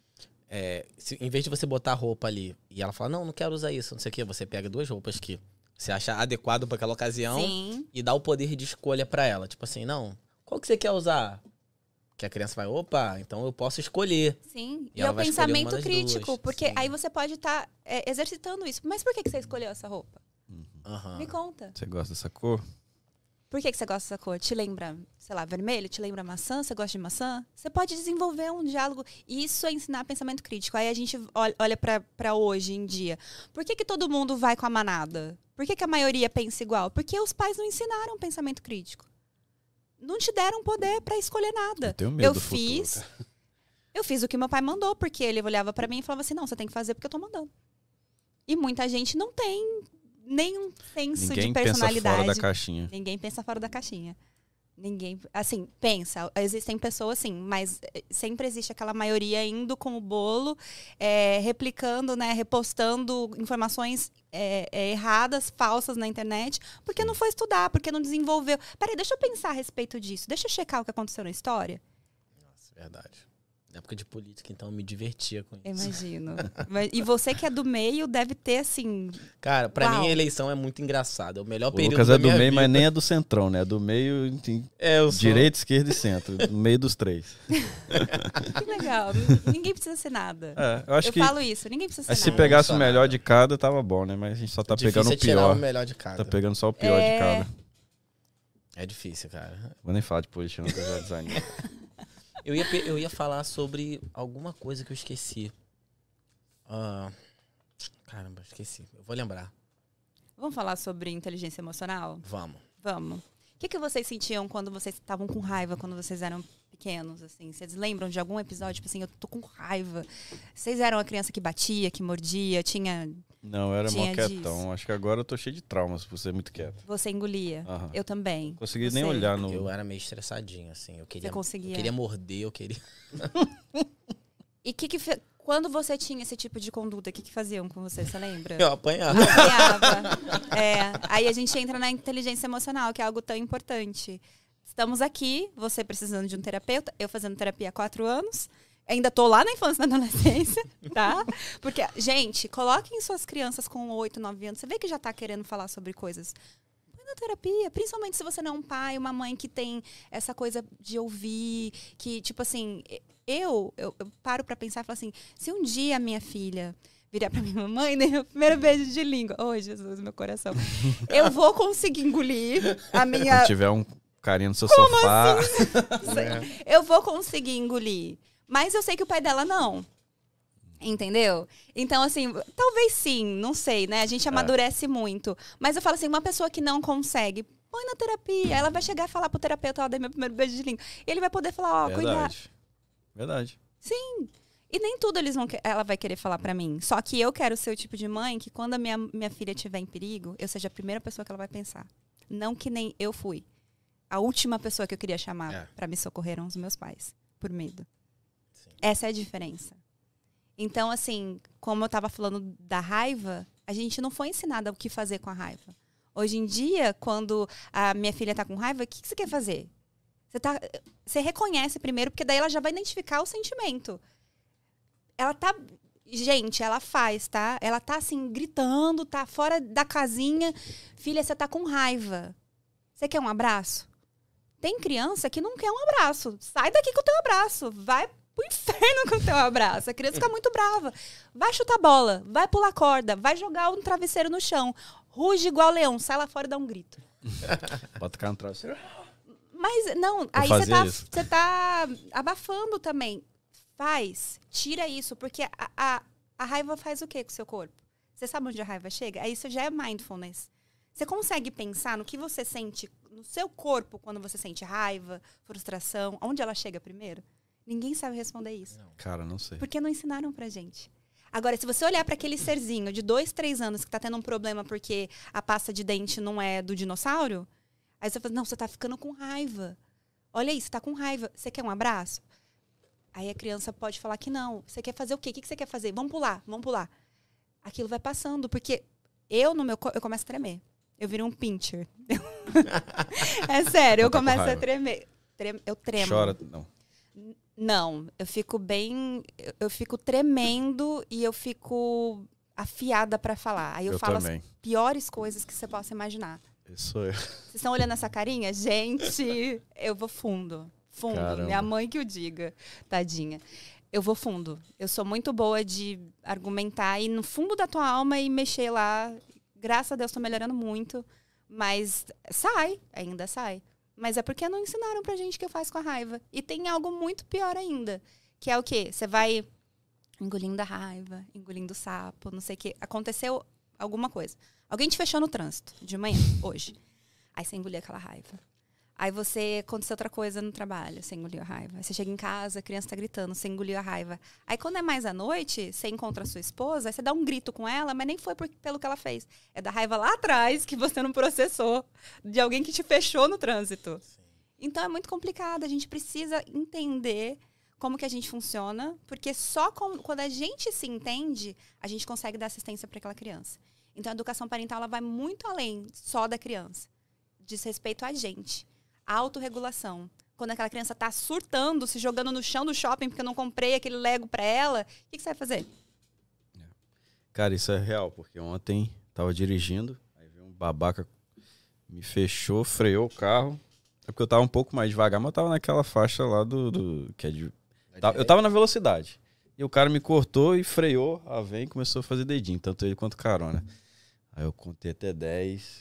É, se, em vez de você botar a roupa ali e ela fala, não, não quero usar isso, não sei o quê, você pega duas roupas que você acha adequado para aquela ocasião Sim. e dá o poder de escolha para ela. Tipo assim, não, qual que você quer usar? Que a criança vai, opa, então eu posso escolher. Sim. E E, é ela o vai escolher uma pensamento das crítico. duas, Porque sim. aí você pode estar exercitando isso. Mas por que, que você escolheu essa roupa? Aham. Me conta. Você gosta dessa cor? Por que, que você gosta dessa cor? Te lembra, sei lá, vermelho? Te lembra maçã? Você gosta de maçã? Você pode desenvolver um diálogo. Isso é ensinar pensamento crítico. Aí a gente olha, olha para hoje em dia. Por que, que todo mundo vai com a manada? Por que, que a maioria pensa igual? Porque os pais não ensinaram pensamento crítico. Não te deram poder para escolher nada. Eu tenho medo Eu do futuro, fiz. cara. Eu fiz o que meu pai mandou, porque ele olhava para mim e falava assim: não, você tem que fazer porque eu tô mandando. E muita gente não tem nenhum senso Ninguém de pensa personalidade. fora da caixinha. Ninguém pensa fora da caixinha. Ninguém, assim, pensa. Existem pessoas, sim, mas eh, sempre existe aquela maioria indo com o bolo, eh, replicando, né, repostando informações eh, eh, erradas, falsas na internet, porque não foi estudar, porque não desenvolveu. Peraí, deixa eu pensar a respeito disso. Deixa eu checar o que aconteceu na história. Nossa, verdade. época de política, então eu me divertia com isso. Imagino. Mas- E você que é do meio deve ter, assim... Cara, pra Uau. mim a eleição é muito engraçada. É o melhor O período Lucas da é do minha meio, vida. mas nem é do centrão, né? É do meio, tem É, eu sou... direita, esquerda e centro. No meio dos três. Que legal. Ninguém precisa ser nada. É, eu acho Eu que falo isso, ninguém precisa ser mas se nada. pegasse o Não, melhor nada. de cada, tava bom, né? Mas a gente só tá Difícil pegando é o tirar pior. o melhor de cada. Tá pegando só o pior É. de cada. É difícil, cara. Vou nem falar de política, não, que eu já desanimo. Eu ia, pe- eu ia falar sobre alguma coisa que eu esqueci. Ah, caramba, esqueci. Eu vou lembrar. Vamos falar sobre inteligência emocional? Vamos. Vamos. O que, que vocês sentiam quando vocês estavam com raiva, quando vocês eram pequenos, assim? Vocês lembram de algum episódio, tipo assim, eu tô com raiva? Vocês eram a criança que batia, que mordia, tinha... Não, eu era mó Tinha quietão. disso. Acho que agora eu tô cheio de traumas por ser muito quieto. Você engolia? Aham. Eu também. Consegui Você? nem olhar no... Eu era meio estressadinho, assim. Eu queria, Você conseguia? eu queria morder, eu queria... E que que fe- quando você tinha esse tipo de conduta, o que, que faziam com você? Você lembra? Eu apanhava. Apanhava. É, aí a gente entra na inteligência emocional, que é algo tão importante. Estamos aqui, você precisando de um terapeuta, eu fazendo terapia há quatro anos. Ainda tô lá na infância e na adolescência, tá? Porque, gente, coloquem suas crianças com oito, nove anos. Você vê que já tá querendo falar sobre coisas. Põe na terapia, principalmente se você não é um pai, uma mãe que tem essa coisa de ouvir, que, tipo assim, eu, eu, eu paro pra pensar e falo assim, se um dia a minha filha virar pra minha mamãe, né, o primeiro beijo de língua, oh, Jesus, meu coração, eu vou conseguir engolir a minha... Se tiver um carinha no seu sofá... Eu vou conseguir engolir. Mas eu sei que o pai dela não. Entendeu? Então, assim, talvez sim, não sei, né? A gente amadurece muito. Mas eu falo assim, uma pessoa que não consegue, põe na terapia. Ela vai chegar e falar pro terapeuta, ó, dei meu primeiro beijo de língua. E ele vai poder falar, ó, cuidado. Verdade. Verdade. Sim. E nem tudo eles vão que- ela vai querer falar pra mim. Só que eu quero ser o tipo de mãe que quando a minha, minha filha estiver em perigo, eu seja a primeira pessoa que ela vai pensar. Não que nem eu fui. A última pessoa que eu queria chamar É. pra me socorrer eram os meus pais. Por medo. Sim. Essa é a diferença. Então, assim, como eu tava falando da raiva, a gente não foi ensinada o que fazer com a raiva. Hoje em dia, quando a minha filha tá com raiva, o que, que você quer fazer? Você, tá, você reconhece primeiro, porque daí ela já vai identificar o sentimento. Ela tá... Gente, ela faz, tá? Ela tá, assim, gritando, tá fora da casinha. Filha, você tá com raiva. Você quer um abraço? Tem criança que não quer um abraço. Sai daqui com o teu abraço. Vai pro inferno com o teu abraço. A criança fica muito brava. Vai chutar bola. Vai pular corda. Vai jogar um travesseiro no chão. Ruge igual leão. Sai lá fora e dá um grito. Bota o cara no travesseiro. Mas, não, aí você fazia tá, isso. você tá abafando também. Faz. Tira isso. Porque a, a, a raiva faz o quê com o seu corpo? Você sabe onde a raiva chega? Aí isso já é mindfulness. Você consegue pensar no que você sente no seu corpo quando você sente raiva, frustração? Onde ela chega primeiro? Ninguém sabe responder isso. Cara, não sei. Porque não ensinaram pra gente. Agora, se você olhar pra aquele serzinho de dois, três anos que tá tendo um problema porque a pasta de dente não é do dinossauro, aí você fala, não, você tá ficando com raiva. Olha aí, você tá com raiva. Você quer um abraço? Aí a criança pode falar que não. Você quer fazer o quê? O que que você quer fazer? Vamos pular, vamos pular. Aquilo vai passando, porque eu, no meu, co- eu começo a tremer. Eu viro um pincher. É sério, eu Tá com começo a raiva. tremer. Trem- eu tremo. Chora, não. Não, eu fico bem. Eu, eu fico tremendo e eu fico afiada pra falar. Aí eu, Eu falo também. as piores coisas que você possa imaginar. Isso sou eu. Vocês estão olhando essa carinha? Gente, eu vou fundo. Fundo. Caramba. Minha mãe que o diga, tadinha. Eu vou fundo. Eu sou muito boa de argumentar e no fundo da tua alma e mexer lá. Graças a Deus, tô melhorando muito. Mas sai, ainda sai. Mas é porque não ensinaram pra gente o que eu faço com a raiva. E tem algo muito pior ainda. Que é o quê? Você vai engolindo a raiva, engolindo o sapo, não sei o quê. Aconteceu alguma coisa. Alguém te fechou no trânsito de manhã, hoje. Aí você engoliu aquela raiva. Aí você aconteceu outra coisa no trabalho, você engoliu a raiva. Aí você chega em casa, a criança tá gritando, você engoliu a raiva. Aí quando é mais à noite, você encontra a sua esposa, aí você dá um grito com ela, mas nem foi por, pelo que ela fez. É da raiva lá atrás que você não processou, de alguém que te fechou no trânsito. Então é muito complicado, a gente precisa entender como que a gente funciona, porque só com, quando a gente se entende, a gente consegue dar assistência para aquela criança. Então a educação parental ela vai muito além só da criança, diz respeito a gente. A autorregulação. quando aquela criança tá surtando, se jogando no chão do shopping porque eu não comprei aquele Lego pra ela, o que, que você vai fazer? Cara, isso é real, porque ontem tava dirigindo, aí veio um babaca, me fechou, freou o carro. É porque eu tava um pouco mais devagar, mas eu tava naquela faixa lá do... do que é de, eu tava na velocidade. E o cara me cortou e freou a van e começou a fazer dedinho, tanto ele quanto carona. Aí eu contei até dez.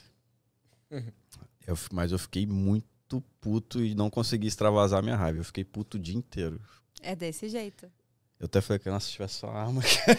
Eu, mas eu fiquei muito puto e não consegui extravasar minha raiva. Eu fiquei puto o dia inteiro. É desse jeito. Eu até falei que, nossa, se tivesse só arma,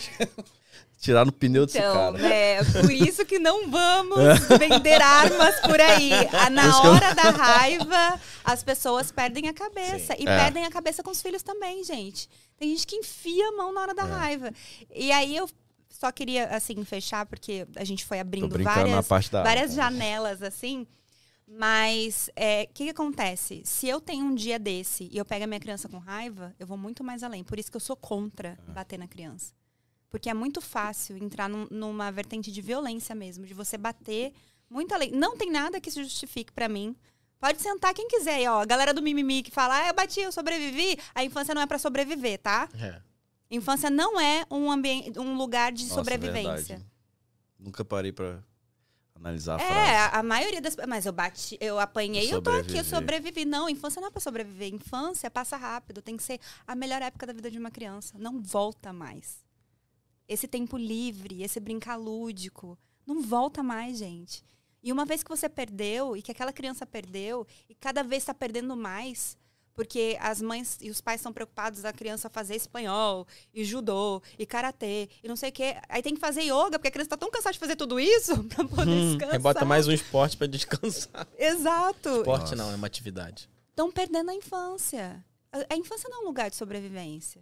tirar no pneu desse Então, cara. é por isso que não vamos vender armas por aí. Ah, Na hora da raiva, as pessoas perdem a cabeça. Sim. E É. perdem a cabeça com os filhos também, gente. Tem gente que enfia a mão na hora da É. raiva. E aí eu só queria, assim, fechar, porque a gente foi Tô abrindo brincando na várias, parte da várias arma. janelas, assim. Mas o é, que, que acontece? Se eu tenho um dia desse e eu pego a minha criança com raiva, eu vou muito mais além. Por isso que eu sou contra bater na criança. Porque é muito fácil entrar num, numa vertente de violência mesmo, de você bater muito além. Não tem nada que se justifique pra mim. Pode sentar quem quiser aí, ó. A galera do mimimi que fala, ah, eu bati, eu sobrevivi. A infância não é pra sobreviver, tá? É. Infância não é um, ambiente, um lugar de Nossa, sobrevivência. verdade. Nunca parei pra analisar a É, frase. a, a maioria das... Mas eu bati, eu apanhei, eu tô aqui, eu Sobreviver. sobrevivi. Não, infância não é pra sobreviver. Infância passa rápido, tem que ser a melhor época da vida de uma criança. Não volta mais. Esse tempo livre, esse brincar lúdico, não volta mais, gente. E uma vez que você perdeu, e que aquela criança perdeu, e cada vez está perdendo mais, porque as mães e os pais são preocupados da criança fazer espanhol, e judô, e karatê, e não sei o quê. Aí tem que fazer yoga, porque a criança está tão cansada de fazer tudo isso para poder descansar. Aí bota mais um esporte pra descansar. Exato. Esporte Nossa. não, é uma atividade. Estão perdendo a infância. A, a infância não é um lugar de sobrevivência.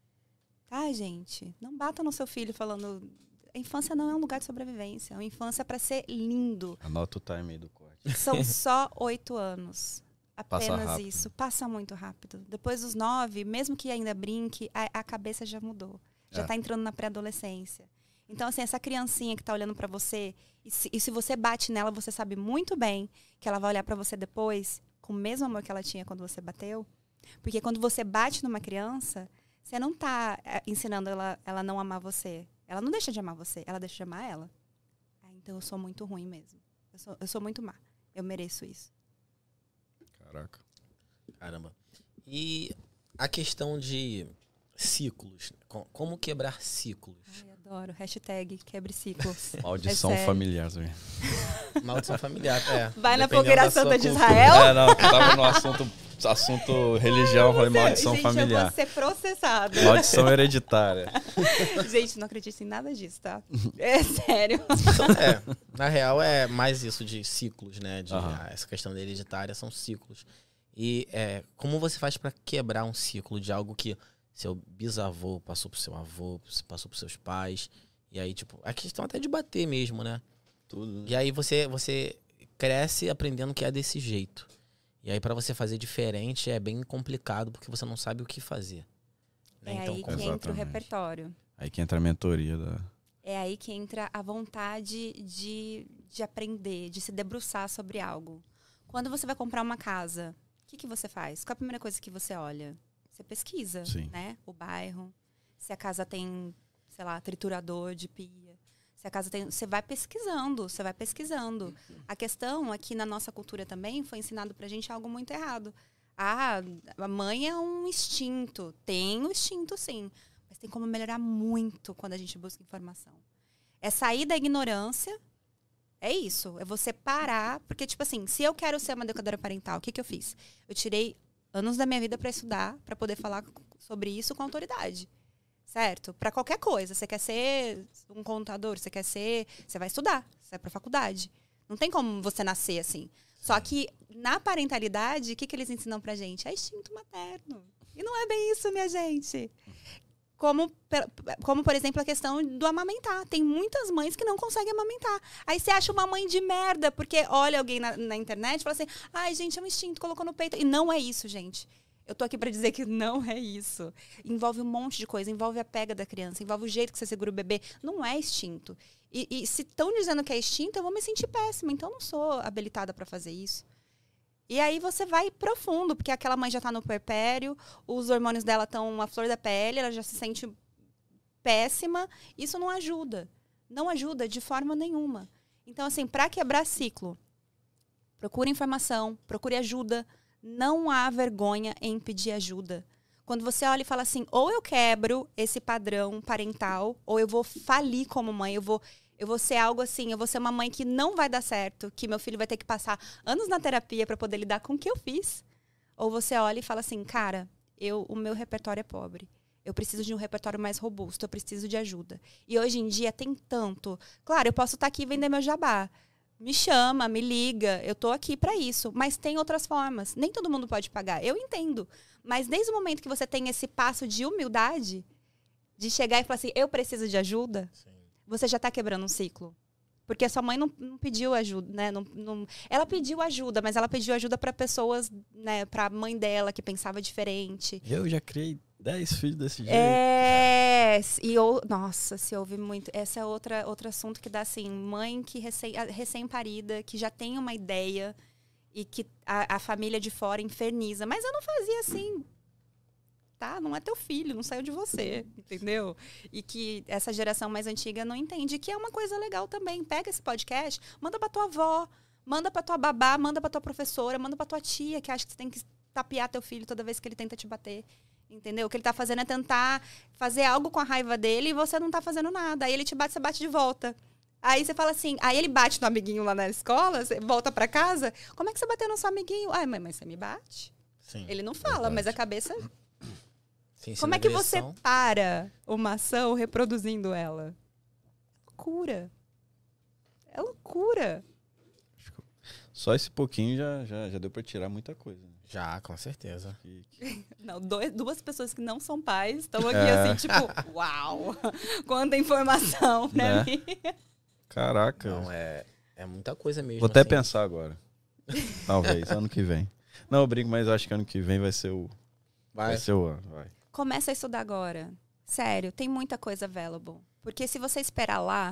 Tá, gente? Não bata no seu filho falando... A infância não é um lugar de sobrevivência. A infância é para ser lindo. Anota o time aí do corte. São só oito anos. Passa Apenas rápido. isso. Passa muito rápido. Depois dos nove, mesmo que ainda brinque, a, a cabeça já mudou. Já É. tá entrando na pré-adolescência. Então, assim, essa criancinha que tá olhando para você, e se, e se você bate nela, você sabe muito bem que ela vai olhar para você depois com o mesmo amor que ela tinha quando você bateu. Porque quando você bate numa criança, você não tá é, ensinando ela, ela não amar você. Ela não deixa de amar você, ela deixa de amar ela. Ah, então eu sou muito ruim mesmo. Eu sou, eu sou muito má. Eu mereço isso. Caraca. Caramba. E a questão de ciclos. co- Como quebrar ciclos? Ai, adoro. Hashtag quebre ciclos. Maldição É sério. familiar, velho. Maldição familiar, é. Vai na Dependendo fogueira da sua santa de cultura. Israel. É, não, eu tava no assunto, assunto religião, eu falei maldição Gente, familiar. eu vou ser processada. Maldição hereditária. Gente, não acredito em nada disso, tá? É sério. Então, é, na real é mais isso de ciclos, né? De, Aham. ah, essa questão da hereditária são ciclos. E é, como você faz pra quebrar um ciclo de algo que seu bisavô passou pro seu avô, passou pros seus pais. E aí, tipo, a questão até de bater mesmo, né? Tudo. E aí você, você cresce aprendendo que é desse jeito. E aí pra você fazer diferente é bem complicado porque você não sabe o que fazer. Né? É aí que como- entra o Exatamente. repertório. Aí que entra a mentoria da. É aí que entra a vontade de, de aprender, de se debruçar sobre algo. Quando você vai comprar uma casa, o que, que você faz? Qual a primeira coisa que você olha? Você pesquisa, Sim. né? O bairro, se a casa tem, sei lá, triturador de pia. Se a casa tem... Você vai pesquisando, você vai pesquisando. A questão é que na nossa cultura também foi ensinado pra gente algo muito errado. Ah, a mãe é um instinto. Tem um instinto, sim. Mas tem como melhorar muito quando a gente busca informação. É sair da ignorância. É isso. É você parar. Porque, tipo assim, se eu quero ser uma educadora parental, o que, que eu fiz? Eu tirei anos da minha vida para estudar, para poder falar sobre isso com autoridade. Certo? Para qualquer coisa. Você quer ser um contador, você quer ser... Você vai estudar. Você vai pra faculdade. Não tem como você nascer assim. Só que na parentalidade, o que, que eles ensinam pra gente? É instinto materno. E não é bem isso, minha gente. Como, como, por exemplo, a questão do amamentar. Tem muitas mães que não conseguem amamentar. Aí você acha uma mãe de merda, porque olha alguém na, na internet e fala assim, ai, gente, é um instinto, colocou no peito. E não é isso, gente. Eu tô aqui pra dizer que não é isso. Envolve um monte de coisa. Envolve a pega da criança, envolve o jeito que você segura o bebê. Não é instinto. E, e se estão dizendo que é instinto, eu vou me sentir péssima. Então, eu não sou habilitada pra fazer isso. E aí você vai profundo, porque aquela mãe já tá no puerpério, os hormônios dela estão à flor da pele, ela já se sente péssima. Isso não ajuda. Não ajuda de forma nenhuma. Então, assim, para quebrar ciclo, procure informação, procure ajuda. Não há vergonha em pedir ajuda. Quando você olha e fala assim, ou eu quebro esse padrão parental, ou eu vou falir como mãe, eu vou, eu vou ser algo assim, eu vou ser uma mãe que não vai dar certo, que meu filho vai ter que passar anos na terapia para poder lidar com o que eu fiz. Ou você olha e fala assim, cara, eu, o meu repertório é pobre. Eu preciso de um repertório mais robusto, eu preciso de ajuda. E hoje em dia tem tanto. Claro, eu posso estar aqui e vender meu jabá. Me chama, me liga, eu tô aqui para isso. Mas tem outras formas. Nem todo mundo pode pagar. Eu entendo. Mas desde o momento que você tem esse passo de humildade, de chegar e falar assim, eu preciso de ajuda, sim, você já tá quebrando um ciclo. Porque a sua mãe não, não pediu ajuda, né? Não, não, ela pediu ajuda, mas ela pediu ajuda para pessoas, né? Pra mãe dela que pensava diferente. Eu já criei dez filhos desse jeito. É, e eu, nossa, se ouve muito. Essa é outra, outro assunto que dá assim, mãe que recém, recém-parida, que já tem uma ideia e que a, a família de fora inferniza. Mas eu não fazia assim, tá? Não é teu filho, não saiu de você, entendeu? E que essa geração mais antiga não entende, que é uma coisa legal também. Pega esse podcast, manda pra tua avó, manda pra tua babá, manda pra tua professora, manda pra tua tia, que acha que você tem que tapear teu filho toda vez que ele tenta te bater. Entendeu? O que ele tá fazendo é tentar fazer algo com a raiva dele e você não tá fazendo nada. Aí ele te bate, você bate de volta. Aí você fala assim, aí ele bate no amiguinho lá na escola, você volta pra casa. Como é que você bateu no seu amiguinho? Ai, mãe, mas você me bate? Sim, ele não fala, verdade. Mas a cabeça... Sim, como é que você para uma ação reproduzindo ela? É loucura. É loucura. Só esse pouquinho já, já, já deu pra tirar muita coisa. Né? Já, com certeza. Que, que... Não, dois, duas pessoas que não são pais estão aqui é. assim, tipo, uau! Quanta informação pra é. mim. Caraca. Não, é, é muita coisa mesmo. Vou até assim. pensar agora. Talvez, ano que vem. Não, eu brinco, mas acho que ano que vem vai ser o... Vai, vai ser o ano, vai. Começa a estudar agora. Sério, tem muita coisa available. Porque se você esperar lá,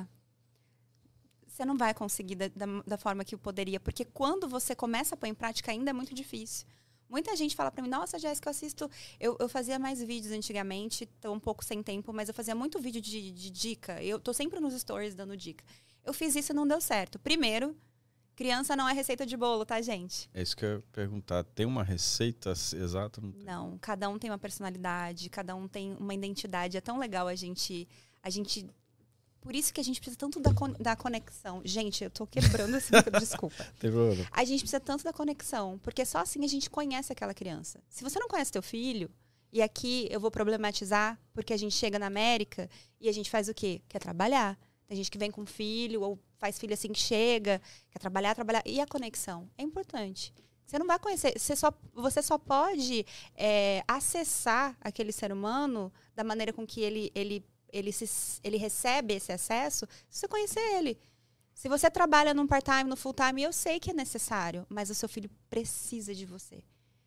você não vai conseguir da, da, da forma que eu poderia. Porque quando você começa a pôr em prática, ainda é muito difícil. Muita gente fala pra mim, nossa, Jéssica, eu assisto... Eu, eu fazia mais vídeos antigamente, tô um pouco sem tempo, mas eu fazia muito vídeo de, de dica. Eu tô sempre nos stories dando dica. Eu fiz isso e não deu certo. Primeiro, criança não é receita de bolo, tá, gente? É isso que eu ia perguntar. Tem uma receita exata? Não, não, cada um tem uma personalidade, cada um tem uma identidade. É tão legal a gente... A gente Por isso que a gente precisa tanto da, con da conexão. Gente, eu tô quebrando esse micro, desculpa. Tem problema. A gente precisa tanto da conexão, porque só assim a gente conhece aquela criança. Se você não conhece teu filho, e aqui eu vou problematizar, porque a gente chega na América e a gente faz o quê? Quer trabalhar. Tem gente que vem com filho, ou faz filho assim que chega, quer trabalhar, trabalhar. E a conexão? É importante. Você não vai conhecer, você só, você só pode é, acessar aquele ser humano da maneira com que ele... ele Ele, se, ele recebe esse acesso se você conhecer ele. Se você trabalha num part-time, no full-time, eu sei que é necessário, mas o seu filho precisa de você.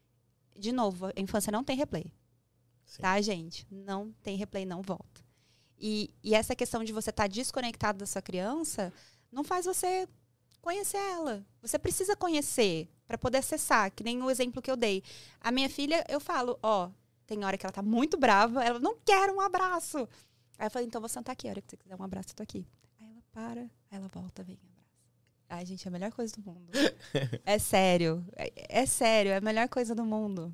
De novo, a infância não tem replay. Sim. Tá, gente? Não tem replay, não volta. E, e essa questão de você estar tá desconectado da sua criança não faz você conhecer ela. Você precisa conhecer para poder acessar, que nem o exemplo que eu dei. A minha filha, eu falo, ó, tem hora que ela tá muito brava, ela não quer um abraço. Aí eu falei, então vou sentar aqui, a hora que você quiser um abraço, eu tô aqui. Aí ela para, aí ela volta, vem, abraço. Ai, gente, é a melhor coisa do mundo. É sério, é, é sério, é a melhor coisa do mundo.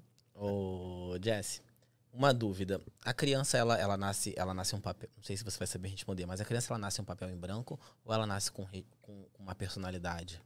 Ô, Jess, uma dúvida. A criança, ela, ela, nasce, ela nasce um papel, não sei se você vai saber responder, mas a criança, ela nasce um papel em branco ou ela nasce com, com, com uma personalidade?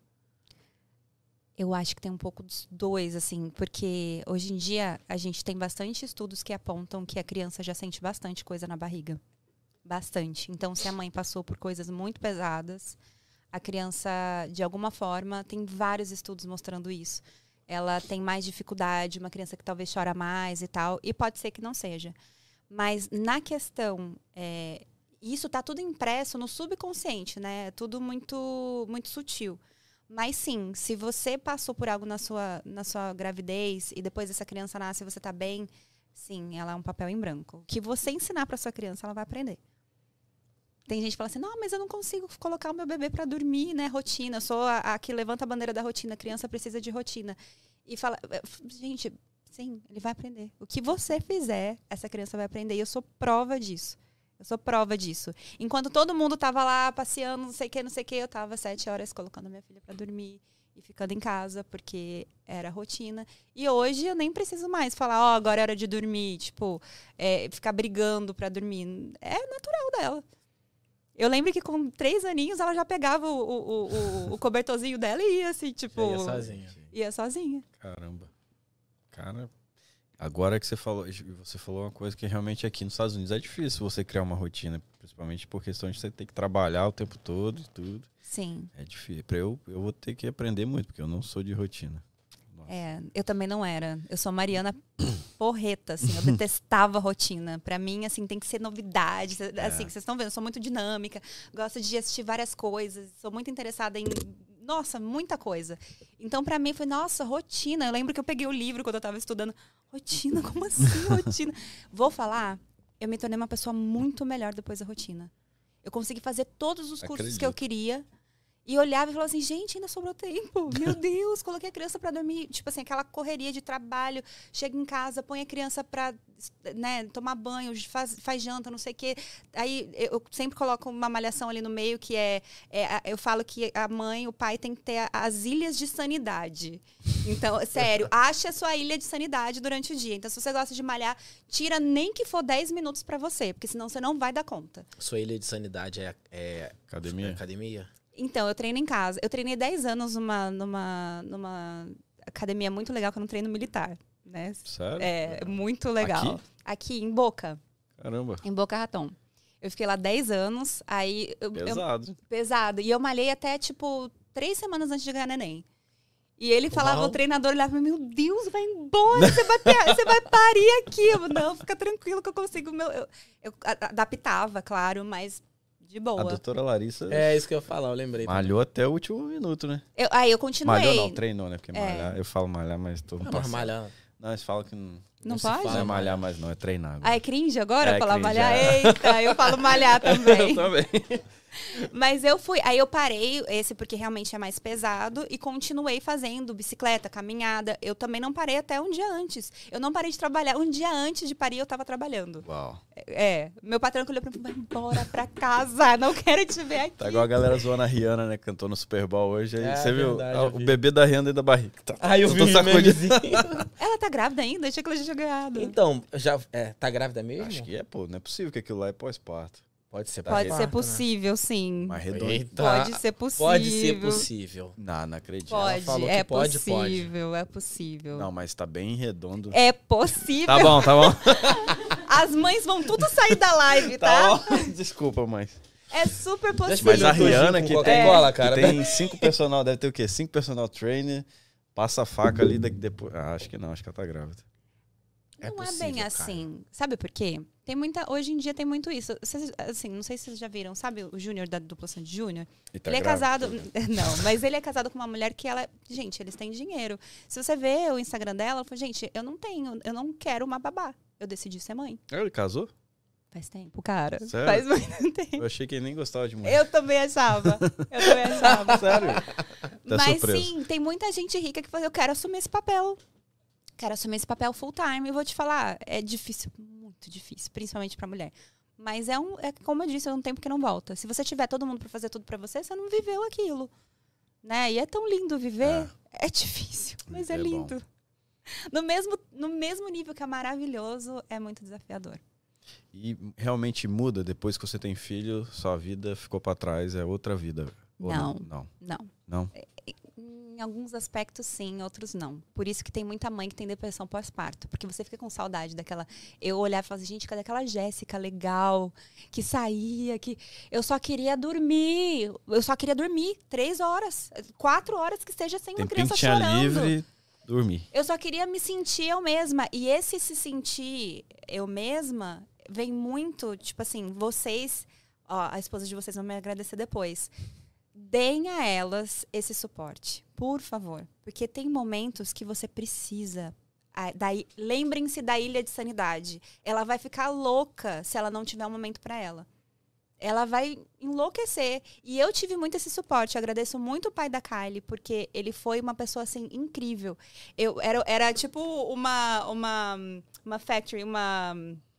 Eu acho que tem um pouco dos dois, assim, porque hoje em dia a gente tem bastante estudos que apontam que a criança já sente bastante coisa na barriga. Bastante. Então, se a mãe passou por coisas muito pesadas, a criança, de alguma forma, tem vários estudos mostrando isso. Ela tem mais dificuldade, uma criança que talvez chora mais e tal, e pode ser que não seja. Mas, na questão, é, isso tá tudo impresso no subconsciente, né? É tudo muito, muito sutil. Mas, sim, se você passou por algo na sua, na sua gravidez e depois essa criança nasce e você tá bem, sim, ela é um papel em branco. O que você ensinar para sua criança, ela vai aprender. Tem gente que fala assim, não, mas eu não consigo colocar o meu bebê para dormir, né? Rotina. Eu sou a, a que levanta a bandeira da rotina. A criança precisa de rotina. e fala, gente, sim, ele vai aprender. O que você fizer, essa criança vai aprender. E eu sou prova disso. Eu sou prova disso. Enquanto todo mundo tava lá passeando, não sei o que, não sei o que, eu tava sete horas colocando a minha filha para dormir e ficando em casa, porque era rotina. E hoje eu nem preciso mais falar, ó, oh, agora é hora de dormir, tipo, é, ficar brigando para dormir. É natural dela. Eu lembro que com três aninhos ela já pegava o, o, o, o cobertorzinho dela e ia assim, tipo... Já ia sozinha. Ia sozinha. Caramba. Cara, agora que você falou, você falou uma coisa que realmente aqui nos Estados Unidos é difícil você criar uma rotina, principalmente por questão de você ter que trabalhar o tempo todo e tudo. Sim. É difícil. Pra eu, eu vou ter que aprender muito, porque eu não sou de rotina. Nossa. É, eu também não era. Eu sou Mariana porreta, assim. Eu detestava rotina. Pra mim, assim, tem que ser novidade. É. Assim, vocês estão vendo, eu sou muito dinâmica. Gosto de assistir várias coisas. Sou muito interessada em... Nossa, muita coisa. Então, pra mim, foi, nossa, rotina. Eu lembro que eu peguei o livro quando eu tava estudando. Rotina? Como assim, rotina? Vou falar, eu me tornei uma pessoa muito melhor depois da rotina. Eu consegui fazer todos os cursos Acredito. que eu queria. E olhava e falava assim, gente, ainda sobrou tempo. Meu Deus, coloquei a criança pra dormir. Tipo assim, aquela correria de trabalho. Chega em casa, põe a criança pra, né, tomar banho, faz, faz janta, não sei o quê. Aí eu sempre coloco uma malhação ali no meio, que é, é... Eu falo que a mãe, o pai tem que ter as ilhas de sanidade. Então, sério, ache a sua ilha de sanidade durante o dia. Então, se você gosta de malhar, tira nem que for dez minutos pra você, porque senão você não vai dar conta. Sua ilha de sanidade é, é Academia? é academia? Então, eu treino em casa. Eu treinei dez anos numa, numa, numa academia muito legal, que eu não treino militar, né? Sério? É, muito legal. Aqui? Aqui, em Boca. Caramba. Em Boca Raton. Eu fiquei lá dez anos, aí... Eu, Pesado. Eu, pesado. E eu malhei até, tipo, três semanas antes de ganhar neném. E ele falava, Uau. o treinador olhava, meu Deus, vai embora, você vai, ter, você vai parir aqui. Eu, não, fica tranquilo que eu consigo. Meu, eu, eu adaptava, claro, mas... De boa. A doutora Larissa É isso que eu ia falar, eu lembrei. malhou até o último minuto, né? Eu, aí eu continuei. Malhou não, treinou, né? Porque É. malhar, eu falo malhar, mas tô Não, mas passando. malhar. Não, eles falam que não, Não se pode? não é fala, malhar mais não, é treinar. Agora. Ah, é cringe agora É falar cringe, malhar? é. Eita, eu falo malhar também. Eu também. Mas eu fui, aí eu parei esse porque realmente é mais pesado e continuei fazendo bicicleta, caminhada. Eu também não parei até um dia antes. Eu não parei de trabalhar. Um dia antes de parir, eu tava trabalhando. Uau. É, meu patrão olhou pra mim e falou, vai embora pra casa, não quero te ver aqui. Tá igual a galera zoando a Rihanna, né? Cantou no Super Bowl hoje. Aí É, você viu verdade, ah, eu o vi. bebê da Rihanna dentro da barriga. Tá, Ah, eu vi tô o sacudindo. memezinho. Ela tá grávida ainda? Achei que ela já tinha ganhado. Então, já, é, tá grávida mesmo? Acho que é, pô. Não é possível que aquilo lá é pós-parto. Pode ser Pode parto, ser né? possível, sim. Mais redondo. Eita. Pode ser possível. Pode ser possível. Não, não acredito. Ela Pode, falou que é pode, pode. possível, é possível. Não, mas tá bem redondo. É possível. Tá bom, tá bom. As mães vão tudo sair da live, tá? Tá bom. Desculpa, mãe. É super Deixa possível. Mas a Sim, Rihanna com que Coca-Cola, tem, cara. que tem cinco personal, deve ter o quê? Cinco personal trainer, passa a faca ali daqui depois. Ah, acho que não, acho que ela tá grávida. É Não possível, é bem cara. assim. Sabe por quê? Tem muita, hoje em dia tem muito isso. Vocês, assim, não sei se vocês já viram, sabe o Júnior da dupla Sandy Júnior? E tá Ele é grávida? casado. Não, mas ele é casado com uma mulher que ela. Gente, eles têm dinheiro. Se você vê o Instagram dela, ela falou, gente, eu não tenho, eu não quero uma babá. Eu decidi ser mãe. Ah, ele casou? Faz tempo, cara. Sério? Faz muito tempo. Eu achei que ele nem gostava de mulher. Eu também achava. Eu também achava. Sério? Tá Mas surpreso. sim, tem muita gente rica que fala, eu quero assumir esse papel. Quero assumir esse papel full time. E vou te falar, é difícil, muito difícil, principalmente pra mulher. Mas é um, é como eu disse, é um tempo que não volta. Se você tiver todo mundo pra fazer tudo pra você, você não viveu aquilo. Né? E é tão lindo viver. É, é difícil, mas é, É bom. lindo. No mesmo, no mesmo nível que é maravilhoso, é muito desafiador. E realmente muda depois que você tem filho, sua vida ficou pra trás, é outra vida. Ou Não. Não. Não. Não? Em alguns aspectos, sim, em outros não. Por isso que tem muita mãe que tem depressão pós-parto. Porque você fica com saudade daquela... Eu olhava e falava, gente, cadê aquela Jéssica legal, que saía, que... Eu só queria dormir. Eu só queria dormir três horas, quatro horas que esteja sem uma criança Tempinho tinha chorando. livre, dormir. Eu só queria me sentir eu mesma. E esse se sentir eu mesma vem muito, tipo assim, vocês... Ó, a esposa de vocês vão me agradecer depois. Deem a elas esse suporte, por favor. Porque tem momentos que você precisa. A- daí- Lembrem-se da ilha de sanidade. Ela vai ficar louca se ela não tiver um momento pra ela. ela vai enlouquecer. E eu tive muito esse suporte. Eu agradeço muito o pai da Kylie, porque ele foi uma pessoa, assim, incrível. Eu, era, era tipo uma, uma, uma factory, uma...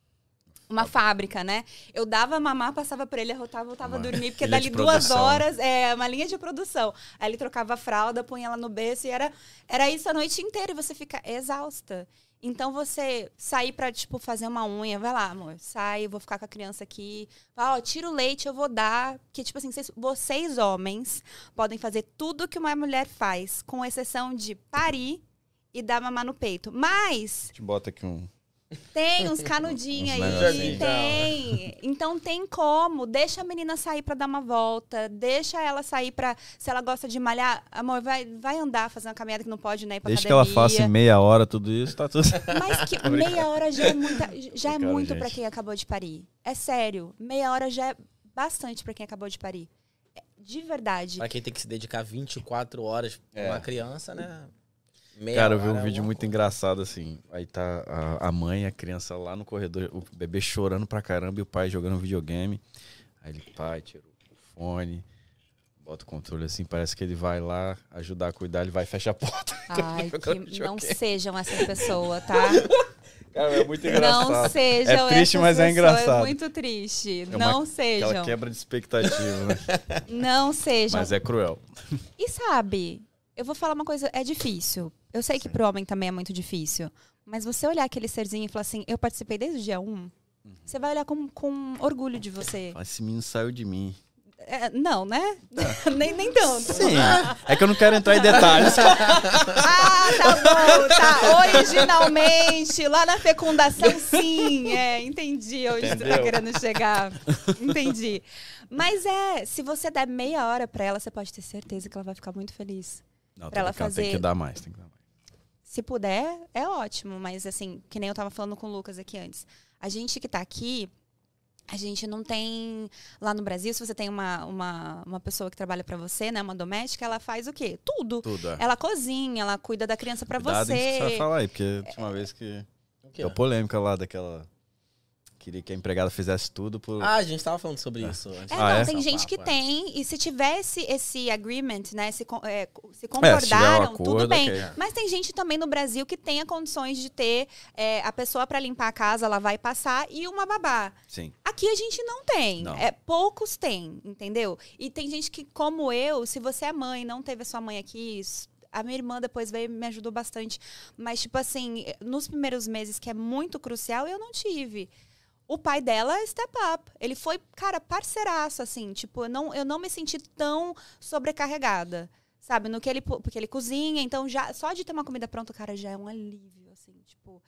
Uma fábrica, né? Eu dava mamar, passava por ele, arrotava, voltava a dormir, porque dali duas horas, é uma linha de produção. Aí ele trocava a fralda, punha ela no berço e era, era isso a noite inteira e você fica exausta. Então você sair pra, tipo, fazer uma unha, vai lá, amor, sai, eu vou ficar com a criança aqui. Ó, tira o leite, eu vou dar. Que, tipo assim, vocês, vocês homens podem fazer tudo que uma mulher faz, com exceção de parir e dar mamar no peito. Mas... Te bota aqui um... Tem uns canudinhos aí, tem. Então tem como. Deixa a menina sair pra dar uma volta. Deixa ela sair pra... Se ela gosta de malhar, amor, vai, vai andar, fazer uma caminhada que não pode, né? Ir pra Deixa academia. que ela faça em meia hora tudo isso, tá tudo... Mas que meia hora já é, muita, já é Cara, muito gente. pra quem acabou de parir. É sério. Meia hora já é bastante pra quem acabou de parir. De verdade. Pra quem tem que se dedicar vinte e quatro horas pra É. uma criança, né? Meia Cara, eu vi hora um é vídeo uma muito coisa. engraçado, assim. Aí tá a, a mãe e a criança lá no corredor, o bebê chorando pra caramba e o pai jogando videogame. Aí ele, pai, tira o fone, bota o controle assim, parece que ele vai lá ajudar a cuidar, ele vai e fecha a porta. Ai, Jogando que não videogame. sejam essas pessoas, tá? Cara, é muito Não engraçado. sejam É triste, essas mas é pessoas. engraçado. É muito triste. É uma- não Aquela sejam. quebra de expectativa, né? Não sejam. Mas é cruel. E sabe, eu vou falar uma coisa, é difícil. Eu sei que pro homem também é muito difícil. Mas você olhar aquele serzinho e falar assim, eu participei desde o dia um, você vai olhar com, com orgulho de você. Fala, esse menino saiu de mim. É, não, né? nem, nem tanto. Sim. É que eu não quero entrar em detalhes. Ah, tá bom, tá. Originalmente, lá na fecundação, sim. É, entendi onde você tá Entendeu? querendo chegar. Entendi. Mas é, se você der meia hora pra ela, você pode ter certeza que ela vai ficar muito feliz. Não, Pra ela tô brincando, fazer- Tem que dar mais, tem que dar mais. Se puder, é ótimo. Mas assim, que nem eu tava falando com o Lucas aqui antes. A gente que tá aqui, a gente não tem... Lá no Brasil, se você tem uma, uma, uma pessoa que trabalha pra você, né? Uma doméstica, ela faz o quê? Tudo. Tudo, é. Ela cozinha, ela cuida da criança pra Cuidado você. nisso que você vai falar aí, porque tinha uma vez que... O quê? Deu polêmica lá daquela... Queria que a empregada fizesse tudo por... Ah, a gente tava falando sobre isso antes. É, Ah, não, é? tem gente que Papo, é. tem, e se tivesse esse agreement, né, se, con- é, se É, se tiver um concordaram, acordo, tudo bem. ok. Mas tem gente também no Brasil que tenha condições de ter é, a pessoa para limpar a casa, lavar e passar, e uma babá. Sim. Aqui a gente não tem, Não. é, poucos têm, entendeu? E tem gente que, como eu, se você é mãe, não teve a sua mãe aqui... isso- A minha irmã depois veio e me ajudou bastante. Mas, tipo assim, nos primeiros meses, que é muito crucial, eu não tive. O pai dela é step up. Ele foi, cara, parceiraço, assim. Tipo, eu não, eu não me senti tão sobrecarregada, sabe? No que ele, porque ele cozinha, então já só de ter uma comida pronta, cara, já é um alívio, assim. Tipo,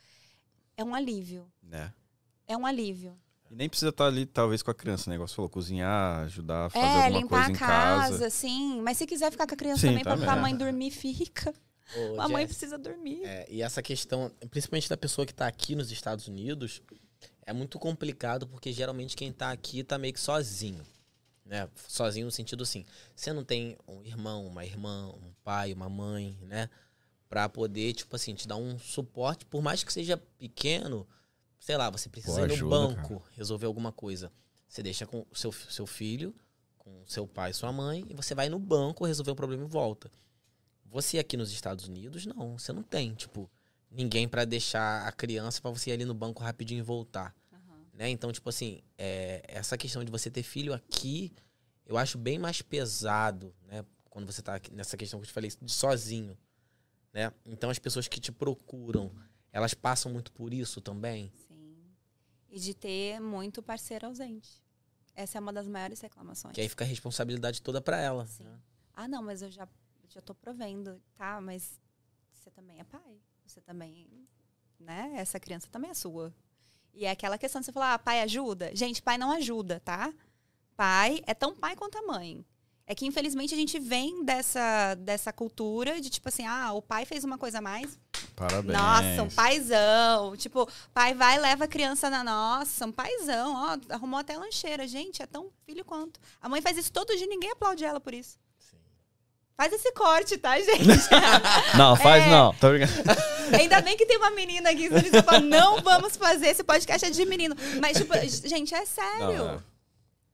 é um alívio. Né? É um alívio. E nem precisa estar ali, talvez, com a criança, né? Igual você falou, cozinhar, ajudar a fazer É, alguma limpar coisa a em casa, casa. sim. Mas se quiser ficar com a criança Sim, também, pra, também. pra mãe dormir, fica. Ô, A mãe Jess, precisa dormir. é, e essa questão, principalmente da pessoa que tá aqui nos Estados Unidos, é muito complicado, porque geralmente quem tá aqui tá meio que sozinho. Né? Sozinho no sentido assim, você não tem um irmão, uma irmã, um pai, uma mãe, né? Pra poder, tipo assim, te dar um suporte, por mais que seja pequeno, sei lá, você precisa Pô, ir no ajuda, banco resolver alguma coisa. Você deixa com o seu, seu filho, com seu pai e sua mãe, e você vai no banco resolver o problema e volta. Você aqui nos Estados Unidos, não, você não tem, tipo, ninguém pra deixar a criança pra você ir ali no banco rapidinho e voltar. Né? Então, tipo assim, é, essa questão de você ter filho aqui, eu acho bem mais pesado, né? Quando você tá aqui, nessa questão que eu te falei, de sozinho, né? Então, as pessoas que te procuram, elas passam muito por isso também. Sim. E de ter muito parceiro ausente. Essa é uma das maiores reclamações. Que aí fica a responsabilidade toda pra ela. Sim. Né? Ah, não, mas eu já, já tô provendo, tá? Mas você também é pai. Você também, né? Essa criança também é sua. E é aquela questão de você falar, ah, pai ajuda? Gente, pai não ajuda, tá? Pai é tão pai quanto a mãe. É que, infelizmente, a gente vem dessa, dessa cultura de, tipo assim, ah, o pai fez uma coisa a mais. Parabéns. Nossa, um paizão. Tipo, pai vai e leva a criança na... Nossa, um paizão. Ó, arrumou até lancheira. Gente, é tão filho quanto. A mãe faz isso todo dia, ninguém aplaude ela por isso. Sim. Faz esse corte, tá, gente? Não, faz É. não. Tô brincando. Ainda bem que tem uma menina aqui que diz, não vamos fazer esse podcast é de menino. Mas, tipo, gente, é sério. Não, é.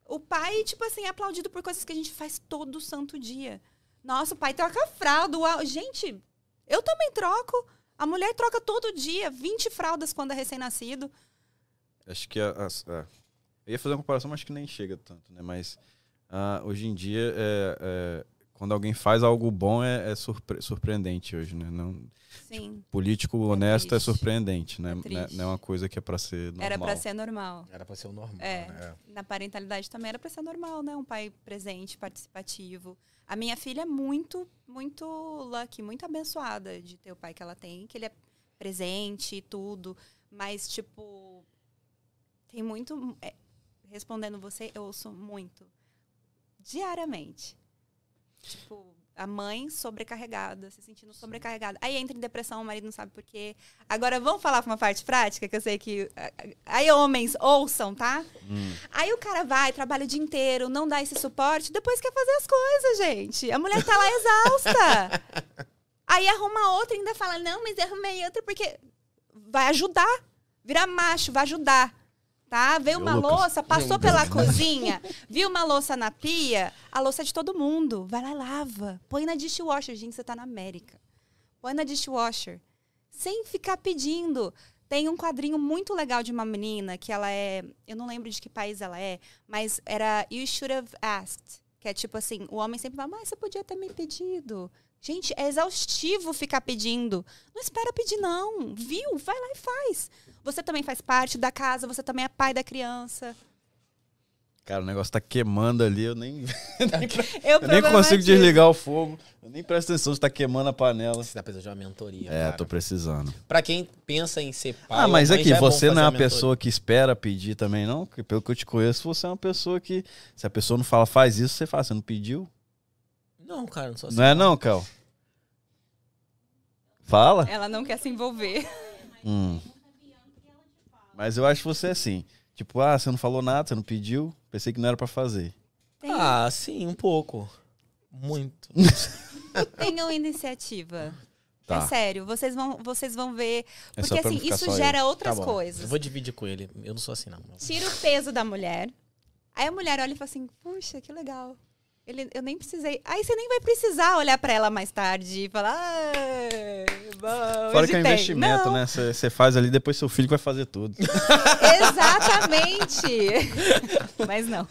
O pai, tipo assim, é aplaudido por coisas que a gente faz todo santo dia. Nossa, o pai troca fralda. Uau. Gente, eu também troco. A mulher troca todo dia, vinte fraldas quando é recém-nascido. Acho que a, a, a, eu ia fazer uma comparação, mas acho que nem chega tanto, né? Mas uh, hoje em dia, é, é, quando alguém faz algo bom, é, é surpre surpreendente hoje, né? Não, Sim. Tipo, político honesto é, é surpreendente, né? É não é uma coisa que é pra ser normal. Era pra ser normal. Era pra ser o normal, É. né? Na parentalidade também era pra ser normal, né? Um pai presente, participativo. A minha filha é muito, muito lucky, muito abençoada de ter o pai que ela tem, que ele é presente e tudo. Mas, tipo, tem muito... É, respondendo você, eu ouço muito. Diariamente. Tipo, a mãe sobrecarregada, se sentindo sobrecarregada. Aí entra em depressão, o marido não sabe por quê. Agora, vamos falar pra uma parte prática, que eu sei que... Aí, homens, ouçam, tá? Hum. Aí o cara vai, trabalha o dia inteiro, não dá esse suporte, depois quer fazer as coisas, gente. A mulher tá lá exausta. Aí arruma outra e ainda fala, não, mas eu arrumei outra porque... Vai ajudar. Vira macho, vai ajudar. Tá? Veio Viu, uma Lucas? louça, passou pela cozinha, viu uma louça na pia, a louça é de todo mundo. Vai lá e lava. Põe na dishwasher, gente, você tá na América. Põe na dishwasher. Sem ficar pedindo. Tem um quadrinho muito legal de uma menina, que ela é... Eu não lembro de que país ela é, mas era You Should Have Asked. Que é tipo assim, o homem sempre fala, mas você podia ter me pedido. Gente, é exaustivo ficar pedindo. Não espera pedir, não. Viu? Vai lá e faz. Você também faz parte da casa, você também é pai da criança. Cara, o negócio tá queimando ali, eu nem, nem, Eu, eu nem consigo desligar o fogo. Eu nem presto atenção se tá queimando a panela. Você tá precisando de uma mentoria, É, cara. tô precisando. Pra quem pensa em ser pai... Ah, mas ou mãe, aqui, já é bom você não é fazer uma mentoria. pessoa que espera pedir também, não? Porque pelo que eu te conheço, você é uma pessoa que... Se a pessoa não fala, faz isso, você fala, você não pediu? Não, cara, não sou assim. Não é não, Cal? Fala? Ela não quer se envolver. Hum. Mas eu acho que você é assim. Tipo, ah, você não falou nada, você não pediu, pensei que não era pra fazer. Tem, Ah, sim, um pouco. Muito. tenham iniciativa. Tá. É sério, vocês vão, vocês vão ver. É Porque só pra não assim, ficar isso só eu. gera Tá outras bom. coisas. Eu vou dividir com ele. Eu não sou assim, não. Tira o peso da mulher. Aí a mulher olha e fala assim, puxa, que legal. Ele, eu nem precisei. Aí você nem vai precisar olhar pra ela mais tarde e falar, ah, bom, Fora hoje que é um tem. investimento, Não, né? Você você faz ali, depois seu filho vai fazer tudo. Exatamente. Mas não.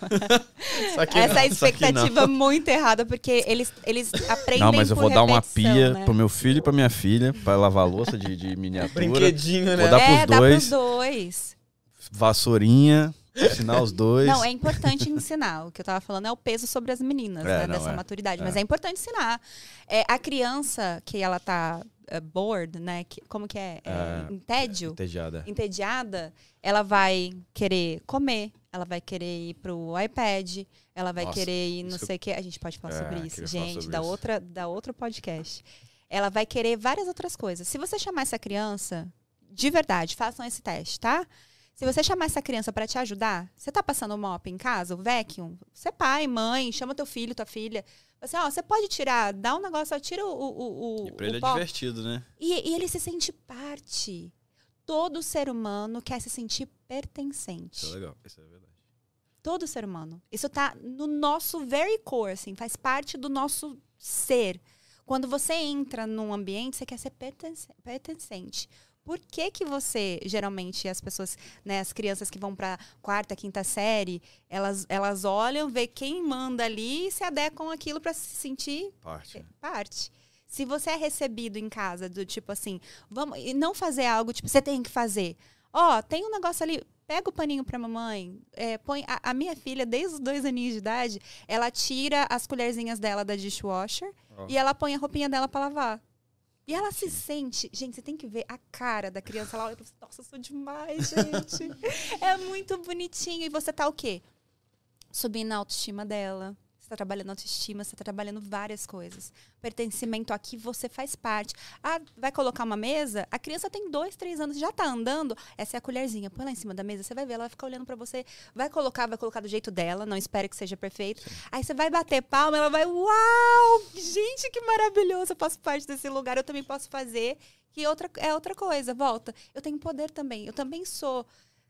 Só que Essa é a não, só que expectativa muito errada, porque eles, eles aprendem Não, mas eu por vou dar uma repetição, pia né? pro meu filho e pra minha filha, pra lavar louça de, de miniatura. Brinquedinho, né? Vou dar É, pros dá dois. pros dois. Vassourinha, ensinar os dois. Não, é importante ensinar. O que eu tava falando é o peso sobre as meninas, É, né? não, Dessa é. maturidade. É. Mas é importante ensinar. É, a criança que ela tá uh, bored, né? Que, como que é? É, É. em tédio. Entediada. Entediada, ela vai querer comer, ela vai querer ir pro iPad, ela vai Nossa, querer ir não isso que sei o que. A gente pode falar É, sobre isso, queria falar gente, sobre da isso. outra, da outro podcast. Ela vai querer várias outras coisas. Se você chamar essa criança, de verdade, façam esse teste, tá? Se você chamar essa criança para te ajudar, você tá passando o mop em casa, o vacuum, você é pai, mãe, chama teu filho, tua filha. Você, ó, você pode tirar, dá um negócio, ó, tira o, o, o, E pra ele o é pó. divertido, né? E, e ele se sente parte. Todo ser humano quer se sentir pertencente. Isso é legal, isso é verdade. Todo ser humano. Isso tá no nosso very core, assim, faz parte do nosso ser. Quando você entra num ambiente, você quer ser pertence- pertencente. Por que que você, geralmente, as pessoas, né, as crianças que vão para quarta, quinta série, elas, elas olham, vê quem manda ali e se adequam aquilo para se sentir Parte. parte. Se você é recebido em casa do tipo assim, vamos, e não fazer algo tipo, você tem que fazer. Ó, tem um negócio ali, pega o paninho pra mamãe, é, põe a, a minha filha, desde os dois aninhos de idade, ela tira as colherzinhas dela da dishwasher Ó. e ela põe a roupinha dela pra lavar. E ela se sente... Gente, você tem que ver a cara da criança. Ela olha e fala assim, nossa, eu sou demais, gente. É muito bonitinho. E você tá o quê? Subindo a autoestima dela. Você tá trabalhando autoestima, você tá trabalhando várias coisas. Pertencimento aqui, você faz parte. Ah, vai colocar uma mesa? A criança tem dois, três anos, já tá andando. Essa é a colherzinha. Põe lá em cima da mesa, você vai ver, ela vai ficar olhando pra você. Vai colocar, vai colocar do jeito dela, não espere que seja perfeito. Aí você vai bater palma, ela vai, uau! Gente, que maravilhoso, eu faço parte desse lugar, eu também posso fazer. Que outra, é outra coisa, volta. Eu tenho poder também, eu também sou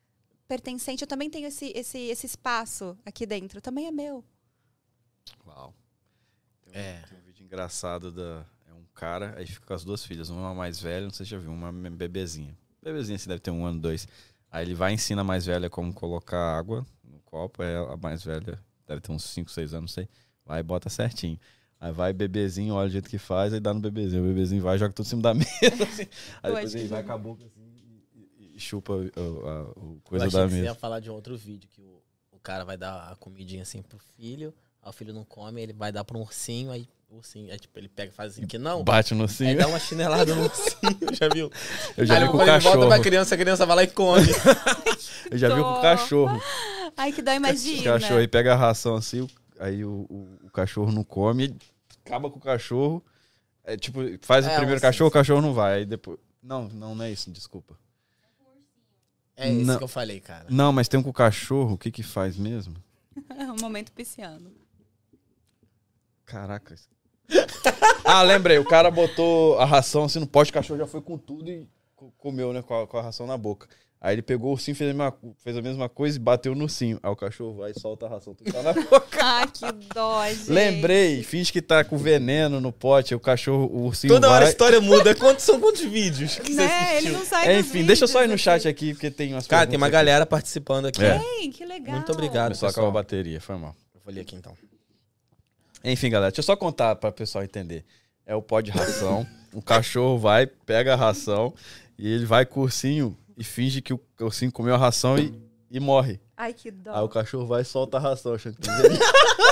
pertencente, eu também tenho esse, esse, esse espaço aqui dentro, também é meu. Uau. Tem um, É. tem um vídeo engraçado da... É um cara, aí fica com as duas filhas. Uma mais velha, não sei se você já viu, uma bebezinha. Bebezinha, assim, deve ter um ano, dois. Aí ele vai e ensina a mais velha como colocar água no copo. Aí a mais velha deve ter uns cinco, seis anos, não sei. Vai e bota certinho. Aí vai bebezinho, olha o jeito que faz, aí dá no bebezinho. O bebezinho vai e joga tudo em cima da mesa, assim. Aí Eu depois acho ele que vai já com a boca assim e, e chupa o, a, o Eu coisa achei da que você ia mesa. falar de um outro vídeo, que o, o cara vai dar a comidinha assim pro filho, aí o filho não come, ele vai dar pro um ursinho, aí o ursinho, aí tipo, ele pega e faz assim, que não, Bate no aí ursinho. dá uma chinelada no ursinho, já viu? Eu já Aí vi com o quando ele volta cachorro. pra criança, a criança vai lá e come. Eu já vi com o Dó. cachorro. Ai, que dó, O imagina. cachorro aí pega a ração assim, o- aí o, o, o cachorro não come, acaba com o cachorro. É, tipo, faz o É, primeiro um cachorro, o ursinho. cachorro não vai. Aí depois. Não, não, não é isso, desculpa. É isso Não. que eu falei, cara. Não, mas tem um com o cachorro, o que que faz mesmo? Um momento pisciano. Caraca. Ah, lembrei, o cara botou a ração assim no pote, o cachorro já foi com tudo e co- comeu, né, com a, com a ração na boca. Aí ele pegou o ursinho, fez a, mesma, fez a mesma coisa e bateu no ursinho. Aí o cachorro vai e solta a ração, tudo tá na boca. Ai, que dó, gente. Lembrei, finge que tá com veneno no pote, aí o cachorro, o ursinho Toda hora a vai... história muda. Quantos são quantos vídeos que você Né? Ele assistiu? não sai É, dos enfim, deixa eu só ir no vídeos chat aqui. aqui, porque tem umas Cara, tem uma perguntas galera participando aqui. É. Ei, que legal. Muito obrigado. aqui. Só pessoal. acabou a bateria, foi mal. Eu vou ler aqui então. Enfim, galera, deixa eu só contar para o pessoal entender. É o pó de ração, o cachorro vai, pega a ração e ele vai com o ursinho e finge que o ursinho comeu a ração e, e morre. Ai, que dó. Aí o cachorro vai e solta a ração, achando que ele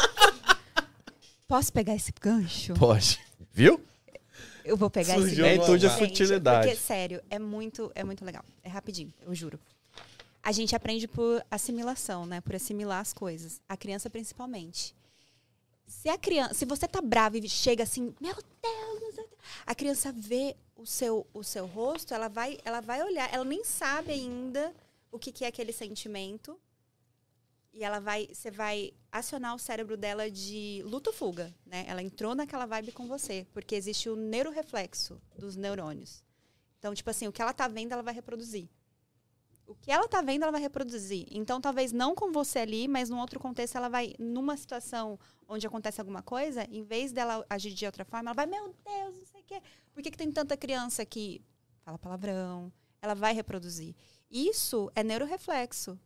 Posso pegar esse gancho? pode. Viu? Eu vou pegar Surgiu esse uma- gancho. Virtude e gente, futilidade. Porque, sério, é muito, é muito legal. É rapidinho, eu juro. A gente aprende por assimilação, né? Por assimilar as coisas. A criança, principalmente. Se a criança, se você tá bravo e chega assim, meu Deus, não sei o quê", a criança vê o seu, o seu rosto, ela vai, ela vai olhar, ela nem sabe ainda o que, que é aquele sentimento. E ela vai, você vai acionar o cérebro dela de luto-fuga, né? Ela entrou naquela vibe com você, porque existe o neuroreflexo dos neurônios. Então, tipo assim, o que ela tá vendo, ela vai reproduzir. O que ela tá vendo, ela vai reproduzir. Então, talvez não com você ali, mas num outro contexto, ela vai, numa situação onde acontece alguma coisa, em vez dela agir de outra forma, ela vai, meu Deus, não sei o quê. Por que, que tem tanta criança que fala palavrão? Ela vai reproduzir. Isso é neuroreflexo.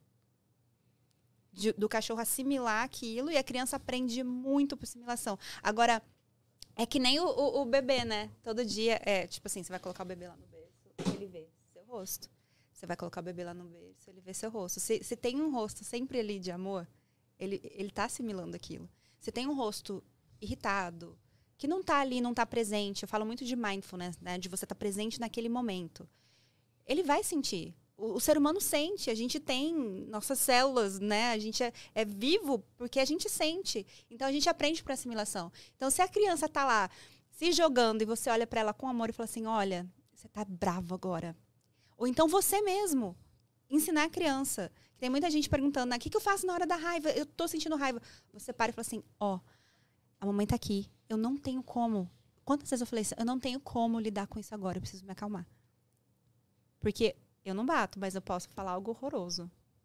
De, do cachorro assimilar aquilo e a criança aprende muito por assimilação. Agora, é que nem o, o, o bebê, né? Todo dia, é tipo assim, você vai colocar o bebê lá no berço, ele vê seu rosto. Você vai colocar o bebê lá no berço, ele vê seu rosto. Se, se tem um rosto sempre ali de amor, ele, ele tá assimilando aquilo. Se tem um rosto irritado, que não tá ali, não tá presente, eu falo muito de mindfulness, né? De você estar tá presente naquele momento. Ele vai sentir. O, o ser humano sente, a gente tem nossas células, né? A gente é, é vivo porque a gente sente. Então, a gente aprende por assimilação. Então, se a criança tá lá se jogando e você olha para ela com amor e fala assim, olha, você tá bravo agora. Ou então você mesmo, ensinar a criança. Tem muita gente perguntando, né, o que, que eu faço na hora da raiva? Eu tô sentindo raiva. Você para e fala assim, ó, oh, a mamãe tá aqui, eu não tenho como. Quantas vezes eu falei isso? Eu não tenho como lidar com isso agora, eu preciso me acalmar. Porque eu não bato, mas eu posso falar algo horroroso.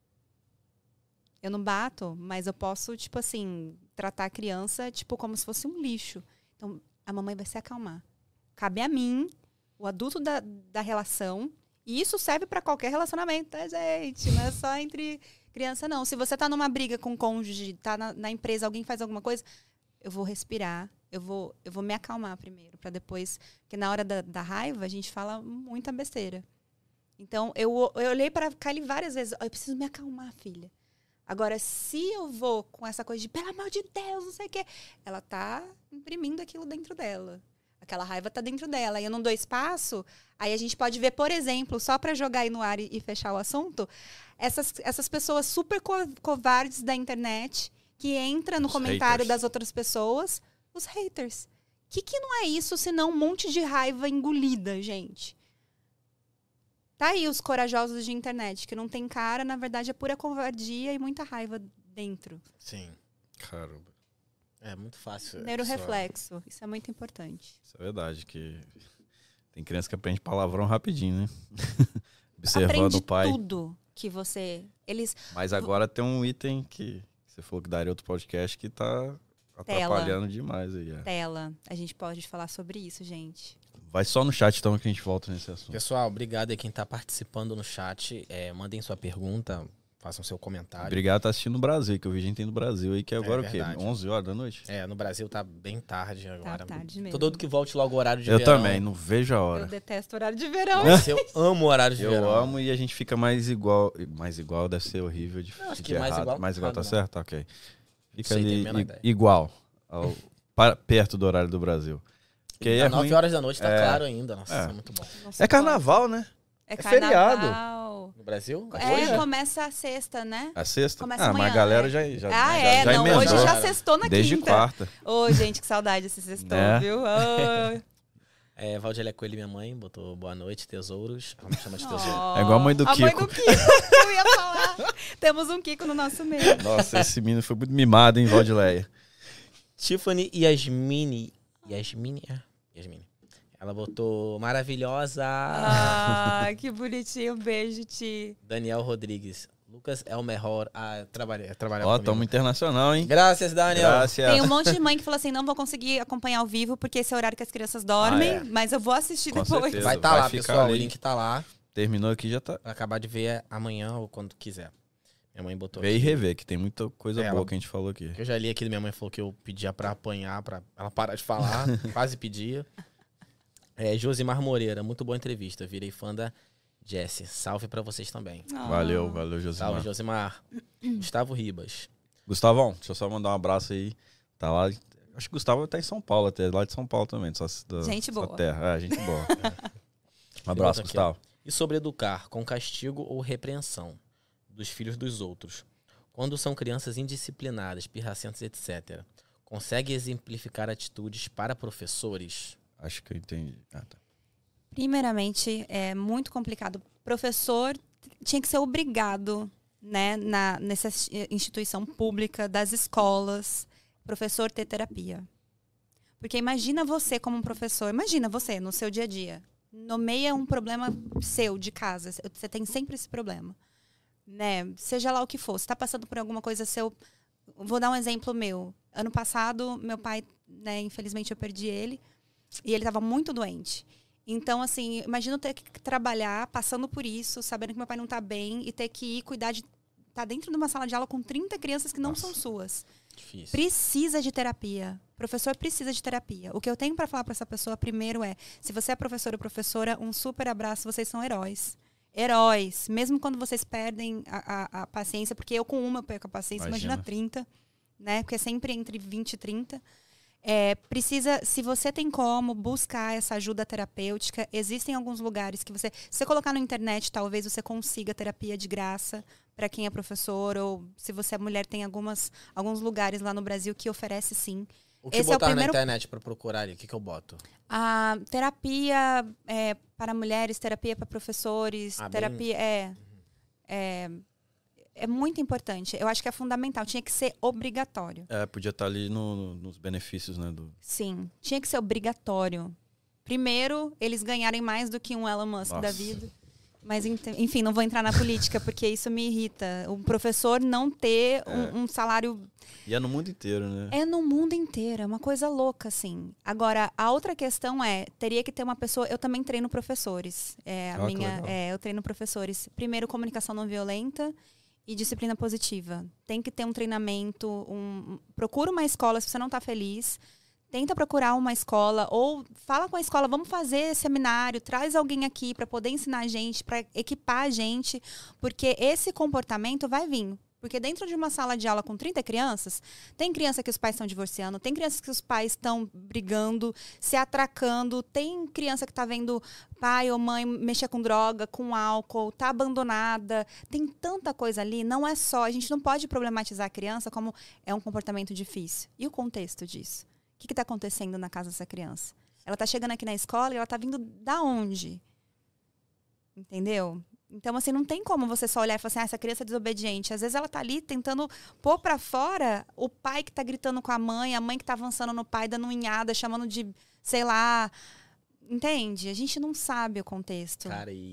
Eu não bato, mas eu posso, tipo assim, tratar a criança, tipo, como se fosse um lixo. Então, a mamãe vai se acalmar. Cabe a mim, o adulto da, da relação. E isso serve para qualquer relacionamento, tá, gente? Não é só entre criança, não. Se você tá numa briga com o cônjuge, tá na, na empresa, alguém faz alguma coisa, eu vou respirar, eu vou, eu vou me acalmar primeiro, para depois... Porque na hora da, da raiva, a gente fala muita besteira. Então, eu, eu olhei para Kylie várias vezes. Eu preciso me acalmar, filha. Agora, se eu vou com essa coisa de, pelo amor de Deus, não sei o quê, ela tá imprimindo aquilo dentro dela. Aquela raiva tá dentro dela. E eu não dou espaço. Aí a gente pode ver, por exemplo, só para jogar aí no ar e, e fechar o assunto, essas, essas pessoas super co covardes da internet que entram no Os comentário haters. das outras pessoas, os haters. O que, que não é isso senão um monte de raiva engolida, gente? Tá aí os corajosos de internet, que não tem cara, na verdade é pura covardia e muita raiva dentro. Sim. Caramba, É muito fácil. Neuroreflexo, isso é muito importante. isso é verdade, que tem criança que aprende palavrão rapidinho, né? Observando Aprende o pai. tudo. que você... Eles... Mas agora tem um item que você falou que daria outro podcast que tá atrapalhando demais aí. É. Tela. A gente pode falar sobre isso, gente. Vai só no chat então que a gente volta nesse assunto. Pessoal, obrigado aí quem tá participando no chat. É, mandem sua pergunta, façam seu comentário. Obrigado por estar assistindo no Brasil, que eu vi gente tem no Brasil aí, que é agora É o quê? verdade. onze horas da noite? É, no Brasil tá bem tarde agora. Tá tarde mesmo. Tô doido que volte logo o horário de Eu verão. também, não vejo a Eu hora. detesto horário de verão. Nossa, eu amo o horário de Eu verão. amo e a gente fica mais igual. Mais igual deve ser horrível de, Não, acho de que mais errado. igual mais igual, tá sabe, certo? Ok. Fica Sei, tenho a ali menor i- ideia. igual, ao, para, perto do horário do Brasil. Porque aí é Às ruim. nove horas da noite tá É. claro ainda. Nossa, É. isso é muito bom. Nossa, É carnaval, né? É é feriado. carnaval. No Brasil? É, Hoje? começa a sexta, né? A sexta? Começa ah, amanhã, mas a galera é. já, já, Ah, já, é? já não, emendou. hoje já sextou na Desde quinta. quarta. Ô, gente, que saudade desse sextou, Né? viu? Ô. É, Valdélia Coelho, minha mãe, botou boa noite, tesouros. Ela me chama de tesouro. Oh, É igual a mãe do A mãe Kiko. do Kiko, que eu ia falar. Temos um Kiko no nosso meio. Nossa, esse menino foi muito mimado, hein, Valdileia? Tiffany Yasmini. Yasmini? É, Yasmini. Ela botou maravilhosa. Ah, que bonitinho. Um beijo, Ti. Daniel Rodrigues. Lucas é o melhor. Ah, trabalhei, trabalhar Ó, comigo. tamo internacional, hein? Graças, Daniel. Graças. Tem um monte de mãe que falou assim, não vou conseguir acompanhar ao vivo porque esse é o horário que as crianças dormem, Ah, é. mas eu vou assistir Com depois. certeza. Vai estar Vai lá, ficar pessoal. ali. O link tá lá. Terminou aqui, já tá. Vai acabar de ver amanhã ou quando quiser. Minha mãe botou Vê e aqui. rever, que tem muita coisa É, boa ela- que a gente falou aqui. Eu já li aqui, minha mãe falou que eu pedia pra apanhar, pra ela parar de falar. Quase pedia. É, Josimar Moreira, muito boa entrevista. Virei fã da Jessie. Salve pra vocês também. Ah. Valeu, valeu, Josimar. Salve, Josimar. Gustavo Ribas. Gustavão, deixa eu só mandar um abraço aí. Tá lá. Acho que o Gustavo tá em São Paulo até, lá de São Paulo também. Só, da, Gente sua boa. terra. É, gente boa. Um Ele abraço, botou aqui, Gustavo. E sobre educar com castigo ou repreensão dos filhos dos outros. Quando são crianças indisciplinadas, pirracentas, etcétera. Consegue exemplificar atitudes para professores? Acho que eu entendi. Ah, tá. Primeiramente, é muito complicado. Professor tinha que ser obrigado, né, na, nessa instituição pública, das escolas, professor ter terapia. Porque imagina você como um professor, imagina você no seu dia a dia, nomeia um problema seu, de casa, você tem sempre esse problema. Né? Seja lá o que for, você está passando por alguma coisa seu... Vou dar um exemplo meu. Ano passado, meu pai, né, infelizmente eu perdi ele, e ele estava muito doente. Então, assim, imagina eu ter que trabalhar passando por isso, sabendo que meu pai não está bem, e ter que ir cuidar de... Tá dentro de uma sala de aula com trinta crianças que não Nossa. são suas. Difícil. Precisa de terapia. Professor precisa de terapia. O que eu tenho para falar para essa pessoa primeiro é, se você é professor ou professora, um super abraço, vocês são heróis. Heróis. Mesmo quando vocês perdem a, a, a paciência, porque eu com uma eu perco a paciência, imagina, Imagina. trinta, né? Porque é sempre entre vinte e trinta. É, precisa, se você tem como buscar essa ajuda terapêutica, existem alguns lugares que você, se você colocar na internet, talvez você consiga terapia de graça para quem é professor, ou se você é mulher, tem algumas, alguns lugares lá no Brasil que oferece sim. O que Esse é o botar primeiro- na internet pra procurar ali? O que, que eu boto? A terapia é, para mulheres, terapia para professores, Ah, bem- terapia é, é é muito importante. Eu acho que é fundamental. Tinha que ser obrigatório. É, podia estar ali no- no- nos benefícios, né? Do... Sim, tinha que ser obrigatório. Primeiro, eles ganharem mais do que um Elon Musk Nossa. da vida. Mas, ent- enfim, não vou entrar na política, porque isso me irrita. O professor não ter um, um salário... E é no mundo inteiro, né? É no mundo inteiro, é uma coisa louca, assim. Agora, a outra questão é, teria que ter uma pessoa... Eu também treino professores. É, a Ah, que minha, legal. é, eu treino professores. Primeiro, comunicação não violenta e disciplina positiva. Tem que ter um treinamento, um, procura uma escola se você não está feliz. Tenta procurar uma escola ou fala com a escola, vamos fazer seminário, traz alguém aqui para poder ensinar a gente, para equipar a gente, porque esse comportamento vai vir. Porque dentro de uma sala de aula com trinta crianças, tem criança que os pais estão divorciando, tem crianças que os pais estão brigando, se atracando, tem criança que está vendo pai ou mãe mexer com droga, com álcool, está abandonada. Tem tanta coisa ali, não é só, a gente não pode problematizar a criança como é um comportamento difícil. E o contexto disso? O que está acontecendo na casa dessa criança? Ela está chegando aqui na escola e ela está vindo da onde? Entendeu? Então, assim, não tem como você só olhar e falar assim, ah, essa criança é desobediente. Às vezes ela tá ali tentando pôr pra fora o pai que tá gritando com a mãe, a mãe que tá avançando no pai, dando unhada, chamando de, sei lá... Entende? A gente não sabe o contexto. Cara, e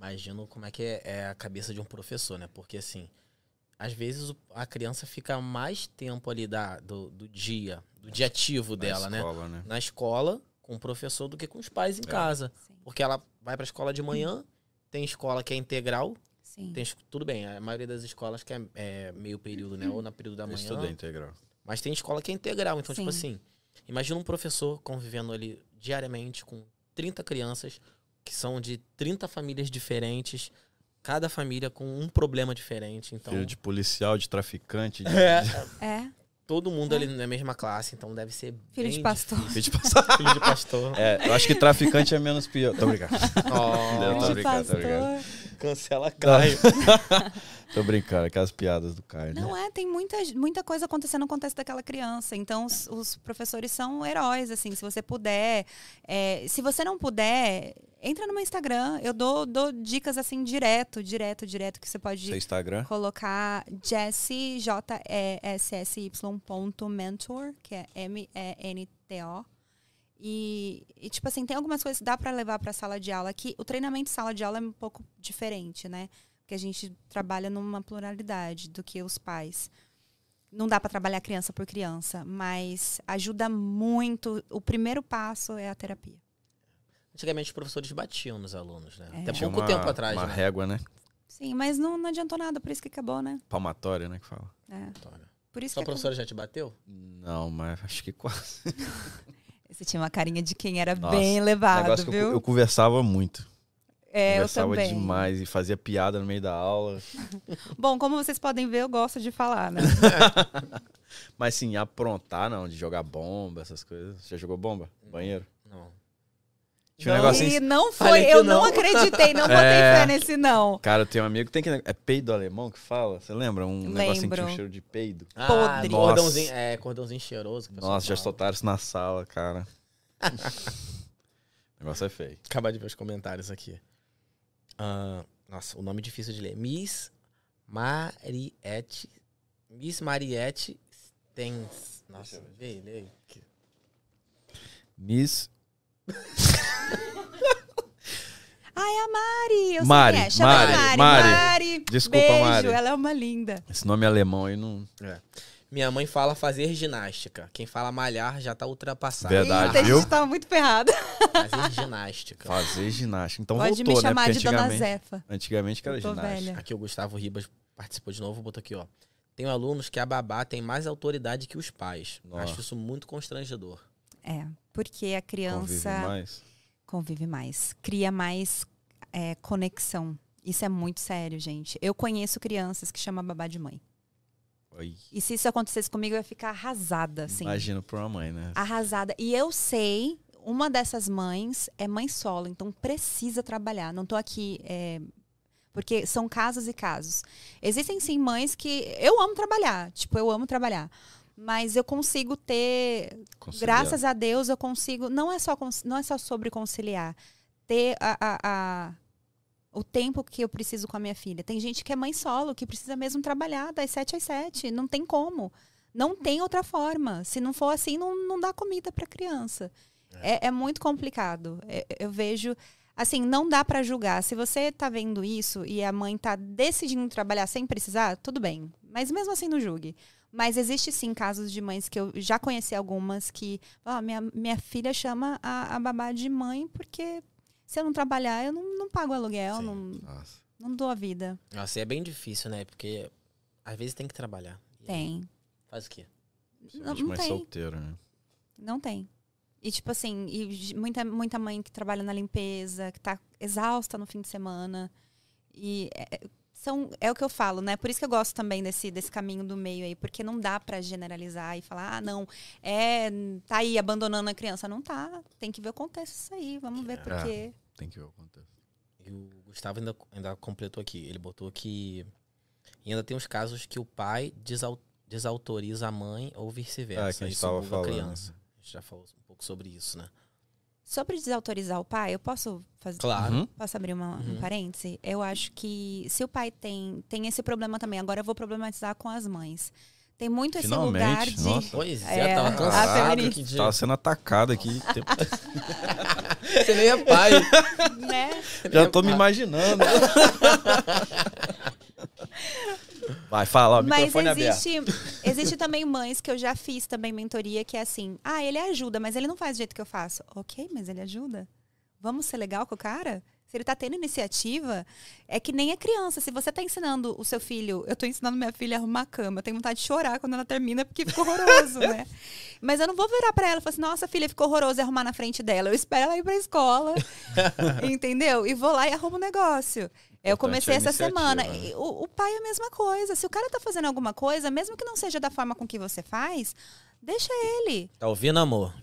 imagino como é que é, é a cabeça de um professor, né? Porque, assim, às vezes o- a criança fica mais tempo ali da, do, do dia, do dia ativo dela, Na né? escola, né? Na escola, com o professor, do que com os pais em É. casa. Sim. Porque ela vai pra escola de manhã, tem escola que é integral, Sim. tem, es- tudo bem, a maioria das escolas que é, é meio período, né? Ou na período da Eu manhã. estudei integral. Mas tem escola que é integral. Então, tipo Sim. assim, imagina um professor convivendo ali diariamente com trinta crianças, que são de trinta famílias diferentes, cada família com um problema diferente. Então, Filho de policial, de traficante, de... é, É, todo mundo ali na mesma classe, então deve ser filho bem de pastor. Filho de passar. difícil. Filho de pastor. É, eu acho que traficante é menos pior. Tô brincando. Ó, Eu tô Filho de brincando, tô pastor. brincando. cancela Caio. Tô brincando, aquelas piadas do Caio. né? Não é, tem muita, muita coisa acontecendo no contexto daquela criança. Então, os, os professores são heróis, assim. Se você puder, é, se você não puder, entra no meu Instagram. Eu dou, dou dicas, assim, direto, direto, direto, que você pode Seu Instagram? colocar Jessie, J E S S Y ponto mentor, que é M E N T O. E, e, tipo assim, tem algumas coisas que dá para levar para a sala de aula. Que o treinamento de sala de aula é um pouco diferente, né? Porque a gente trabalha numa pluralidade do que os pais. Não dá para trabalhar criança por criança, mas ajuda muito. O primeiro passo é a terapia. Antigamente os professores batiam nos alunos, né? É. Até Tinha pouco uma- tempo atrás, Uma né? régua, né? Sim, mas não, não adiantou nada, por isso que acabou, né? Palmatória, né? Que fala. É, Olha. por isso Sua que professora já te bateu? Não, mas acho que quase. acabou. Você tinha uma carinha de quem era Nossa, bem O levado, negócio que eu, viu? eu conversava muito. É, eu conversava também. demais e fazia piada no meio da aula. Bom, como vocês podem ver, eu gosto de falar, né? Mas sim, aprontar não, de jogar bomba, essas coisas. Você já jogou bomba? Banheiro? Não. Tinha um Não. negócio E assim. não Falei foi, que eu não não. acreditei, não botei É. fé nesse não. Cara, eu tenho um amigo que tem que. É peido alemão que fala? Você lembra? Um negocinho que tinha um Lembro. cheiro de peido. Ah, Podre. cordãozinho, Nossa. é, cordãozinho cheiroso. que o pessoal Nossa, já fala. soltaram isso na sala, cara. O negócio é feio. Acabar de ver os comentários aqui. Ah, nossa, o nome é difícil de ler. Miss Mariette. Miss Mariette Stens. Nossa, vê, lê aí. Que- Miss. Ai, a Mari, eu Mari, sei quem é. Chama Mari, Mari, Mari. Mari. Desculpa, Beijo, Mari. ela é uma linda. Esse nome alemão aí não. Minha mãe fala fazer ginástica. Quem fala malhar já tá ultrapassado. Verdade, Eita, viu? a gente tava muito ferrado. Fazer ginástica. Fazer ginástica. Então Pode voltou, me chamar né? de Porque Dona antigamente, Zefa. antigamente que era Eu tô ginástica. velha. Aqui o Gustavo Ribas participou de novo, botou aqui, ó. Tem alunos que a babá tem mais autoridade que os pais. Nossa. Acho isso muito constrangedor. É, porque a Convive criança mais. convive mais, cria mais é, conexão. Isso é muito sério, gente. Eu conheço crianças que chamam a babá de mãe. Oi. E se isso acontecesse comigo, eu ia ficar arrasada, assim. Imagino pra uma mãe, né? Arrasada. E eu sei, uma dessas mães é mãe solo, então precisa trabalhar. Não tô aqui. é, porque são casos e casos. Existem sim mães que. Eu amo trabalhar. Tipo, eu amo trabalhar. Mas eu consigo ter. Conciliar. Graças a Deus, eu consigo. Não é só, cons- não é só sobre conciliar. Ter a, a- a- o tempo que eu preciso com a minha filha. Tem gente que é mãe solo, que precisa mesmo trabalhar das sete às sete. Não tem como. Não tem outra forma. Se não for assim, não, não dá comida para criança. É, é muito complicado. É- eu vejo. Assim, não dá para julgar. Se você tá vendo isso e a mãe tá decidindo trabalhar sem precisar, tudo bem. Mas mesmo assim, não julgue. Mas existe sim casos de mães que eu já conheci algumas que. Ah, minha, minha filha chama a, a babá de mãe porque se eu não trabalhar, eu não, não pago aluguel, Sim. não, Nossa. não dou a vida. Nossa, e é bem difícil, né? Porque às vezes tem que trabalhar. E Tem. Faz o quê? Não, Principalmente não mãe tem. solteira, né? Não tem. E, tipo assim, e j- muita, muita mãe que trabalha na limpeza, que tá exausta no fim de semana. E é, é- são, é o que eu falo, né? Por isso que eu gosto também desse, desse caminho do meio aí, porque não dá pra generalizar e falar, ah, não, é, tá aí abandonando a criança. Não tá. Tem que ver o contexto disso aí. Vamos ver por É. quê. Tem que ver o contexto. E o Gustavo ainda, ainda completou aqui. Ele botou que ainda tem os casos que o pai desau- desautoriza a mãe ou vice-versa. É, que a gente Isso tava buga a falando. criança. A gente já falou um pouco sobre isso, né? Sobre desautorizar o pai, eu posso fazer. Claro. Uhum. Posso abrir uma, um Uhum. parêntese? Eu acho que se o pai tem, tem esse problema também, agora eu vou problematizar com as mães. Tem muito esse Finalmente, lugar de. nossa. Pois é, É, tava a cansado. feminista. Que dia... Tava sendo atacado aqui. Tempo- Você nem é pai. Né? Já tô me imaginando. Vai, fala, ó, Mas microfone existe, aberto. existe também mães que eu já fiz também mentoria, que é assim, ah, ele ajuda, mas ele não faz do jeito que eu faço. Ok, mas ele ajuda. Vamos ser legal com o cara? Se ele tá tendo iniciativa, é que nem a criança. Se você tá ensinando o seu filho, eu tô ensinando minha filha a arrumar a cama, eu tenho vontade de chorar quando ela termina, porque ficou horroroso, né? Mas eu não vou virar pra ela e falar assim, nossa, filha, ficou horroroso e arrumar na frente dela. Eu espero ela ir pra escola, entendeu? E vou lá e arrumo o negócio. Eu comecei a essa iniciativa, semana. né? E O, o pai é a mesma coisa. Se o cara tá fazendo alguma coisa, mesmo que não seja da forma com que você faz, deixa ele. Tá ouvindo, amor?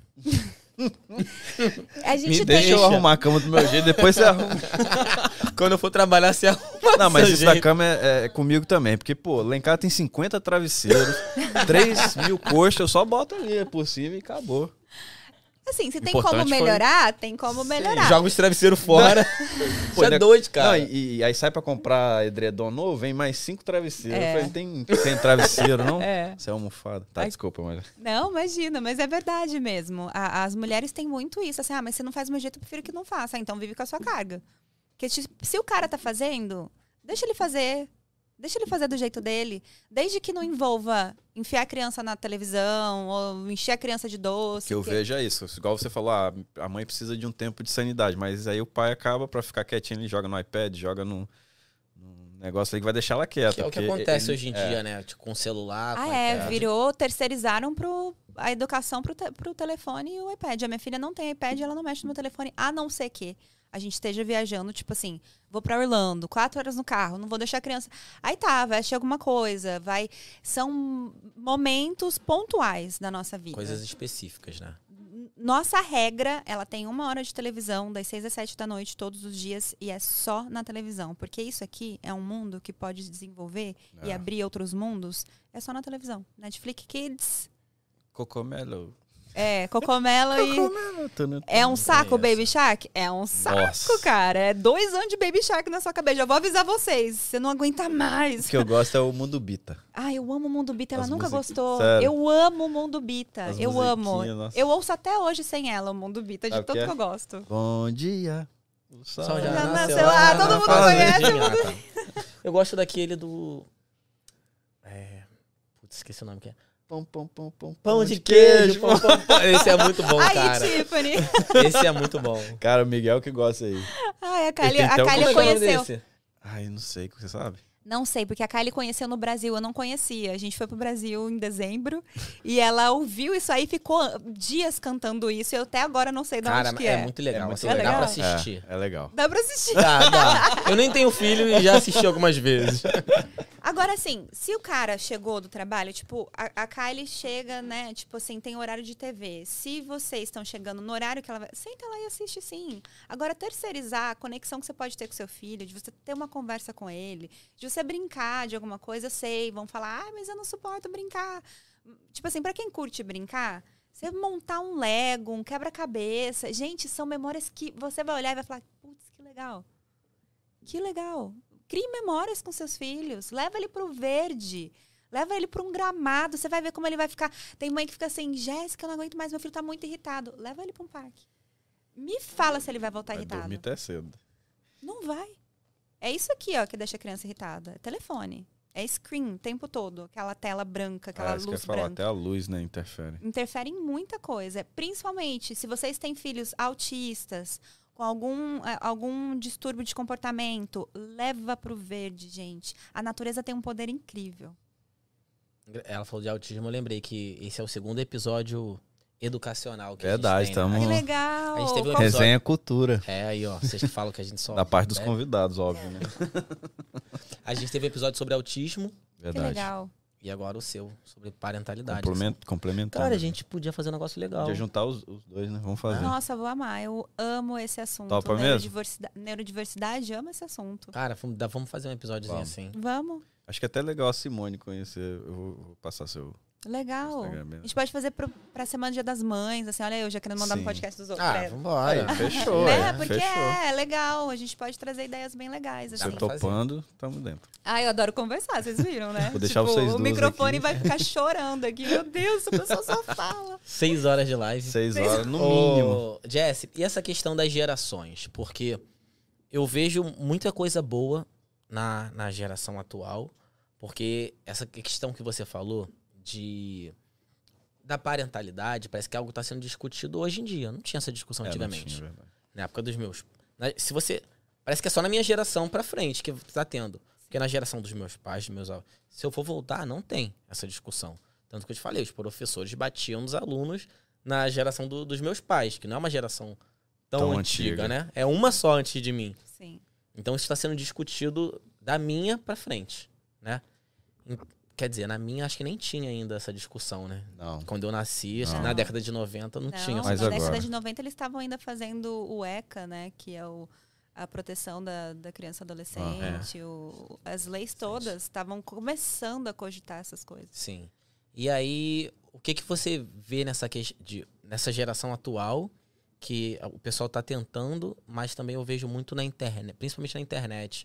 A gente Me tem... Deixa eu Deixa. arrumar a cama do meu jeito, depois você arruma. Quando eu for trabalhar, você arruma. Não, mas seu isso da jeito. cama é, é comigo também. Porque, pô, lá em casa tem cinquenta travesseiros, três mil coxas, eu só boto ali por cima e acabou. Assim, se tem Importante como foi- melhorar, tem como melhorar. Joga os travesseiros fora. Pô, Você é né? doido, cara. Não, e, e aí sai pra comprar edredom novo, vem mais cinco travesseiros. É. Eu falei, tem, tem travesseiro, não? É. Isso é almofada. Tá, Ai. desculpa, mas... Não, imagina, mas é verdade mesmo. A- as mulheres têm muito isso, assim, ah, mas se não faz do meu jeito, eu prefiro que não faça. Ah, então vive com a sua carga. Porque se, se o cara tá fazendo, deixa ele fazer. Deixa ele fazer do jeito dele. Desde que não envolva enfiar a criança na televisão ou encher a criança de doce. que eu que- vejo é isso. Igual você falou, ah, a mãe precisa de um tempo de sanidade, mas aí o pai acaba pra ficar quietinho, ele joga no iPad, joga num, num negócio aí que vai deixar ela quieta. Que é o que porque acontece ele- hoje em é. dia, né? Tipo, com o celular, com Ah, o é, iPad. virou, terceirizaram pro, a educação pro, te, pro telefone e o iPad. A minha filha não tem iPad e ela não mexe no meu telefone, a não ser que a gente esteja viajando, tipo assim, vou pra Orlando, quatro horas no carro, não vou deixar a criança. Aí tá, veste alguma coisa, vai. São momentos pontuais da nossa vida. Coisas específicas, né? Nossa regra, ela tem uma hora de televisão, das seis às sete da noite, todos os dias, e é só na televisão. Porque isso aqui é um mundo que pode desenvolver e É. abrir outros mundos, é só na televisão. Netflix Kids, Cocomelo. é, Cocomelo e... É um saco, Essa. Baby Shark? É um saco, Nossa. cara. É dois anos de Baby Shark na sua cabeça. Já vou avisar vocês. Você não aguenta mais. O que eu gosto é o Mundo Bita. Ah, eu amo o Mundo Bita. Ela As nunca musiquinhas, gostou. sério. Eu amo o Mundo Bita. As Eu amo. musiquinhas, nossa. Eu ouço até hoje sem ela o Mundo Bita, de Sabe o tanto que que é? eu gosto. Bom dia. O sol Sol já já nasceu. nasceu. Ah, todo mundo conhece o Ah, tá. Eu gosto daquele do... É... Putz, esqueci o nome que é. Pão, pão, pão, pão, Pão de queijo. Pão, pão, pão. Esse é muito bom, Ai, cara. Tiffany. Esse é muito bom. Cara, o Miguel que gosta aí. Ai, a Kylie, tem a até um Kylie Como é que é o nome conheceu. desse? Ai, não sei, você sabe? Não sei, porque a Kylie conheceu no Brasil, eu não conhecia. A gente foi pro Brasil em dezembro e ela ouviu isso aí, ficou dias cantando isso. E eu até agora não sei de Cara, onde que é, é. muito legal. É muito assim, legal. Dá pra assistir. É, é legal. Dá pra assistir. Dá, dá. Eu nem tenho filho e já assisti algumas vezes. Agora, assim, se o cara chegou do trabalho, tipo, a, a Kylie chega, né, tipo assim, tem horário de T V. Se vocês estão chegando no horário que ela vai... Senta lá e assiste, sim. Agora, terceirizar a conexão que você pode ter com seu filho, de você ter uma conversa com ele, de você brincar de alguma coisa, eu sei, vão falar, ah, mas eu não suporto brincar. Tipo assim, pra quem curte brincar, você montar um Lego, um quebra-cabeça, gente, são memórias que você vai olhar e vai falar, putz, que legal. Que legal. Crie memórias com seus filhos. Leva ele pro verde. Leva ele para um gramado. Você vai ver como ele vai ficar. Tem mãe que fica assim, Jéssica, eu não aguento mais, meu filho tá muito irritado. Leva ele para um parque. Me fala se ele vai voltar Vai irritado. dormir até cedo. Não vai. É isso aqui, ó, que deixa a criança irritada. É telefone. É screen o tempo todo. Aquela tela branca, aquela Ah, isso que eu luz ia falar, branca. até a luz, né, interfere. Interfere em muita coisa. Principalmente se vocês têm filhos autistas, com algum, eh, algum distúrbio de comportamento, leva pro verde, gente. A natureza tem um poder incrível. Ela falou de autismo, eu lembrei que esse é o segundo episódio educacional que Verdade, a gente tem, né? tamo- Que Uhum. legal! A gente teve um Qual- episódio- Resenha cultura. É, aí, ó, vocês falam que a gente só... Da parte dos né? convidados, óbvio, né? A gente teve um episódio sobre autismo Que Verdade. legal. e agora o seu, sobre parentalidade. Complemento, complementando. Cara, a gente podia fazer um negócio legal. Podia juntar os, os dois, né? Vamos fazer. Nossa, vou amar. Eu amo esse assunto. Topa mesmo? Neurodiversidade, neurodiversidade, amo esse assunto. Cara, vamos, dá- vamos fazer um episódiozinho Vamos. assim. Vamos. Acho que é até legal a Simone conhecer. Eu vou, vou passar seu Legal. Instagram A mesmo. gente pode fazer pro, pra Semana Dia das Mães, assim, olha eu já querendo mandar Sim. no podcast dos outros. Ah, né? vambora. Aí, fechou, Né? é, Porque fechou. é, é legal, a gente pode trazer ideias bem legais. Você Assim. pra fazer. topando, tamo dentro. Ah, eu adoro conversar, vocês viram, né? Vou deixar tipo, vocês o duas microfone aqui. vai ficar chorando aqui. Meu Deus, a pessoa só fala. Seis horas de live. Seis horas, no Ô, mínimo. Jess, e essa questão das gerações? Porque eu vejo muita coisa boa na, na geração atual, porque essa questão que você falou de da parentalidade, parece que é algo que está sendo discutido hoje em dia. Não tinha essa discussão É, não antigamente. tinha, verdade. Na época dos meus... na- Se você... Parece que é só na minha geração pra frente que tá tendo. Porque na geração dos meus pais, dos meus avós, se eu for voltar, não tem essa discussão. Tanto que eu te falei, os professores batiam nos alunos na geração do- dos meus pais, que não é uma geração tão, Tão antiga, antiga. né? É uma só antes de mim. Sim. Então isso está sendo discutido da minha pra frente, né? Em- Quer dizer, na minha acho que nem tinha ainda essa discussão, né? Não. Quando eu nasci, acho que Não. na década de noventa não, Não, tinha essa Mas na agora. década de noventa eles estavam ainda fazendo o ECA, né? Que é o, a proteção da, da criança e adolescente. o- as leis todas estavam começando a cogitar essas coisas. Sim. E aí, o que que você vê nessa, que- de, nessa geração atual que o pessoal tá tentando, mas também eu vejo muito na internet, principalmente na internet,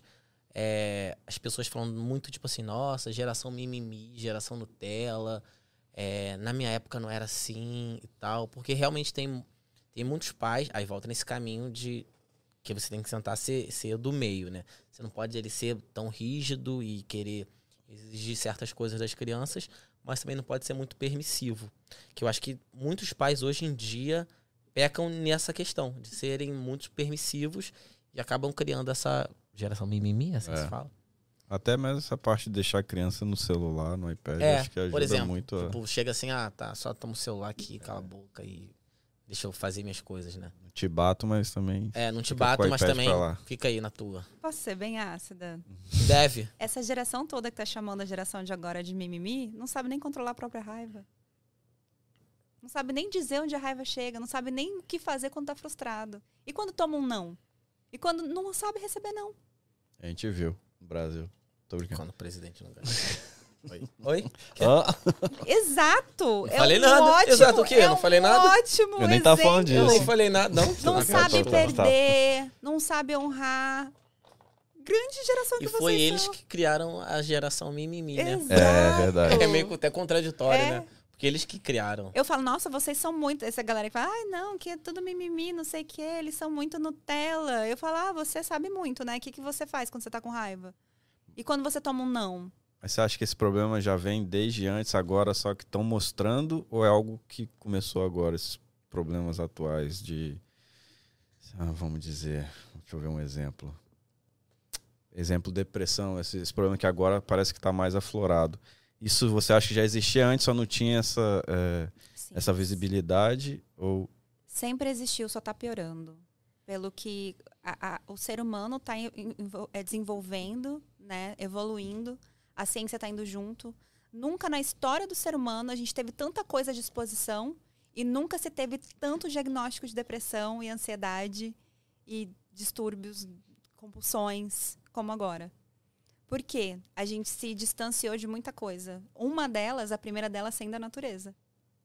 é, as pessoas falando muito tipo assim, nossa, geração mimimi, geração Nutella, é, na minha época não era assim e tal, porque realmente tem, tem muitos pais, aí volta nesse caminho de que você tem que tentar ser, ser do meio, né? Você não pode ele ser tão rígido e querer exigir certas coisas das crianças, mas também não pode ser muito permissivo. Que eu acho que muitos pais hoje em dia pecam nessa questão, de serem muito permissivos e acabam criando essa geração mimimi, assim É. se fala. Até mesmo essa parte de deixar a criança no celular, no iPad, É, acho que ajuda por exemplo, muito a tipo, chega assim, ah, tá, só toma o celular aqui, cala a boca e deixa eu fazer minhas coisas, né? te bato, mas também É, não te Fica com bato, o mas iPad também pra lá. fica aí na tua. Posso ser bem ácida? Deve. Essa geração toda que tá chamando a geração de agora de mimimi, não sabe nem controlar a própria raiva. Não sabe nem dizer onde a raiva chega, não sabe nem o que fazer quando tá frustrado. E quando toma um não? E quando não sabe receber não? a gente viu no Brasil. Tô brincando. Quando o presidente não ganha. Oi? Oi? Exato! É falei um nada. Ótimo, Exato, o quê? Eu é não um falei nada? Ótimo Eu nem tava exemplo. falando Eu disso. nem falei nada, não. Não Tá, sabe tá, tá, tá. perder, não sabe honrar. Grande geração que E vocês foi eles são. que criaram a geração mimimi, né? Exato. É verdade. É meio até contraditório, É. né? Porque eles que criaram. Eu falo, nossa, vocês são muito... Essa galera que fala, ai, não, que é tudo mimimi, não sei o quê, eles são muito Nutella. Eu falo, ah, você sabe muito, né? O que, que você faz quando você tá com raiva? E quando você toma um não? Mas você acha que esse problema já vem desde antes, agora só que estão mostrando, ou é algo que começou agora, esses problemas atuais de... Ah, vamos dizer, deixa eu ver um exemplo. Exemplo, depressão, esse, esse problema que agora parece que está mais aflorado. Isso você acha que já existia antes, só não tinha essa, é, Sim. essa visibilidade? Ou Sempre existiu, só tá piorando. Pelo que a- a- o ser humano tá em- em- envol- é, desenvolvendo, né, evoluindo, a ciência tá indo junto. Nunca na história do ser humano a gente teve tanta coisa à disposição e nunca se teve tanto diagnóstico de depressão e ansiedade e distúrbios, compulsões, como agora. Por quê? A gente se distanciou de muita coisa. Uma delas, a primeira delas sendo a natureza.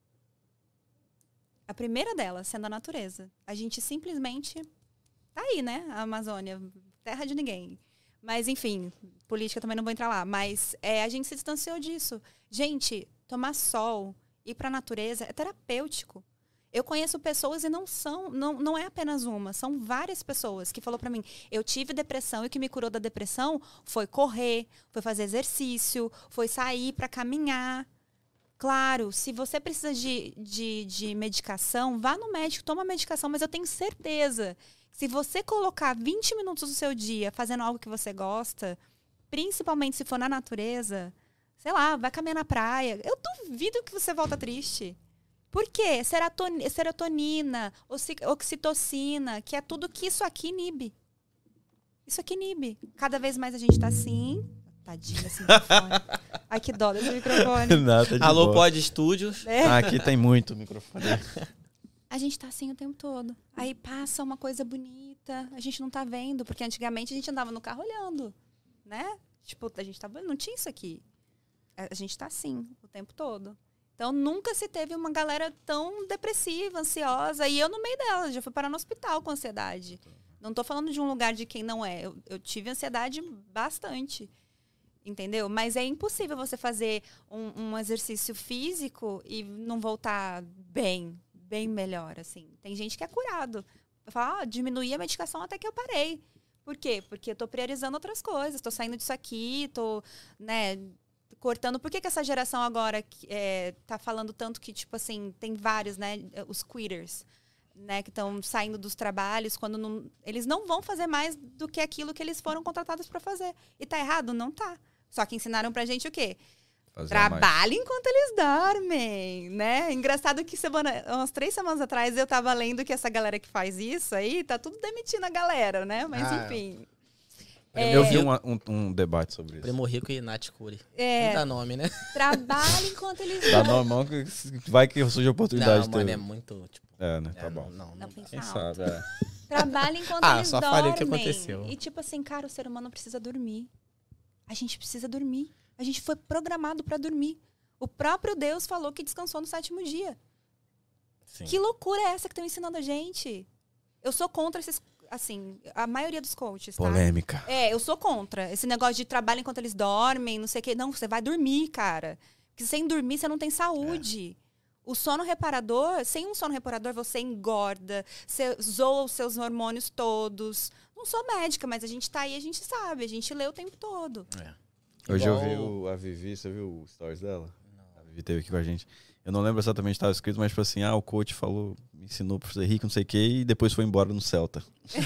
A primeira delas sendo a natureza. A gente simplesmente tá aí, né? A Amazônia, terra de ninguém. Mas, enfim, política também não vou entrar lá. Mas é, a gente se distanciou disso. Gente, tomar sol, ir pra natureza é terapêutico. Eu conheço pessoas e não são, não, não é apenas uma, são várias pessoas que falou pra mim, eu tive depressão e o que me curou da depressão foi correr, foi fazer exercício, foi sair pra caminhar. Claro, se você precisa de, de, de medicação, vá no médico, toma medicação, mas eu tenho certeza que se você colocar vinte minutos do seu dia fazendo algo que você gosta, principalmente se for na natureza, sei lá, vai caminhar na praia, eu duvido que você volta triste. Por quê? Seratoni- Serotonina, oxi- oxitocina, que é tudo que isso aqui inibe. Isso aqui inibe. Cada vez mais a gente tá assim. Tadinho desse microfone. Ai, que dó desse microfone. nada de Alô, boa. Pod Studios. É. Ah, aqui tem muito microfone. A gente tá assim o tempo todo. Aí passa uma coisa bonita, a gente não tá vendo, porque antigamente a gente andava no carro olhando, né? Tipo, a gente tava, não tinha isso aqui. A a gente tá assim o tempo todo. Então, nunca se teve uma galera tão depressiva, ansiosa. E eu no meio dela, já fui parar no hospital com ansiedade. Não tô falando de um lugar de quem não é. Eu, eu tive ansiedade bastante. Entendeu? Mas é impossível você fazer um, um exercício físico e não voltar bem, bem melhor, assim. Tem gente que é curado. Fala, ah, diminuí a medicação até que eu parei. Por quê? Porque eu tô priorizando outras coisas. Tô saindo disso aqui, tô, né, cortando. Por que que essa geração agora é, tá falando tanto que, tipo assim, tem vários, né, os quitters, né, que estão saindo dos trabalhos quando não, eles não vão fazer mais do que aquilo que eles foram contratados para fazer. E tá errado? Não tá. Só que ensinaram pra gente o quê? Fazer Trabalhe enquanto eles dormem, né? Engraçado que semana, umas três semanas atrás eu tava lendo que essa galera que faz isso aí, tá tudo demitindo a galera, né? Mas Ah, enfim. Eu É, vi uma- um, um debate sobre isso. Primo Rico e Nath Curi. é, Não dá nome, né? trabalhe enquanto eles Dá dormem. normal que vai que surge a oportunidade. Não, mano, de é ter- muito, tipo... É, né? é, Tá não, bom. Não, não, Não, dá. tem Quem salto. sabe, é. Trabalhe enquanto Ah, eles só dormem. falei o que aconteceu. E tipo assim, cara, o ser humano precisa dormir. A gente precisa dormir. A gente foi programado pra dormir. O próprio Deus falou que descansou no sétimo dia. Sim. Que loucura é essa que estão ensinando a gente? Eu sou contra esses, assim, a maioria dos coaches, tá? Polêmica. É, eu sou contra. Esse negócio de trabalho enquanto eles dormem, não sei o quê. Não, você vai dormir, cara. Porque sem dormir você não tem saúde. O sono reparador, sem um sono reparador, você engorda, você zoa os seus hormônios todos. Não sou médica, mas a gente tá aí, a gente sabe, a gente lê o tempo todo. É. Hoje Igual- eu vi o, a Vivi, você viu o stories dela? A Vivi teve aqui com a gente. Eu não lembro exatamente o que estava escrito, mas tipo assim, ah, o coach falou, me ensinou pra ser rico, não sei o quê, e depois foi embora no Celta.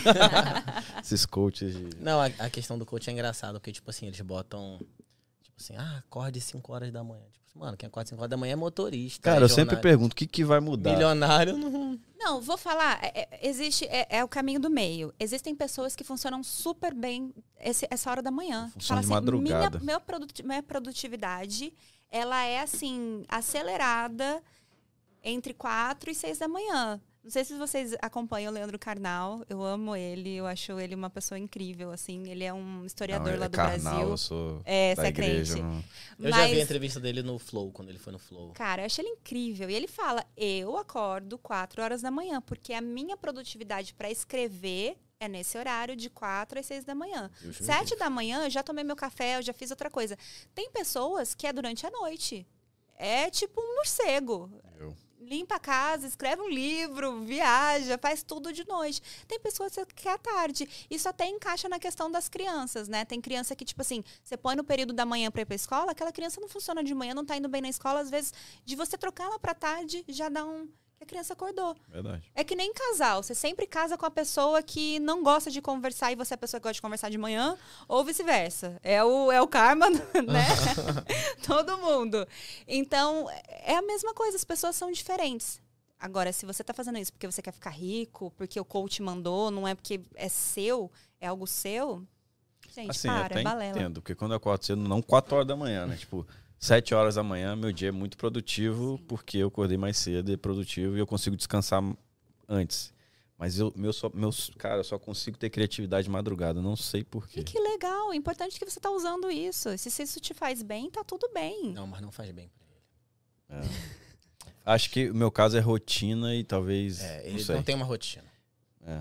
Esses coaches de... Não, a, a questão do coach é engraçado, porque, tipo assim, eles botam, tipo assim, ah, acorde cinco horas da manhã. Tipo assim, mano, quem acorda cinco horas da manhã é motorista. Cara, é eu sempre jornal- pergunto, o que, que vai mudar? Milionário não... Não, vou falar, é- é- existe, é, é o caminho do meio. Existem pessoas que funcionam super bem esse- essa hora da manhã. Funciona Fala de madrugada. Minha, meu produti- minha produtividade, ela é assim, acelerada entre quatro e seis da manhã. Não sei se vocês acompanham o Leandro Carnal. Eu amo ele, eu acho ele uma pessoa incrível, assim. Ele é um historiador Não, lá é do carnal, Brasil. eu sou É, da você é igreja. crente. não- Eu já Mas- vi a entrevista dele no Flow, quando ele foi no Flow. Cara, eu acho ele incrível. E ele fala: eu acordo quatro horas da manhã, porque a minha produtividade para escrever é nesse horário de quatro às seis da manhã. Deus me Sete da manhã, eu já tomei meu café, eu já fiz outra coisa. Tem pessoas que é durante a noite. É tipo um morcego. Eu. Limpa a casa, escreve um livro, viaja, faz tudo de noite. Tem pessoas que é à tarde. Isso até encaixa na questão das crianças, né? Tem criança que, tipo assim, você põe no período da manhã pra ir pra escola, aquela criança não funciona de manhã, não tá indo bem na escola. Às vezes, de você trocar ela pra tarde, já dá um... que a criança acordou. Verdade. É que nem casal. Você sempre casa com a pessoa que não gosta de conversar e você é a pessoa que gosta de conversar de manhã, ou vice-versa. É o, é o karma, né? Todo mundo. Então, é a mesma coisa. As pessoas são diferentes. Agora, se você tá fazendo isso porque você quer ficar rico, porque o coach mandou, não é porque é seu, é algo seu, gente, Assim, para, até é balela. entendo, porque quando eu acordo cedo, não quatro horas da manhã, né? Tipo, sete horas da manhã, meu dia é muito produtivo, porque eu acordei mais cedo, é produtivo e eu consigo descansar antes. Mas eu, meu, só, meus, cara, eu só consigo ter criatividade de madrugada, não sei porquê. E que legal, o importante é que você tá usando isso. Se isso te faz bem, tá tudo bem. Não, mas não faz bem pra ele. É. Acho que o meu caso é rotina e talvez. É, não ele sei. não tem uma rotina. É,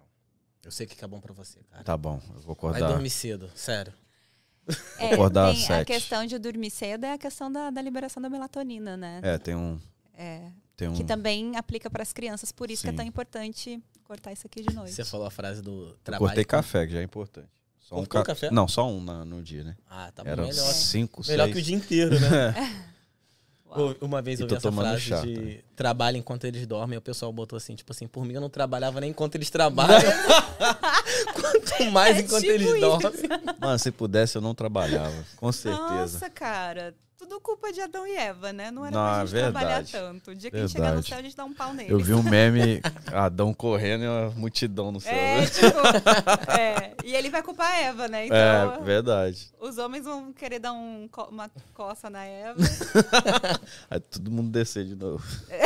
Eu sei o que é bom pra você, cara. tá bom, eu vou Vai acordar. dormir cedo, sério. É, acordar às tem a sete. questão de dormir cedo é a questão da, da liberação da melatonina, né? É, tem um. É, Tem um que também aplica para as crianças, por isso que é Sim. tão importante cortar isso aqui de noite. Você falou a frase do eu trabalho. cortei com- café, que já é importante. Só um Cortou ca- café? Não, só um na- no dia, né? Ah, tá Eram melhor. cinco, Melhor seis. que o dia inteiro, né? Uau. Uma vez E eu tô vi essa tomando frase chá, de trabalho enquanto eles dormem, o pessoal botou assim, tipo assim, por mim eu não trabalhava nem enquanto eles trabalham. Quanto mais É enquanto tipo eles isso. dormem. Mano, se pudesse, eu não trabalhava. Com certeza. Nossa, cara. Tudo culpa de Adão e Eva, né? Não era Não, pra gente trabalhar verdade. tanto. O dia que a gente chegar no Verdade. céu, a gente dá um pau nele. Eu vi um meme, Adão correndo e uma multidão no céu. É, né? tipo... é. E ele vai culpar a Eva, né? Então, É, verdade. os homens vão querer dar um, co- uma coça na Eva. Aí todo mundo descer de novo. É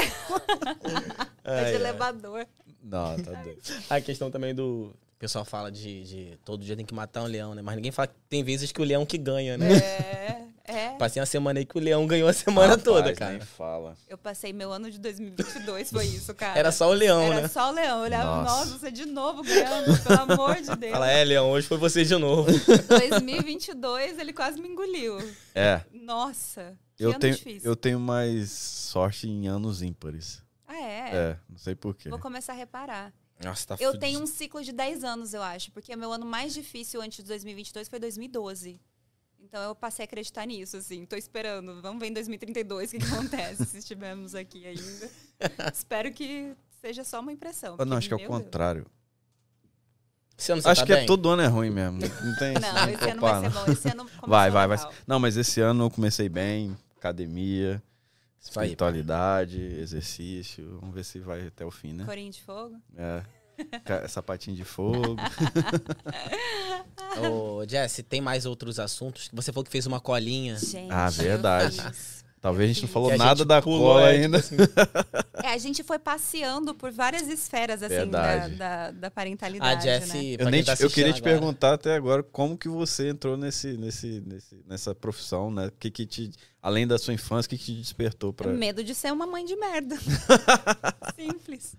Ai, de ai. elevador. Não, tá doido. A questão também do... O pessoal fala de, de todo dia tem que matar um leão, né? Mas ninguém fala que tem vezes que o leão que ganha, né? É. É, Passei uma semana aí que o Leão ganhou a semana Rapaz, toda, nem cara. fala. eu passei meu ano de dois mil e vinte e dois, foi isso, cara. Era só o Leão, Era né? só o Leão. Eu olhava, Nossa. nossa, você de novo ganhando, pelo amor de Deus. Fala, é, Leão, hoje foi você de novo. dois mil e vinte e dois, ele quase me engoliu. É, Nossa, que eu ano tenho, difícil. eu tenho mais sorte em anos ímpares. Ah, é? É, não sei porquê. Vou começar a reparar. Nossa, tá Eu fudido. tenho um ciclo de dez anos, eu acho, porque o meu ano mais difícil antes de dois mil e vinte e dois foi dois mil e doze. Então eu passei a acreditar nisso, assim. Tô esperando. Vamos ver em dois mil e trinta e dois o que, que acontece se estivermos aqui ainda. Espero que seja só uma impressão. Ah, não, porque, acho que é o meu Deus. contrário. Esse ano você Acho tá que é bem? todo ano é ruim mesmo. Não tem Não, esse ano vai ser bom. Esse ano começou Vai, vai, vai. legal. Não, mas esse ano eu comecei bem. Academia, Isso aí, espiritualidade, exercício. Vamos ver se vai até o fim, né? Corinho de fogo. É. Ca- Sapatinho de fogo. Ô, Jess, tem mais outros assuntos? Você falou que fez uma colinha. Gente, Ah, verdade. eu fiz. Talvez a gente não falou Que a nada gente da pulou, cola é, ainda. tipo assim. É, a gente foi passeando por várias esferas, assim, da, Verdade. da, da A parentalidade, Jess, né? pra Eu, quem nem tá te- eu queria assistindo te agora, perguntar até agora como que você entrou nesse, nesse, nesse, nessa profissão, né? Que que te, além da sua infância, o que, que te despertou para? Medo de ser uma mãe de merda. Simples.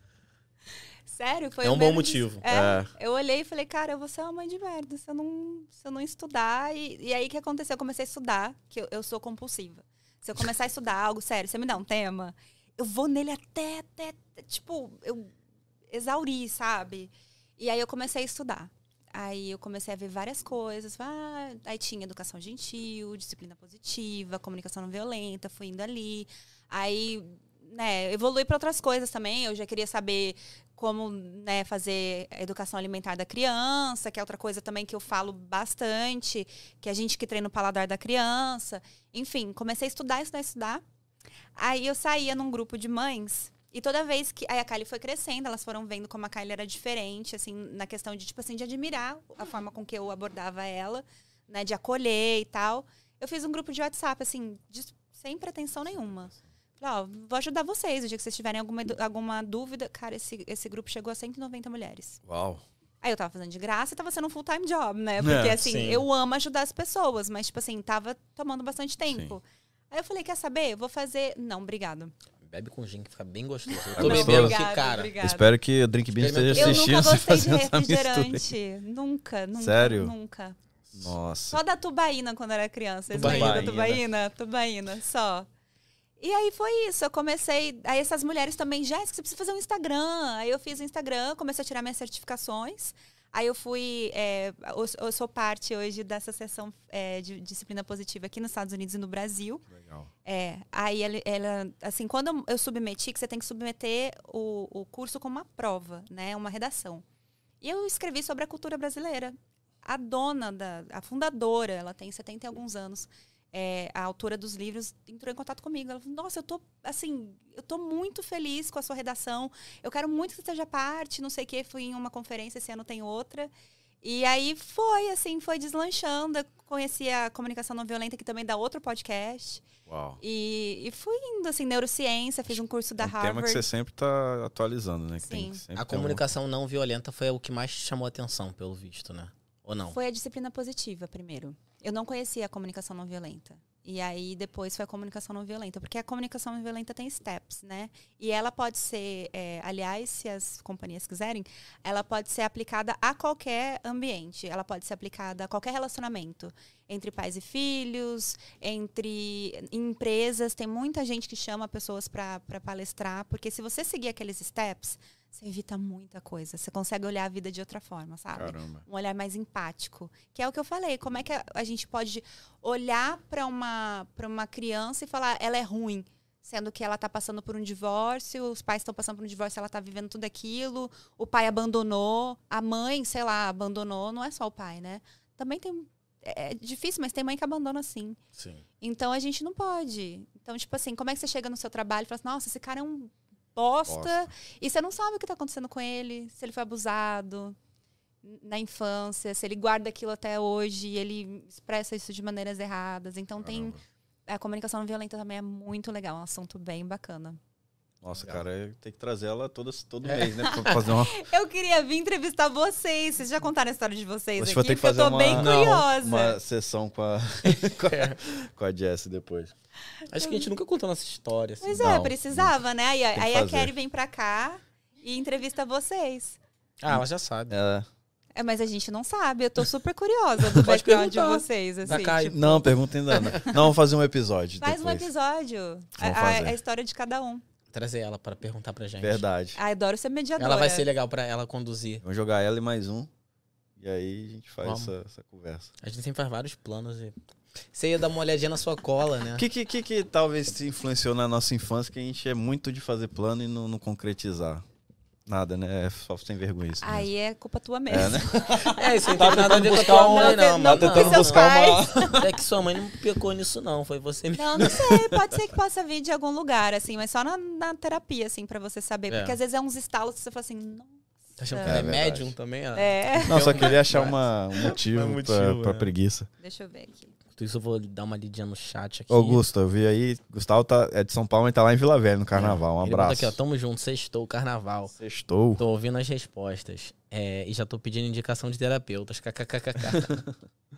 Sério, foi É o um bom medo de- motivo. É, É. eu olhei e falei, cara, eu vou ser uma mãe de merda se eu não, se eu não estudar. E, e aí, o que aconteceu? Eu comecei a estudar, que eu, eu sou compulsiva. Se eu começar a estudar algo, sério, você me dá um tema, eu vou nele até, até, até, tipo, eu exauri, sabe? E aí, eu comecei a estudar. Aí, eu comecei a ver várias coisas. Ah, aí, tinha educação gentil, disciplina positiva, comunicação não violenta, fui indo ali. Aí, né, evolui para outras coisas também. Eu já queria saber como, né, fazer a educação alimentar da criança, que é outra coisa também que eu falo bastante, que é a gente que treina o paladar da criança. Enfim, comecei a estudar, estudar, estudar. Aí eu saía num grupo de mães e toda vez que... Aí a Kylie foi crescendo, elas foram vendo como a Kylie era diferente, assim, na questão de, tipo assim, de admirar a forma com que eu abordava ela, né, de acolher e tal. Eu fiz um grupo de WhatsApp, assim, de, sem pretensão nenhuma. Falei, ó, vou ajudar vocês. O dia que vocês tiverem alguma, alguma dúvida... Cara, esse, esse grupo chegou a cento e noventa mulheres. Uau. Aí eu tava fazendo de graça e tava sendo um full-time job, né? Porque, É, assim, sim. eu amo ajudar as pessoas. Mas, tipo assim, tava tomando bastante tempo. Aí eu falei, quer saber? Eu vou fazer... Não, obrigado. Bebe com gin que fica bem gostoso. Eu Tá tô gostoso? bebendo aqui, Obrigada, cara. obrigada. Espero que o Drink Bean esteja Eu assistindo nunca você gostei de fazendo essa mistura. refrigerante. Nunca, nunca. Sério? Nunca. Nossa. Só da tubaína quando era criança. Vocês Tubaína. lembram da tubaína? Tubaína, só. E aí foi isso, eu comecei... Aí essas mulheres também, Jéssica, você precisa fazer um Instagram. Aí eu fiz o Instagram, comecei a tirar minhas certificações. Aí eu fui... É, eu, eu sou parte hoje dessa sessão é, de disciplina positiva aqui nos Estados Unidos e no Brasil. Legal. É, aí ela, ela... Assim, quando eu, eu submeti, que você tem que submeter o, o curso como uma prova, né? Uma redação. E eu escrevi sobre a cultura brasileira. A dona, da, a fundadora, ela tem setenta e alguns anos... É, a autora dos livros entrou em contato comigo. Ela falou, nossa, eu tô, assim, eu tô muito feliz com a sua redação. Eu quero muito que você seja parte, não sei o quê. Fui em uma conferência, esse ano tem outra. E aí foi, assim, foi deslanchando. Eu conheci a Comunicação Não Violenta, que também dá outro podcast. Uau. E, e fui indo, assim, neurociência, fiz um curso da É um Harvard. tema que você sempre tá atualizando, né? Que Sim. tem que sempre A ter um- comunicação não violenta foi o que mais te chamou a atenção, pelo visto, né? Ou não? Foi a disciplina positiva primeiro. Eu não conhecia a comunicação não violenta. E aí, depois foi a comunicação não violenta. Porque a comunicação não violenta tem steps, né? E ela pode ser, é, aliás, se as companhias quiserem, ela pode ser aplicada a qualquer ambiente. Ela pode ser aplicada a qualquer relacionamento. Entre pais e filhos, entre empresas. Tem muita gente que chama pessoas para palestrar. Porque se você seguir aqueles steps, você evita muita coisa. Você consegue olhar a vida de outra forma, sabe? Caramba. Um olhar mais empático. Que é o que eu falei. Como é que a, a gente pode olhar para uma, para uma criança e falar, ela é ruim, sendo que ela está passando por um divórcio, os pais estão passando por um divórcio, ela está vivendo tudo aquilo, o pai abandonou, a mãe, sei lá, abandonou. Não é só o pai, né? Também tem... É difícil, mas tem mãe que abandona sim. Sim. Então, a gente não pode. Então, tipo assim, como é que você chega no seu trabalho e fala assim, nossa, esse cara é um bosta, Bosta. e você não sabe o que está acontecendo com ele, se ele foi abusado na infância, se ele guarda aquilo até hoje e ele expressa isso de maneiras erradas. Então, tem... Caramba. A comunicação não violenta também é muito legal, é um assunto bem bacana. Nossa, Legal. cara, tem que trazer ela todas, todo mês, né? Pra fazer uma... Eu queria vir entrevistar vocês. Vocês já contaram a história de vocês Você aqui? vai ter que Porque fazer eu tô uma, bem curiosa. uma sessão com a, com a, com a Jess depois. Acho que a gente nunca contou nossa história. Assim. Pois é, Não, precisava, né? Aí, que aí a fazer. Kelly vem pra cá e entrevista vocês. Ah, ela já sabe. É, É, mas a gente não sabe. Eu tô super curiosa do Pode background de perguntar. vocês, Da assim. Caio. tipo, não, pergunta ainda não. Não, vamos fazer um episódio faz um depois. episódio. A, Vamos a- fazer. a história de cada um. Trazer ela pra perguntar pra gente. Verdade. Ah, adoro ser mediadora. Ela vai ser legal pra ela conduzir. Vamos jogar ela e mais um. E aí a gente faz Vamos. essa, essa conversa. A gente sempre faz vários planos. E... Você ia dar uma olhadinha na sua cola, né? O que, que, que, que talvez te influenciou na nossa infância que a gente é muito de fazer plano e não, não concretizar? Nada, né? É só sem vergonha isso. mesmo. Aí é culpa tua mesmo. É, né? É, isso não Tá tem nada a ver com a tentando tua buscar mãe, um- não. não, Mas não, não, tentando buscar uma... É que sua mãe não pecou nisso, não. Foi você mesmo. Não, não sei. Pode ser que possa vir de algum lugar, assim, mas só na, na terapia, assim, pra você saber. É. Porque às vezes é uns estalos que você fala assim, nossa. Tá achando que É ela é verdade. médium também? ó? É. Não, só queria achar uma, um motivo, Um motivo, pra, pra é. preguiça. Deixa eu ver aqui. Por isso eu vou dar uma lidinha no chat aqui. Augusto, eu vi aí, Gustavo tá, é de São Paulo e tá lá em Vila Velha, no Carnaval. Um Ele botou abraço. aqui, ó, tamo junto, sextou, carnaval. Sextou. Tô ouvindo as respostas. É, e já tô pedindo indicação de terapeutas. KKKKK.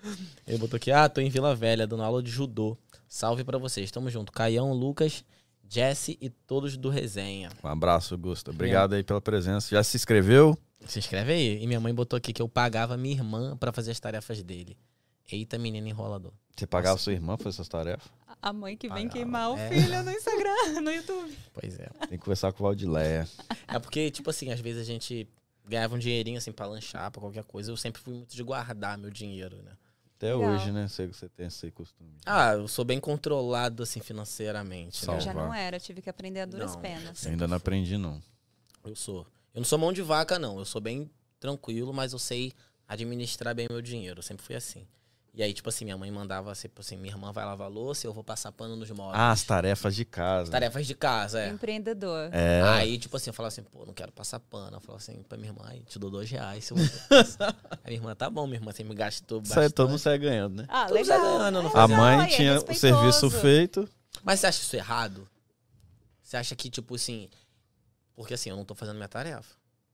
Ele botou aqui, ah, tô em Vila Velha, dando aula de judô. Salve pra vocês, tamo junto. Caião, Lucas, Jesse e todos do Resenha. Um abraço, Augusto. Obrigado aí pela presença. Já se inscreveu? Se inscreve aí. E minha mãe botou aqui que eu pagava minha irmã pra fazer as tarefas dele. Eita, menino enrolador. Você pagava sua irmã pra fazer essas tarefas? A mãe que vem Ah, queimar o é. filho no Instagram, no YouTube. Pois é. Tem que conversar com o Valdileia. É porque, tipo assim, às vezes a gente ganhava um dinheirinho assim pra lanchar, pra qualquer coisa. Eu sempre fui muito de guardar meu dinheiro, né? Até Legal. hoje, né? Sei que você tem esse costume. Ah, eu sou bem controlado, assim, financeiramente, Salva. né? Eu já não era, tive que aprender a duras Não. penas. Eu ainda não aprendi, não. Eu sou. Eu não sou mão de vaca, não. Eu sou bem tranquilo, mas eu sei administrar bem meu dinheiro. Eu sempre fui assim. E aí, tipo assim, minha mãe mandava, tipo assim, minha irmã vai lavar louça e eu vou passar pano nos móveis. Ah, as tarefas de casa. Tarefas de casa, é. Empreendedor. É. Aí, tipo assim, eu falava assim, pô, não quero passar pano. Eu falava assim pra minha irmã, ai, te dou dois reais. Se eu... Aí minha irmã, tá bom, minha irmã, você me gastou Sai, bastante. todo mundo sai ganhando, né? Ah, Todo mundo sai legal. ganhando, não É, faz A legal, mãe aí é tinha o respeitoso. serviço feito. Mas você acha isso errado? Você acha que, tipo assim... Porque assim, eu não tô fazendo minha tarefa.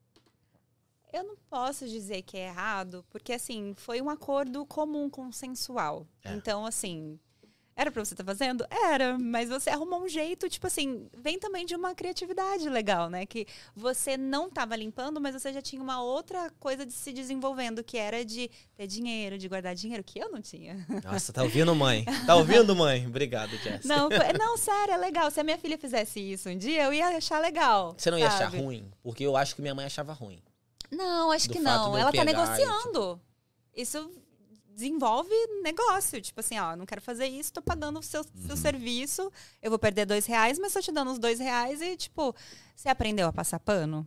Eu não posso dizer que é errado, porque assim, foi um acordo comum, consensual. É. Então, assim, era pra você estar fazendo? Era, mas você arrumou um jeito, tipo assim, vem também de uma criatividade legal, né? Que você não tava limpando, mas você já tinha uma outra coisa de se desenvolvendo, que era de ter dinheiro, de guardar dinheiro, que eu não tinha. Nossa, tá ouvindo, mãe? Tá ouvindo, mãe? Obrigado, Jess. Não, foi- não, sério, é legal. Se a minha filha fizesse isso um dia, eu ia achar legal. Você não ia achar sabe? ruim? Porque eu acho que minha mãe achava ruim. Não, acho Do que fato não. de eu Ela tá pegar e, negociando. Isso desenvolve negócio. Tipo assim, ó, não quero fazer isso, tô pagando o seu, Uhum. seu serviço. Eu vou perder dois reais, mas tô te dando os dois reais e, tipo, você aprendeu a passar pano?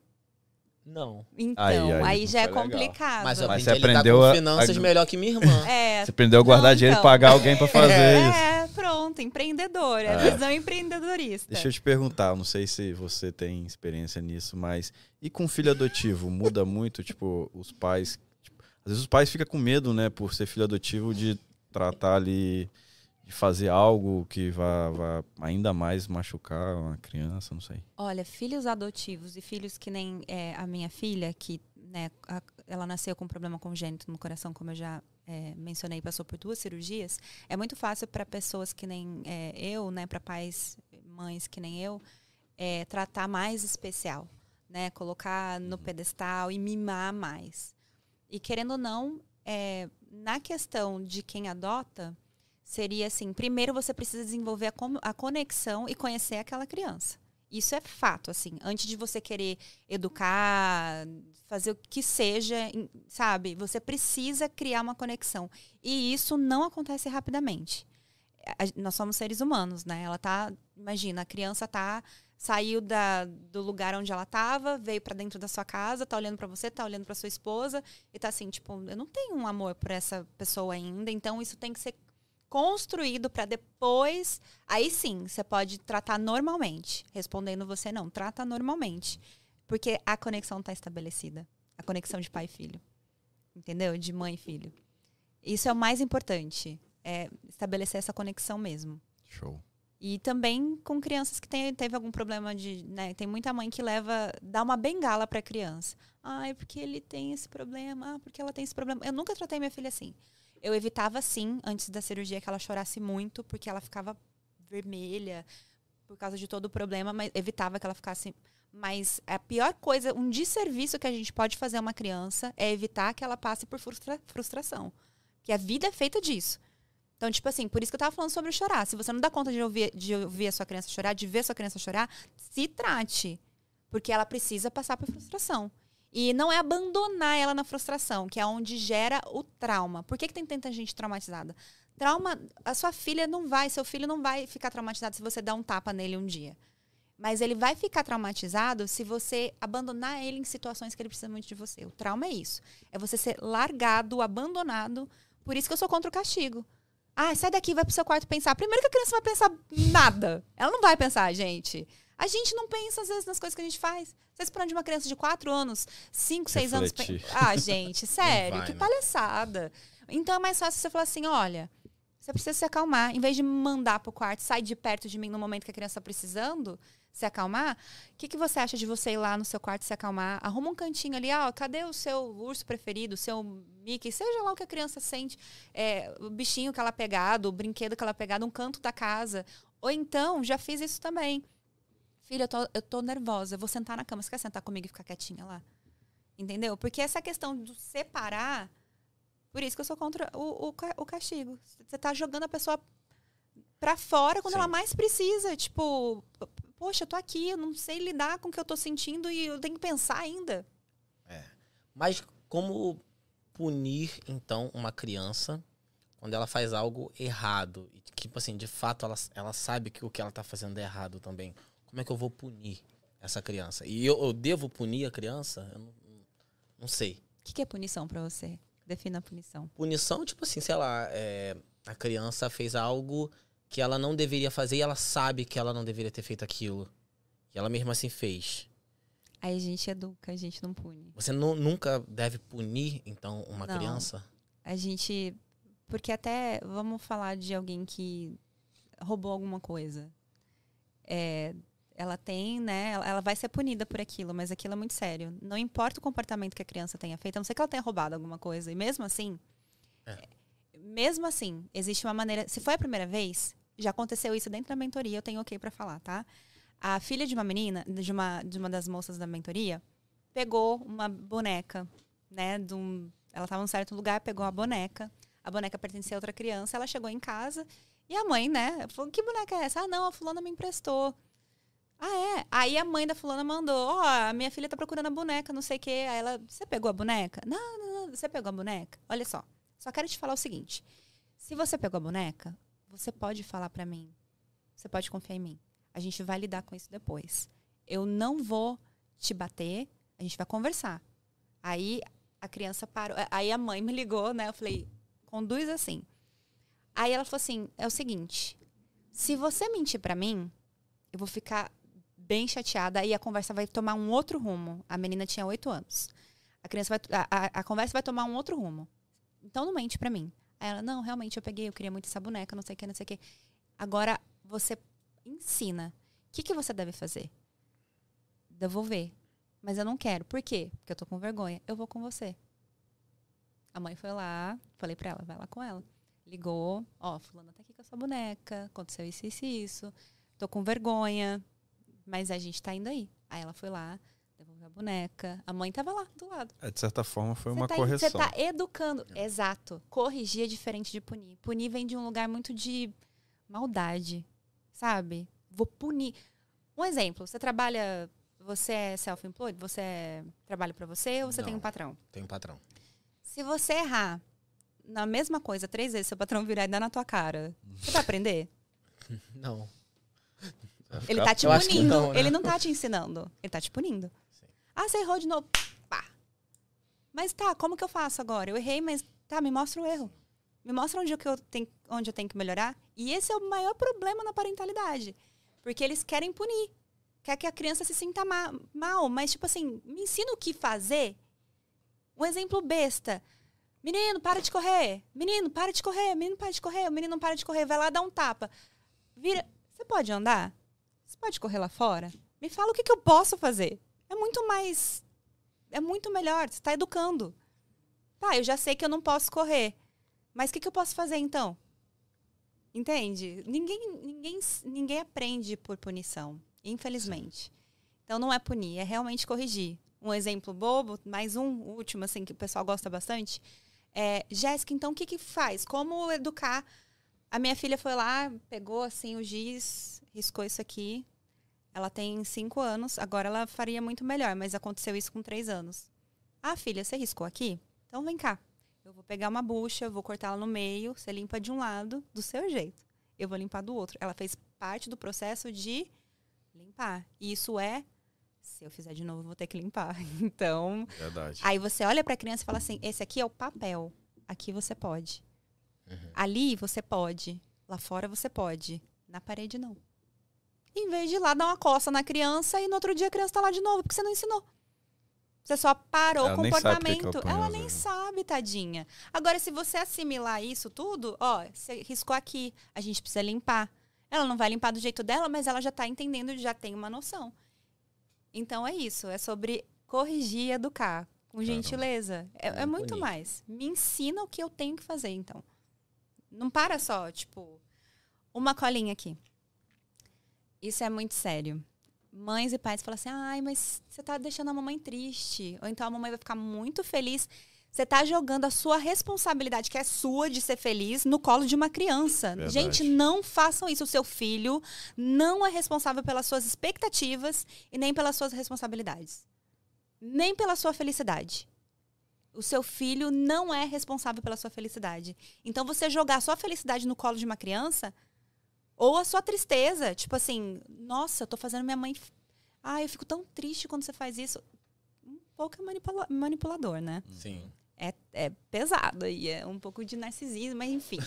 Não. Então, Aí, aí, aí, já é foi legal. complicado. Mas eu Mas aprendi você a lidar aprendeu com a- finanças a- melhor que minha irmã. É, Você aprendeu a guardar Não, dinheiro e então. pagar alguém pra fazer isso. é, pronto, empreendedor. É, É. visão empreendedorista. Deixa eu te perguntar, não sei se você tem experiência nisso, mas e com filho adotivo? Muda muito, tipo, os pais... tipo, às vezes os pais ficam com medo, né, por ser filho adotivo, de tratar ali, de fazer algo que vá, vá ainda mais machucar uma criança, não sei. Olha, filhos adotivos e filhos que nem é, a minha filha, que né, a- ela nasceu com um problema congênito no coração, como eu já é, mencionei, passou por duas cirurgias. É muito fácil para pessoas que nem é, eu, né, para pais, mães que nem eu, é, tratar mais especial, né, colocar no pedestal e mimar mais. E querendo ou não, é, na questão de quem adota, seria assim, primeiro você precisa desenvolver a, com- a conexão e conhecer aquela criança. Isso é fato, assim. Antes de você querer educar, fazer o que seja, em- sabe? Você precisa criar uma conexão. E isso não acontece rapidamente. A- nós somos seres humanos, né? Ela tá, imagina, a criança tá saiu da, do lugar onde ela estava, veio para dentro da sua casa, tá olhando para você, tá olhando para sua esposa e tá assim, tipo, eu não tenho um amor por essa pessoa ainda, então isso tem que ser construído para depois, aí sim, você pode tratar normalmente. Respondendo você, não, trata normalmente. Porque a conexão está estabelecida. A conexão de pai e filho. Entendeu? De mãe e filho. Isso é o mais importante. É estabelecer essa conexão mesmo. Show. E também com crianças que tem, teve algum problema de... Né, tem muita mãe que leva... Dá uma bengala pra criança. Ai, porque ele tem esse problema. Ah, porque ela tem esse problema. Eu nunca tratei minha filha assim. Eu evitava, sim, antes da cirurgia, que ela chorasse muito, porque ela ficava vermelha por causa de todo o problema, mas evitava que ela ficasse... Mas a pior coisa, um desserviço que a gente pode fazer a uma criança é evitar que ela passe por frustra- frustração. Porque a vida é feita disso. Então, tipo assim, por isso que eu tava falando sobre chorar. Se você não dá conta de ouvir, de ouvir a sua criança chorar, de ver a sua criança chorar, se trate. Porque ela precisa passar por frustração. E não é abandonar ela na frustração, que é onde gera o trauma. Por que, que tem tanta gente traumatizada? Trauma, a sua filha não vai, seu filho não vai ficar traumatizado se você dar um tapa nele um dia. Mas ele vai ficar traumatizado se você abandonar ele em situações que ele precisa muito de você. O trauma é isso. É você ser largado, abandonado. Por isso que eu sou contra o castigo. Ah, sai daqui, vai pro seu quarto pensar. Primeiro que a criança vai pensar nada. Ela não vai pensar, gente. A gente não pensa, às vezes, nas coisas que a gente faz. Você esperando de uma criança de quatro anos, cinco, seis anos... Ah, gente, sério, vai, que né? Palhaçada. Então é mais fácil você falar assim, olha, você precisa se acalmar. Em vez de mandar pro quarto, sai de perto de mim no momento que a criança tá precisando se acalmar, o que, que você acha de você ir lá no seu quarto se acalmar? Arruma um cantinho ali, ó, cadê o seu urso preferido, o seu Mickey, seja lá o que a criança sente, é, o bichinho que ela pegado, o brinquedo que ela pegado, um canto da casa. Ou então, já fiz isso também. Filha, eu tô, eu tô nervosa, eu vou sentar na cama, você quer sentar comigo e ficar quietinha lá? Entendeu? Porque essa questão do separar, por isso que eu sou contra o, o, o castigo. Você tá jogando a pessoa pra fora quando Sim. ela mais precisa, tipo... Poxa, eu tô aqui, eu não sei lidar com o que eu tô sentindo e eu tenho que pensar ainda. É. Mas como punir, então, uma criança quando ela faz algo errado? E, tipo assim, de fato, ela, ela sabe que o que ela tá fazendo é errado também. Como é que eu vou punir essa criança? E eu, eu devo punir a criança? Eu não, não sei. O que, que é punição pra você? Defina a punição. Punição, tipo assim, sei lá, é, a criança fez algo... que ela não deveria fazer e ela sabe que ela não deveria ter feito aquilo. E ela mesmo assim fez. Aí a gente educa, a gente não pune. Você não, nunca deve punir, então, uma não. criança? A gente... Porque até, vamos falar de alguém que roubou alguma coisa. É, ela tem, né? Ela vai ser punida por aquilo, mas aquilo é muito sério. Não importa o comportamento que a criança tenha feito, a não ser que ela tenha roubado alguma coisa. E mesmo assim... É. Mesmo assim, existe uma maneira... Se foi a primeira vez, já aconteceu isso dentro da mentoria, eu tenho ok pra falar, tá? A filha de uma menina, de uma, de uma das moças da mentoria, pegou uma boneca, né? De um, ela tava em um certo lugar, pegou a boneca. A boneca pertencia a outra criança, ela chegou em casa e a mãe, né? Falou, que boneca é essa? Ah, não, a fulana me emprestou. Ah, é? Aí a mãe da fulana mandou, ó, oh, a minha filha tá procurando a boneca, não sei o quê. Aí ela, você pegou a boneca? Não, não, não, você pegou a boneca? Olha só. Só quero te falar o seguinte. Se você pegou a boneca, você pode falar pra mim. Você pode confiar em mim. A gente vai lidar com isso depois. Eu não vou te bater. A gente vai conversar. Aí a criança parou. Aí a mãe me ligou, né? Eu falei, conduz assim. Aí ela falou assim, é o seguinte. Se você mentir pra mim, eu vou ficar bem chateada. Aí a conversa vai tomar um outro rumo. A menina tinha oito anos. A, criança vai, a, a, a conversa vai tomar um outro rumo. Então não mente pra mim. Aí ela, não, realmente eu peguei, eu queria muito essa boneca, não sei o que, não sei o que. Agora você ensina. O que, que você deve fazer? Devolver. Mas eu não quero. Por quê? Porque eu tô com vergonha. Eu vou com você. A mãe foi lá, falei pra ela, vai lá com ela. Ligou, ó, fulana tá aqui com a sua boneca, aconteceu isso, isso e isso. Tô com vergonha, mas a gente tá indo aí. Aí ela foi lá, devolveu a boneca. A mãe tava lá, do lado. É, de certa forma, foi Cê uma tá, correção. Você tá educando. É. Exato. Corrigir é diferente de punir. Punir vem de um lugar muito de maldade, sabe? Vou punir. Um exemplo, você trabalha... Você é self-employed? Você é, trabalha pra você ou você Não, tem um patrão? Tem um patrão. Se você errar na mesma coisa três vezes, seu patrão virar e dar na tua cara, você vai aprender? Não. Ele tá te Eu acho que punindo. não, né? Ele não tá te ensinando. Ele tá te punindo. Sim. Ah, você errou de novo. Pá. Mas tá, como que eu faço agora? Eu errei, mas tá, me mostra o erro. Me mostra onde eu, tenho, onde eu tenho que melhorar. E esse é o maior problema na parentalidade. Porque eles querem punir. Quer que a criança se sinta ma mal. Mas, tipo assim, me ensina o que fazer. Um exemplo besta. Menino, para de correr. Menino, para de correr. Menino, para de correr. O menino não para de correr. Vai lá dar um tapa. Vira... Você pode andar? Você pode correr lá fora? Me fala o que, que eu posso fazer. É muito mais... É muito melhor. Você está educando. Tá, eu já sei que eu não posso correr. Mas o que, que eu posso fazer, então? Entende? Ninguém, ninguém, ninguém aprende por punição. Infelizmente. Então, não é punir. É realmente corrigir. Um exemplo bobo, mais um último, assim, que o pessoal gosta bastante. É, Jéssica, então, o que que faz? Como educar... A minha filha foi lá, pegou assim o giz, riscou isso aqui. Ela tem cinco anos, agora ela faria muito melhor, mas aconteceu isso com três anos. Ah, filha, você riscou aqui? Então vem cá. Eu vou pegar uma bucha, vou cortar ela no meio, você limpa de um lado, do seu jeito. Eu vou limpar do outro. Ela fez parte do processo de limpar. E isso é, se eu fizer de novo, eu vou ter que limpar. Então, Verdade. aí você olha para a criança e fala assim, esse aqui é o papel, aqui você pode. Uhum. Ali você pode, lá fora você pode, na parede não. Em vez de ir lá dar uma coça na criança e no outro dia a criança tá lá de novo, porque você não ensinou. Você só parou Ela o nem sabe porque que comportamento. ela Ela apanhou, nem né? sabe, tadinha. Agora, se você assimilar isso tudo, ó, você riscou aqui, a gente precisa limpar. Ela não vai limpar do jeito dela, mas ela já tá entendendo, já tem uma noção. Então é isso, é sobre corrigir e educar, com gentileza. É, é muito bonito. mais. Me ensina o que eu tenho que fazer, então. Não para só, tipo, uma colinha aqui. Isso é muito sério. Mães e pais falam assim, ai, mas você tá deixando a mamãe triste. Ou então a mamãe vai ficar muito feliz. Você tá jogando a sua responsabilidade, que é sua de ser feliz, no colo de uma criança. Verdade. Gente, não façam isso. O seu filho não é responsável pelas suas expectativas e nem pelas suas responsabilidades. Nem pela sua felicidade. O seu filho não é responsável pela sua felicidade. Então, você jogar a sua felicidade no colo de uma criança, ou a sua tristeza, tipo assim, nossa, eu tô fazendo minha mãe... Ah, eu fico tão triste quando você faz isso. Um pouco é manipula... manipulador, né? Sim. É, é pesado aí, é um pouco de narcisismo, mas enfim.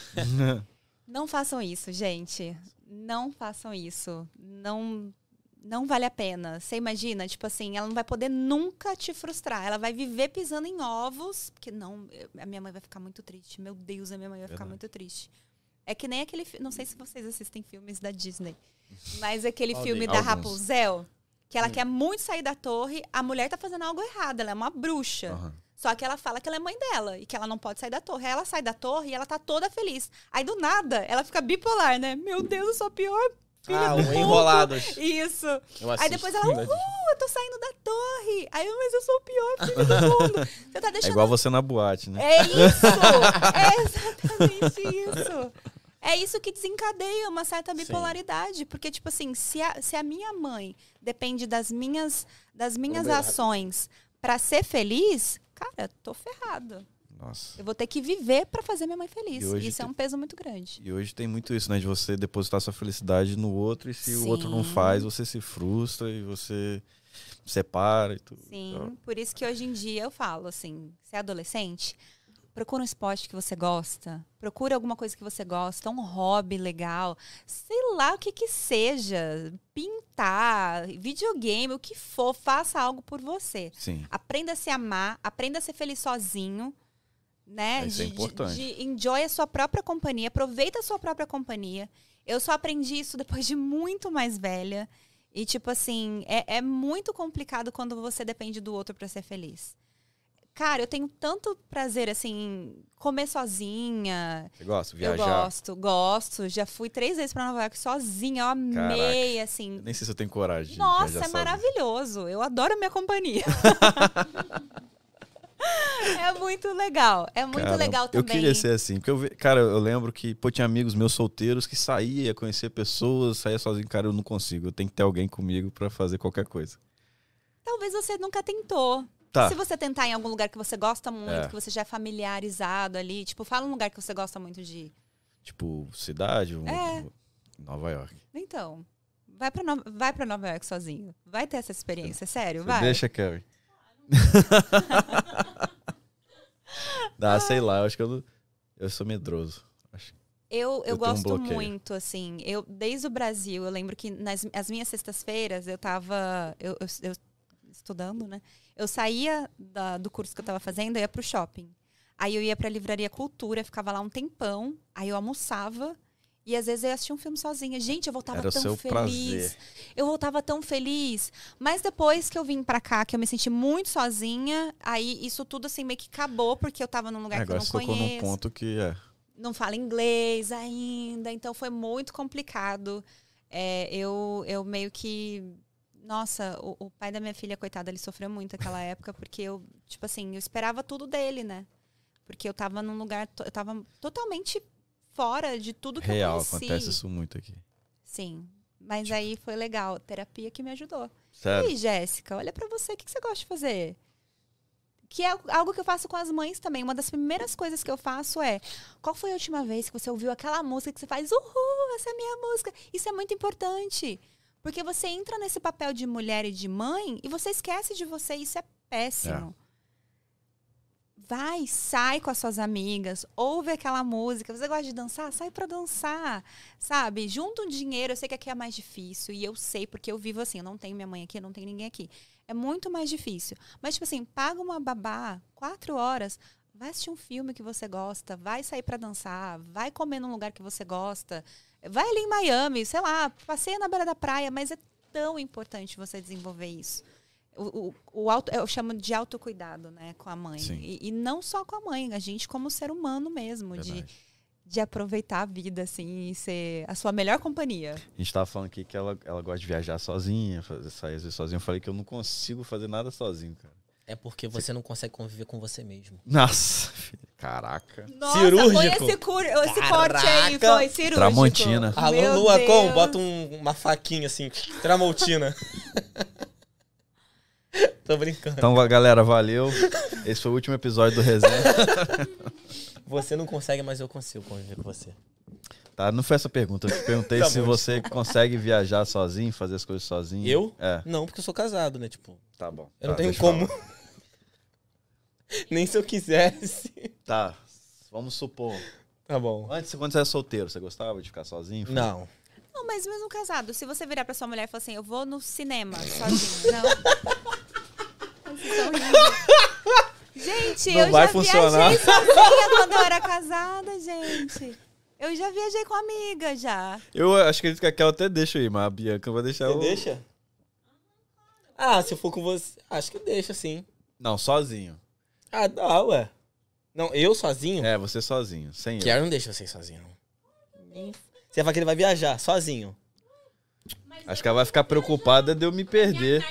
Não façam isso, gente. Não façam isso. Não... Não vale a pena. Você imagina, tipo assim, ela não vai poder nunca te frustrar. Ela vai viver pisando em ovos. Porque não, eu- a minha mãe vai ficar muito triste. Meu Deus, a minha mãe vai ficar Verdade. muito triste. É que nem aquele... fi- Não sei se vocês assistem filmes da Disney. Mas aquele Qual filme deles? da Alguns. Rapunzel, que ela quer muito sair da torre, a mulher tá fazendo algo errado. Ela é uma bruxa. Aham. Só que ela fala que ela é mãe dela e que ela não pode sair da torre. Aí ela sai da torre e ela tá toda feliz. Aí, do nada, ela fica bipolar, né? Meu Deus, eu sou a pior filha Ah, do o mundo. Enrolados. Isso. Eu Aí assisto. depois ela, uhul, eu tô saindo da torre. Aí eu, mas eu sou o pior filho do mundo. Você tá É deixando... igual você na boate, né? É isso! É exatamente isso. É isso que desencadeia uma certa bipolaridade. Porque, tipo assim, se a, se a minha mãe depende das minhas, das minhas Vamos ver, ações pra ser feliz, cara, tô ferrado. Nossa. Eu vou ter que viver pra fazer minha mãe feliz. E hoje Isso é tem- um peso muito grande. E hoje tem muito isso, né? De você depositar sua felicidade no outro e se o outro não Sim. faz, você se frustra e você separa e tudo. Sim, Então, por isso que hoje em dia eu falo assim, você é adolescente, procura um esporte que você gosta, procura alguma coisa que você gosta, um hobby legal, sei lá o que que seja, pintar, videogame, o que for, faça algo por você. sim. Aprenda a se amar, aprenda a ser feliz sozinho, né? Isso é de, de- importante. de enjoy a sua própria companhia, aproveita a sua própria companhia. Eu só aprendi isso depois de muito mais velha. E, tipo assim, é, é muito complicado quando você depende do outro pra ser feliz. Cara, eu tenho tanto prazer, assim, em comer sozinha. Você gosta? Eu Viajar? gosto, gosto. Já fui três vezes pra Nova York sozinha. Eu amei, assim. Eu nem sei se eu tenho coragem de Nossa, viajar é sozinho. maravilhoso. Eu adoro a minha companhia. É muito legal. É muito Caramba, legal também. Eu queria ser assim, porque eu, ve- cara, eu lembro que, pô, tinha amigos meus solteiros que saía, ia conhecer pessoas, saía sozinho, cara, eu não consigo, eu tenho que ter alguém comigo pra fazer qualquer coisa. Talvez você nunca tentou. Tá. Se você tentar em algum lugar que você gosta muito, É. que você já é familiarizado ali, tipo, fala um lugar que você gosta muito de ir. Tipo, cidade, um- É. Nova York. Então, vai pra, no... vai pra Nova York sozinho. Vai ter essa experiência, sério, Você vai. deixa, Carrie. Dá, sei lá, eu acho que eu, não- eu sou medroso. Acho. Eu, eu, Eu tenho um gosto bloqueio. muito, assim. Eu, desde o Brasil, eu lembro que nas as minhas sextas-feiras eu tava eu, eu, eu estudando, né? Eu saía da- do curso que eu tava fazendo, eu ia pro shopping. Aí eu ia pra Livraria Cultura, ficava lá um tempão, aí eu almoçava E às vezes eu assistia um filme sozinha. Gente, eu voltava Era tão seu feliz. prazer. Eu voltava tão feliz. Mas depois que eu vim pra cá, que eu me senti muito sozinha, aí isso tudo assim meio que acabou, porque eu tava num lugar É, que eu agora não você tocou num conheço. ponto que é. Não falo inglês ainda, então foi muito complicado. É, eu, eu meio que... Nossa, o, o pai da minha filha, coitada, ele sofreu muito naquela época, porque eu, tipo assim, eu esperava tudo dele, né? Porque eu tava num lugar... to- Eu tava totalmente fora de tudo que Real, eu conheci. acontece isso muito aqui. Sim, mas aí foi legal. Terapia que me ajudou. E Sério. aí, Jéssica, olha pra você, o que, que você gosta de fazer? Que é algo que eu faço com as mães também. Uma das primeiras coisas que eu faço é: qual foi a última vez que você ouviu aquela música que você faz, uhul, essa é a minha música? Isso é muito importante. Porque você entra nesse papel de mulher e de mãe e você esquece de você. Isso é péssimo. É. Vai, sai com as suas amigas, ouve aquela música. Você gosta de dançar? Sai pra dançar, sabe? Junta um dinheiro. Eu sei que aqui é mais difícil e eu sei porque eu vivo assim. Eu não tenho minha mãe aqui, eu não tenho ninguém aqui. É muito mais difícil. Mas, tipo assim, paga uma babá, quatro horas, vai assistir um filme que você gosta, vai sair pra dançar, vai comer num lugar que você gosta, vai ali em Miami, sei lá, passeia na beira da praia, mas é tão importante você desenvolver isso. O, o, o auto, eu chamo de autocuidado, né, com a mãe. E, e não só com a mãe, a gente como ser humano mesmo, de, de aproveitar a vida, assim, e ser a sua melhor companhia. A gente tava falando aqui que ela, ela gosta de viajar sozinha, fazer, sair às vezes sozinha. Eu falei que eu não consigo fazer nada sozinho, cara. É porque você, você não consegue conviver com você mesmo. Nossa, caraca. Nossa, cirúrgico. Foi esse, cur, esse corte aí, foi cirúrgico. Tramontina. Alô, Lua, como? Bota um, uma faquinha assim, Tramontina. Tô brincando. Então, galera, valeu. Esse foi o último episódio do Resenha. Você não consegue, mas eu consigo conviver com você. Tá, não foi essa pergunta. Eu te perguntei tá se bom, você desculpa. consegue viajar sozinho, fazer as coisas sozinho. Eu? É. Não, porque eu sou casado, né? Tipo, tá bom. Eu tá, não tenho como. Nem se eu quisesse. Tá, vamos supor. Tá bom. Antes, quando você era solteiro, você gostava de ficar sozinho? Foi? Não. Não, mas mesmo casado, se você virar pra sua mulher e falar assim, eu vou no cinema sozinho, não. Vocês estão rindo. Gente, não eu vai já funcionar. viajei sozinha quando eu era casada, gente. Eu já viajei com amiga, já. Eu acho que a Kel até deixa aí, mas a Bianca vai deixar Você o... deixa? Ah, se eu for com você, acho que deixa, sim. Não, sozinho. Ah, dá, ué. Não, eu sozinho? É, você sozinho, sem ele. Kiara não deixa você sozinho. Você vai que ele vai viajar, sozinho. Acho que ela vai ficar preocupada de eu me perder.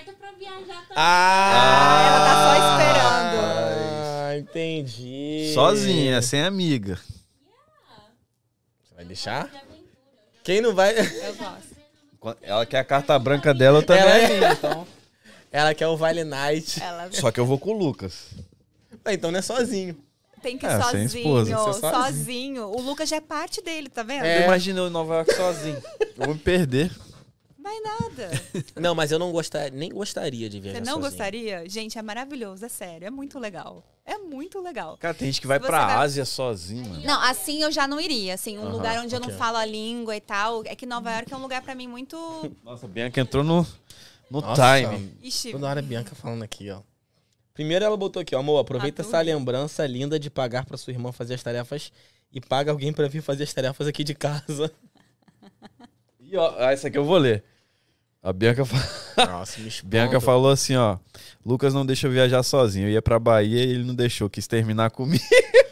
Ah, ela tá só esperando. Ah, entendi. Sozinha, sem amiga. Você vai deixar? Quem não vai... Eu gosto. Ela quer a carta branca dela, eu também Ela é é- minha, então. Ela quer o Vale Night. Ela Só que eu vou com o Lucas. Ah, então não é sozinho. tem que ir É, sem sozinho, esposa. Ser sozinho. sozinho. O Lucas já é parte dele, tá vendo? É. Imagina eu em Nova York sozinho. Eu vou me perder. Vai nada. Não, mas eu não gostaria, nem gostaria de viajar Você não sozinho. gostaria? Gente, é maravilhoso, é sério. É muito legal. É muito legal. Cara, tem gente que vai Se você pra vai- Ásia sozinho, mano. Não, assim eu já não iria. Assim, um Aham, lugar onde eu ok. não falo a língua e tal. É que Nova York é um lugar pra mim muito... Nossa, a Bianca entrou no, no Nossa. timing. Ixi, Toda hora a Bianca falando aqui, ó. Primeiro ela botou aqui, ó, amor, aproveita Ah, essa tudo. lembrança linda de pagar pra sua irmã fazer as tarefas e paga alguém pra vir fazer as tarefas aqui de casa. E ó, ah, essa aqui eu vou ler. A Bianca, fa- Nossa, me Bianca falou assim, ó. Lucas não deixa eu viajar sozinho. Eu ia pra Bahia e ele não deixou, quis terminar comigo.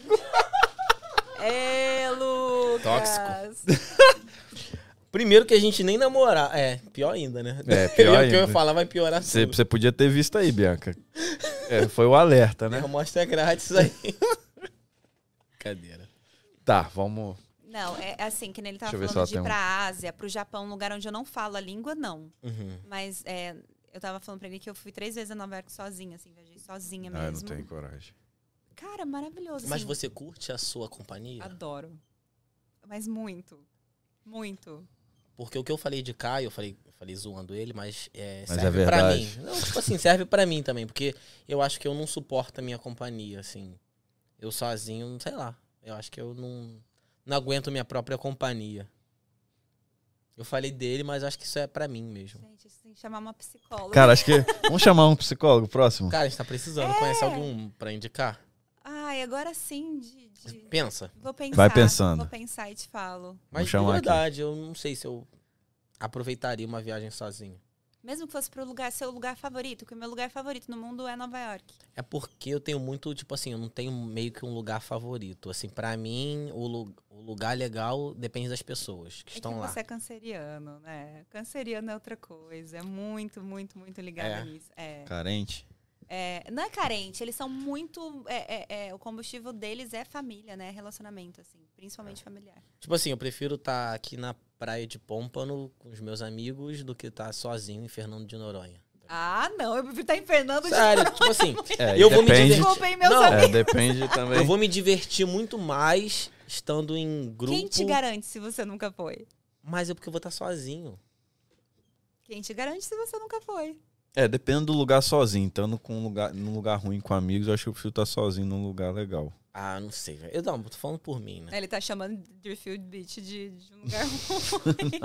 É, Lucas. Primeiro que a gente nem namorar. É, pior ainda, né? É, pior Eu- O que eu ia ainda. falar vai piorar Você, tudo. você podia ter visto aí, Bianca. É, foi o alerta, né? A amostra é grátis aí. Cadeira. Tá, vamos... Não, é assim, que nem ele tava Deixa eu ver se falando ela de tem ir um- pra Ásia, pro Japão, um lugar onde eu não falo a língua, não. Uhum. Mas é, eu tava falando pra ele que eu fui três vezes a Nova York sozinha, assim, viajei sozinha Ah, eu não mesmo. tenho coragem. Cara, maravilhoso. Mas assim. você curte a sua companhia? Adoro. Mas muito. Muito. Porque o que eu falei de Caio, eu falei, eu falei zoando ele, mas, é, Mas serve é pra mim. verdade. Não, tipo assim, serve pra mim também, porque eu acho que eu não suporto a minha companhia, assim. Eu sozinho, sei lá. Eu acho que eu não, não aguento minha própria companhia. Eu falei dele, mas acho que isso é pra mim mesmo. Gente, isso tem que chamar uma psicóloga. Cara, acho que... Vamos chamar um psicólogo próximo? Cara, a gente tá precisando. É. Conhece algum pra indicar? Ah, Ai, agora sim, de, de... Pensa. Vou pensar. Vai pensando. Vou pensar e te falo. Mas de chamar aqui. verdade, eu não sei se eu aproveitaria uma viagem sozinho. Mesmo que fosse pro lugar, seu lugar favorito, porque o meu lugar favorito no mundo é Nova York. É porque eu tenho muito, tipo assim, eu não tenho meio que um lugar favorito. Assim, pra mim, o, lu- o lugar legal depende das pessoas que É estão que lá. você é canceriano, né? Canceriano é outra coisa. É muito, muito, muito ligado É. nisso. É. Carente. É, não é carente, eles são muito. É, é, é, o combustível deles é família, né? Relacionamento, assim, principalmente familiar. Tipo assim, eu prefiro estar aqui na praia de Pômpano com os meus amigos do que estar sozinho em Fernando de Noronha. Ah, não, eu prefiro estar em Fernando de Sério, tipo assim, É, eu vou me depende, divertir. Desculpem, meus Não, amigos. É, depende também. eu vou me divertir muito mais estando em grupo. Quem te garante se você nunca foi? Mas é porque eu vou estar sozinho. Quem te garante se você nunca foi? É, depende do lugar sozinho. Estando com um lugar, num lugar ruim com amigos, eu acho que eu prefiro estar sozinho num lugar legal. Ah, não sei, velho. Eu não, tô falando por mim, né? Ele tá chamando Deerfield Beach de, de um lugar ruim.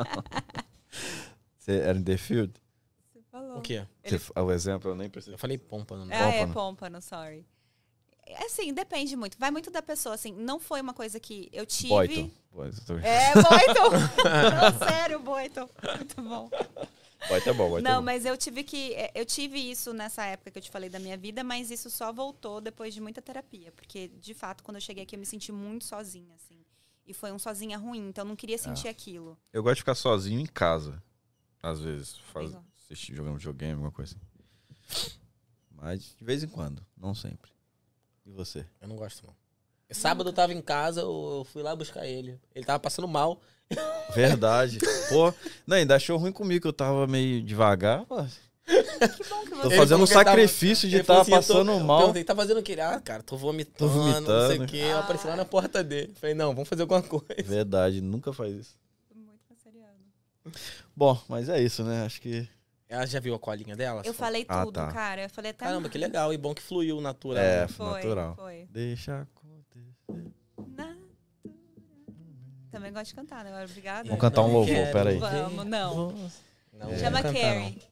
Você era em The Field? Você falou. O quê? Ele- Você, o exemplo eu nem preciso. Eu falei Pômpano, né? Ah, é Pômpano. Pômpano, sorry. É assim, depende muito. Vai muito da pessoa, assim. Não foi uma coisa que eu tive... Boyton. Boyton. É, Boyton! Não, sério, Boyton. Muito bom. Boyton é bom, Boyton é Não, bom. mas eu tive que. Eu tive isso nessa época que eu te falei da minha vida, mas isso só voltou depois de muita terapia. Porque, de fato, quando eu cheguei aqui, eu me senti muito sozinha, assim. E foi um sozinha ruim, então eu não queria sentir aquilo. Eu gosto de ficar sozinho em casa. Às vezes, faz, Legal. assistir, jogando videogame, alguma coisa assim. Mas de vez em quando, não sempre. E você? Eu não gosto, não. Sábado eu tava em casa, eu eu fui lá buscar ele. Ele tava passando mal. Verdade. Pô, não, ainda achou ruim comigo que eu tava meio devagar. Pô, Que bom que tô você. Ele fazendo um falou que ele tava- sacrifício de Ele falou estar assim, eu tô- passando eu mal. perguntei, tá fazendo o quê? Ele, Ah, cara, tô vomitando, Tô não sei vomitando. o quê. Eu apareci lá na porta dele. Falei, não, vamos fazer alguma coisa. Verdade, nunca faz isso. Muito canceriano. Bom, mas é isso, né? Acho que. Ela já viu a colinha dela? Eu falei Ah, tudo, tá. cara. Eu falei até. Caramba, que legal. E bom que fluiu natural. É, né? Foi, natural. foi. Deixa acontecer. Na- Também gosto de cantar, né? Obrigada. Vamos cantar um Não louvor, quero peraí. Vamos, não. Não, É. não Chama vou cantar, Carrie.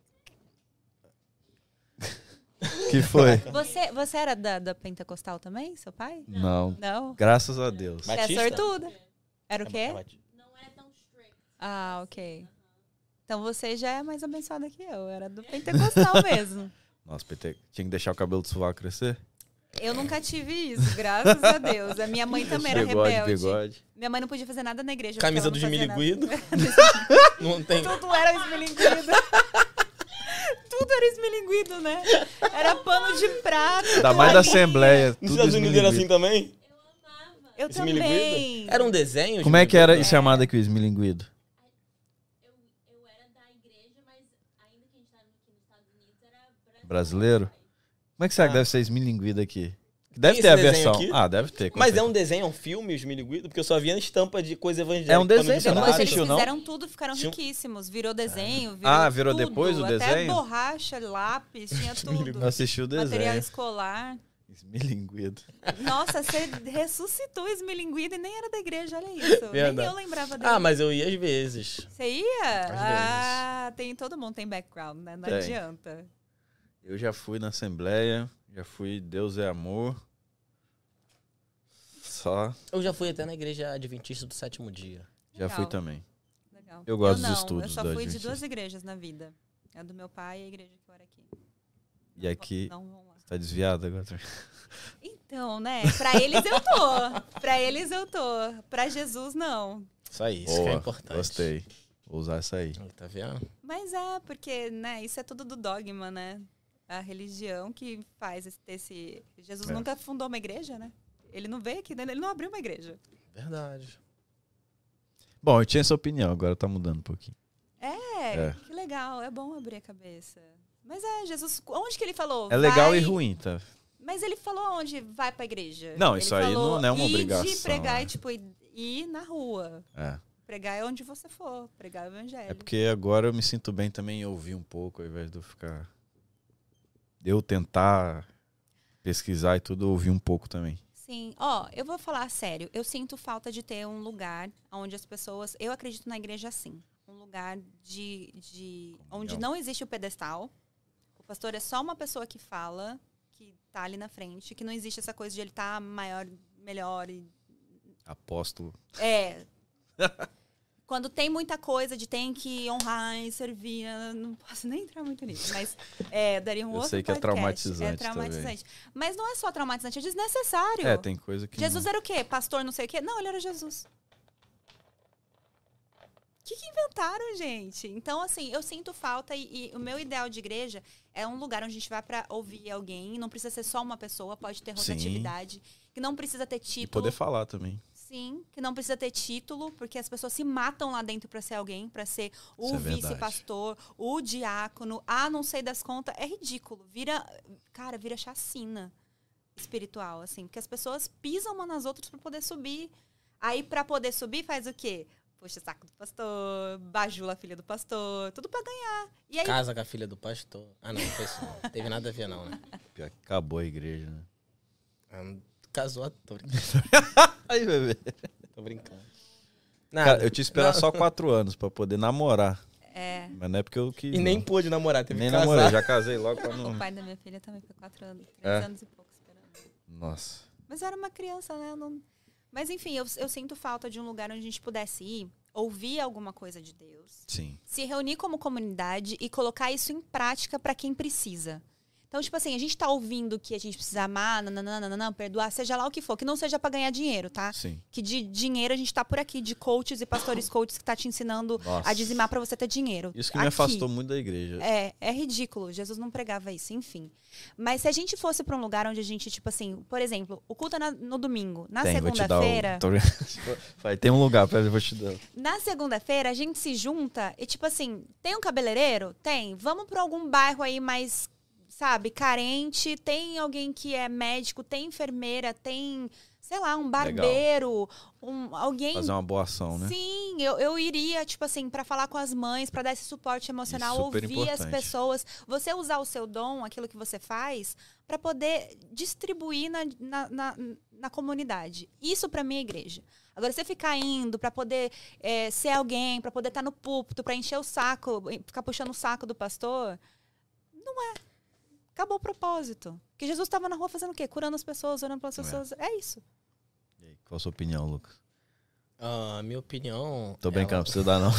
Que foi? Você, você era da, da Pentecostal também, seu pai? Não. Não? Graças a Deus. Vai- Você é Batista? sortuda. Era o não. quê? Bati- Ah, ok. Então você já é mais abençoada que eu. Era do Pentecostal mesmo. Nossa, P T, tinha que deixar o cabelo do sovaco crescer? Eu nunca tive isso, graças a Deus. A minha mãe também era Bigode, rebelde. bigode. Minha mãe não podia fazer nada na igreja. porque Camisa ela do não fazia esmilinguido. nada. Não tem. Tudo era esmilinguido. Tudo era esmilinguido, né? Era pano de prato. Ainda mais da toalhinha. Assembleia. Nos Tudo Estados Unidos era assim esmilinguido. também? Eu Esmilinguido? também. Era um desenho? Como é que era esmilinguido? chamado aqui o esmilinguido? Eu, eu era da igreja, mas ainda que a gente estava aqui nos Estados Unidos, era Brasileiro? Como é que será que Ah. deve ser esmilinguido aqui? Deve Tem ter a esse desenho versão. aqui? Ah, deve ter. com Mas é certeza. um desenho, é um filme, os esmilinguido? Porque eu só via estampa de coisa evangélica. É um desenho, no você não Depois dicionário. eles assistiu, não? fizeram tudo, ficaram Tinha um- riquíssimos. Virou desenho, virou Ah, virou tudo, depois o Até desenho? borracha, lápis, tinha tudo. Assistiu o Material desenho. escolar. Esmilinguido. Nossa, você ressuscitou esmilinguido e nem era da igreja, olha isso. Nem Verdade. eu lembrava dele. Ah, mas eu ia às vezes. Você ia? Às Ah, tem, todo mundo tem background, né? Não Tem. adianta. Eu já fui na Assembleia, já fui Deus é Amor. Só. Eu já fui até na igreja adventista do sétimo dia. Já Legal. fui também. Legal. Eu gosto não, dos estudos Eu só da fui de Adventista. duas igrejas na vida. A do meu pai e a igreja que eu era aqui. E aqui, Não vão lá. tá desviado agora. Então, né? Pra eles eu tô. Pra eles eu tô. Pra Jesus, não. Isso aí, isso que é Boa, importante. gostei. Vou usar essa aí. Tá vendo? Mas é, porque, né, isso é tudo do dogma, né? A religião que faz esse... esse- Jesus É. nunca fundou uma igreja, né? Ele não veio aqui, né? Ele não abriu uma igreja. Verdade. Bom, eu tinha essa opinião, agora tá mudando um pouquinho. É, É. que legal. É bom abrir a cabeça. Mas é, Jesus... Onde que ele falou? É legal Vai- e ruim, tá? Mas ele falou onde vai pra igreja. Não, Ele isso aí falou não é uma ir obrigação, De pregar né? e, tipo, ir- ir na rua. É. Pregar é onde você for. Pregar é o evangelho. É porque agora eu me sinto bem também em ouvir um pouco, ao invés de eu ficar. De eu tentar pesquisar e tudo, eu ouvir um pouco também. Sim. Ó, eu vou falar sério. Eu sinto falta de ter um lugar onde as pessoas... Eu acredito na igreja assim. Um lugar de... de onde Comunhão. não existe o pedestal. O pastor é só uma pessoa que fala, que tá ali na frente, que não existe essa coisa de ele tá maior, melhor e... Apóstolo. É. Quando tem muita coisa de tem que honrar e servir, eu não posso nem entrar muito nisso, mas é, daria um Eu outro sei que é podcast. traumatizante É traumatizante. Mas não é só traumatizante, é desnecessário. É, tem coisa que Jesus não... era o quê? Pastor não sei o quê? Não, ele era Jesus. O que, que inventaram, gente? Então, assim, eu sinto falta e, e o meu ideal de igreja é um lugar onde a gente vai pra ouvir alguém, não precisa ser só uma pessoa, pode ter Sim. rotatividade, que não precisa ter E título. poder falar também. Sim, que não precisa ter título, porque as pessoas se matam lá dentro para ser alguém, para ser o Isso é verdade. vice-pastor, o diácono, ah, não sei das contas, é ridículo. Vira, cara, vira chacina espiritual, assim, porque as pessoas pisam umas nas outras para poder subir. Aí, para poder subir, faz o quê? Puxa o saco do pastor, bajula a filha do pastor, tudo para ganhar. E aí, Casa com a filha do pastor. Ah, não, não foi isso. Não teve nada a ver, não, né? Pior que acabou a igreja, né? Ah, casou à toa. Aí, bebê. Tô brincando. Cara, Nada. eu tinha que esperar Não. só quatro anos pra poder namorar. é, Mas não é porque eu quis. E nem não. pôde namorar, teve Nem que casar. namorei, já casei logo pra o não. pai da minha filha também foi quatro anos, três É? anos e pouco esperando. Nossa. Mas eu era uma criança, né? Eu não... Mas, enfim, eu, eu sinto falta de um lugar onde a gente pudesse ir, ouvir alguma coisa de Deus, Sim. se reunir como comunidade e colocar isso em prática para quem precisa. Então, tipo assim, a gente tá ouvindo que a gente precisa amar, nananana, perdoar, seja lá o que for, que não seja para ganhar dinheiro, tá? Sim. Que de dinheiro a gente tá por aqui, de coaches e pastores coaches que tá te ensinando Nossa. a dizimar para você ter dinheiro. Isso que me Aqui. afastou muito da igreja. É, é ridículo. Jesus não pregava isso, enfim. Mas se a gente fosse pra um lugar onde a gente, tipo assim, por exemplo, o culto é na- no domingo, na Tem, vou te dar o- segunda-feira, Tô brincando. Vai, tem um lugar, pera, eu vou te dar. na segunda-feira a gente se junta e, tipo assim, tem um cabeleireiro? Tem. Vamos pra algum bairro aí mais, sabe, carente, tem alguém que é médico, tem enfermeira, tem, sei lá, um barbeiro, um, alguém... Fazer uma boa ação, né? Sim, eu, eu iria, tipo assim, pra falar com as mães, pra dar esse suporte emocional, Isso, super ouvir as importante. pessoas. Você usar o seu dom, aquilo que você faz, pra poder distribuir na, na, na, na comunidade. Isso pra mim é igreja. Agora, você ficar indo pra poder é, ser alguém, pra poder estar no púlpito, pra encher o saco, ficar puxando o saco do pastor, não é. Acabou o propósito. Porque Jesus estava na rua fazendo o quê? Curando as pessoas, orando pelas É. pessoas. É isso. E aí, qual a sua opinião, Lucas? Ah, minha opinião... Tô brincando, ela- não precisa dar, não.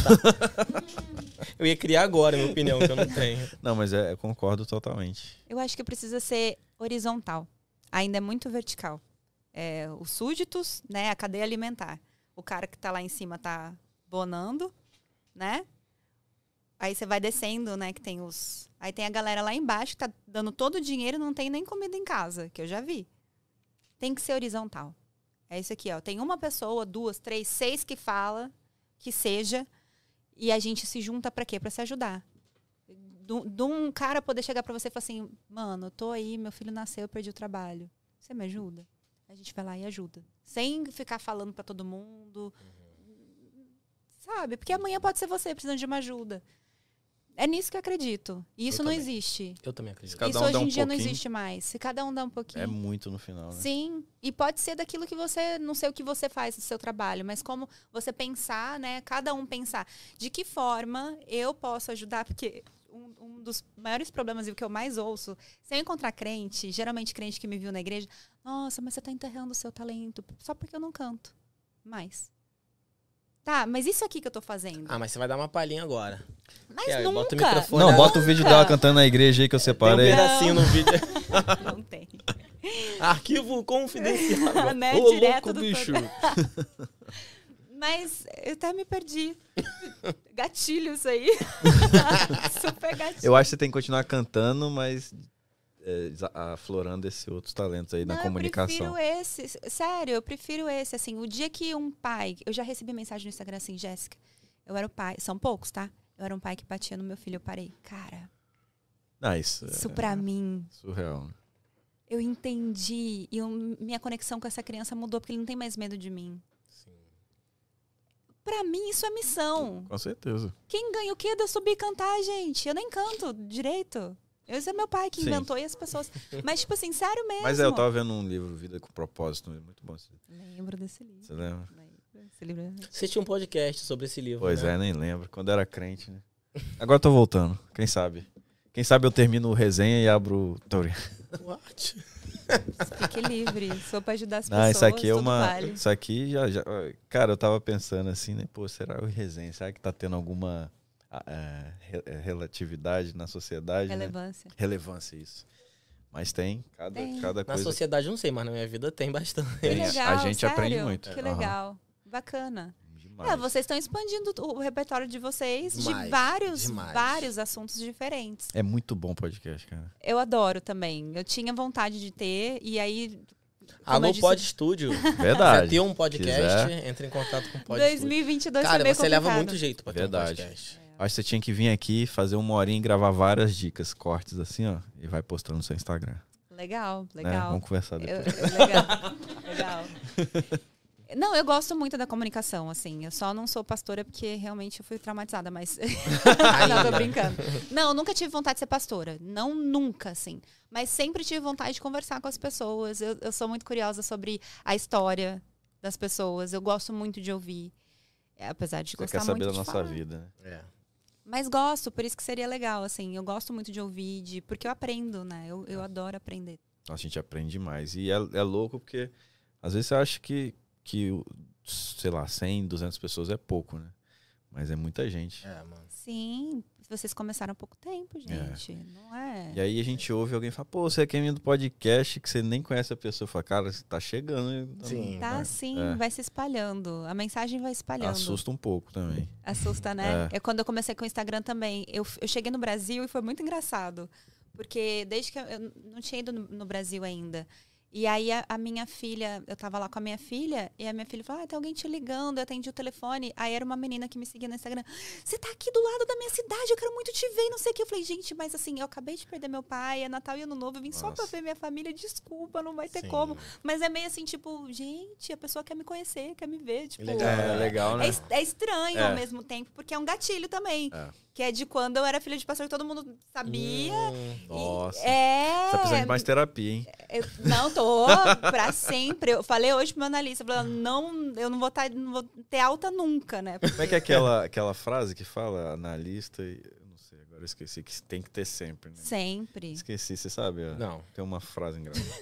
Eu ia criar agora a minha opinião, que eu não tenho. Não, mas é, eu concordo totalmente. Eu acho que precisa ser horizontal. Ainda é muito vertical. É, os súditos, né, a cadeia alimentar. O cara que tá lá em cima tá bonando, né? Aí você vai descendo, né, que tem os... Aí tem a galera lá embaixo que tá dando todo o dinheiro e não tem nem comida em casa, que eu já vi. Tem que ser horizontal. É isso aqui, ó. Tem uma pessoa, duas, três, seis que fala, que seja, e a gente se junta pra quê? Pra se ajudar. De um cara poder chegar pra você e falar assim, mano, eu tô aí, meu filho nasceu, eu perdi o trabalho. Você me ajuda? A gente vai lá e ajuda. Sem ficar falando pra todo mundo. Sabe? Porque amanhã pode ser você precisando de uma ajuda. É nisso que eu acredito. E isso Eu não também. existe. Eu também acredito. Cada isso um dá hoje um em dia não pouquinho. existe mais. Se cada um dá um pouquinho. É muito no final, né? Sim, e pode ser daquilo que você, não sei o que você faz no seu trabalho, mas como você pensar, né, cada um pensar, de que forma eu posso ajudar, porque um, um dos maiores problemas e o que eu mais ouço, se eu encontrar crente, geralmente crente que me viu na igreja, nossa, mas você tá enterrando o seu talento, só porque eu não canto mais. Tá, mas isso aqui que eu tô fazendo. Ah, mas você vai dar uma palhinha agora. mas que aí, nunca. bota o microfone Não, Nunca. bota o vídeo dela cantando na igreja aí que eu Tem um separei. pedacinho no vídeo. Não tem. Arquivo confidencial. Né, Ô, direto louco, do bicho. Mas eu até me perdi. Gatilho isso aí. Super gatilho. Eu acho que você tem que continuar cantando, mas é, desa- aflorando esses outros talentos aí na Não, comunicação. eu prefiro esse. Sério, eu prefiro esse. Assim, o dia que um pai... Eu já recebi mensagem no Instagram assim, Jéssica, eu era o pai... São poucos, tá? Eu era um pai que batia no meu filho. Eu parei. Cara, Ah, isso isso é pra mim... surreal. né? Eu entendi. E eu- minha conexão com essa criança mudou, porque ele não tem mais medo de mim. Pra mim, isso é missão. Com certeza. Quem ganha o quê de eu subir e cantar, gente? Eu nem canto direito. Esse é meu pai que Sim. inventou e as pessoas... Mas, tipo assim, sério mesmo. Mas é, eu tava vendo um livro, Vida com Propósito, muito bom. Você Lembro desse livro. você lembra? Lembro. Esse livro é... Você tinha um podcast sobre esse livro, Pois né? é, nem lembro. Quando era crente, né? Agora eu tô voltando. Quem sabe? Quem sabe eu termino o resenha e abro... Tô brincando. What? Fique livre. Sou pra ajudar as Não, pessoas. isso aqui é tudo uma. vale. Isso aqui já, já. Cara, eu tava pensando assim, né? Pô, será o resenha? Será que tá tendo alguma ah, é, re- relatividade na sociedade? Né? Relevância. Relevância, isso. Mas tem, cada, Tem. cada Na coisa. sociedade eu não sei, mas na minha vida tem bastante. Que Tem, a- legal, a gente sério? aprende muito. Que Aham. legal. Bacana. Demais. É, vocês estão expandindo o repertório de vocês Demais, de vários, demais. vários assuntos diferentes. É muito bom podcast, cara. Eu adoro também. Eu tinha vontade de ter, e aí. como Alô, eu disse, Pod Estúdio. Verdade. Você tem um podcast, Quiser. entre em contato com o Pod dois Estúdio. mil e vinte e dois Cara, foi meio você leva complicado. muito jeito pra ter Verdade. um podcast. Acho que você tinha que vir aqui, fazer uma horinha e gravar várias dicas, cortes assim, ó. E vai postando no seu Instagram. Legal, Né? legal. Vamos conversar Eu- depois. eu- legal. Legal. Não, eu gosto muito da comunicação, assim. Eu só não sou pastora porque realmente eu fui traumatizada, mas. Não, tô brincando. Não, eu nunca tive vontade de ser pastora. Não, nunca, assim. Mas sempre tive vontade de conversar com as pessoas. Eu, eu sou muito curiosa sobre a história das pessoas. Eu gosto muito de ouvir. É, apesar de Você gostar quer saber muito da de nossa falar. vida, né? É. Mas gosto, por isso que seria legal, assim. Eu gosto muito de ouvir, de, porque eu aprendo, né? Eu, eu adoro aprender. Nossa, a gente aprende demais. E é, é louco porque às vezes você acha que, que, sei lá, cem, duzentas pessoas é pouco, né? Mas é muita gente. É, mano. Sim, vocês começaram há pouco tempo, gente. Não é? E aí a gente ouve alguém falar, pô, você é quem é do podcast, que você nem conhece a pessoa. Fala, cara, você tá chegando. tá Sim. no- Tá né? sim, É. vai se espalhando. A mensagem vai espalhando. Assusta um pouco também. Assusta, né? É. É. Quando eu comecei com o Instagram também. Eu, eu cheguei no Brasil e foi muito engraçado. Porque desde que eu, eu não tinha ido no, no Brasil ainda. E aí a, a minha filha, eu tava lá com a minha filha, e a minha filha falou, ah, tem alguém te ligando, eu atendi o telefone. Aí era uma menina que me seguia no Instagram. Você tá aqui do lado da minha cidade, eu quero muito te ver, e não sei o que. Eu falei, gente, mas assim, eu acabei de perder meu pai, é Natal e Ano Novo, eu vim só pra Nossa. ver minha família, desculpa, não vai ter Sim. como. Mas é meio assim, tipo, gente, a pessoa quer me conhecer, quer me ver, tipo... legal. É, legal, né? É, es- é estranho É. ao mesmo tempo, porque é um gatilho também. É. Que é de quando eu era filha de pastor, que todo mundo sabia. Hum, E- Nossa. É. Tá precisando de mais terapia, hein? Eu- não, tô pra sempre. Eu falei hoje pro meu analista, falando, não, eu não vou, tá, não vou ter alta nunca, né? Como é que é aquela, aquela frase que fala analista e... Eu não sei, agora eu esqueci, que tem que ter sempre, né? Sempre. Esqueci, você sabe? ó? Não. Tem uma frase engraçada.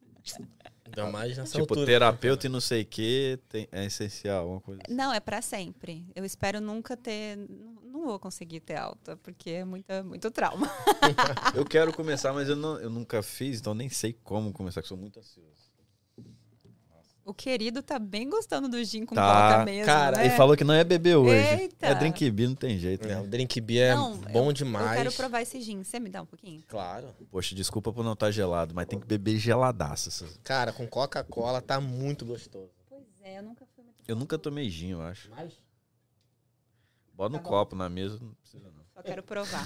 Ainda mais nessa Tipo, altura. terapeuta e não sei o que é essencial, uma coisa assim. Não, é pra sempre. Eu espero nunca ter. Não, não vou conseguir ter alta, porque é muita, muito trauma. Eu quero começar, mas eu, não, eu nunca fiz, então nem sei como começar, que sou muito ansioso. O querido tá bem gostando do gin com Tá, coca mesmo. cara, né? Ele falou que não é beber hoje. Eita. É drink beer, não tem jeito, É, né? o Drink Beer é Não, bom eu- demais. Eu quero provar esse gin. Você me dá um pouquinho? Claro. Poxa, desculpa por não estar gelado, mas tem que beber geladaço. essas- Cara, com Coca-Cola tá muito gostoso. Pois é, eu nunca fui muito. Eu nunca tomei gin, eu acho. Mas... Bota no Tá bom. copo na mesa, não precisa não. Só quero provar.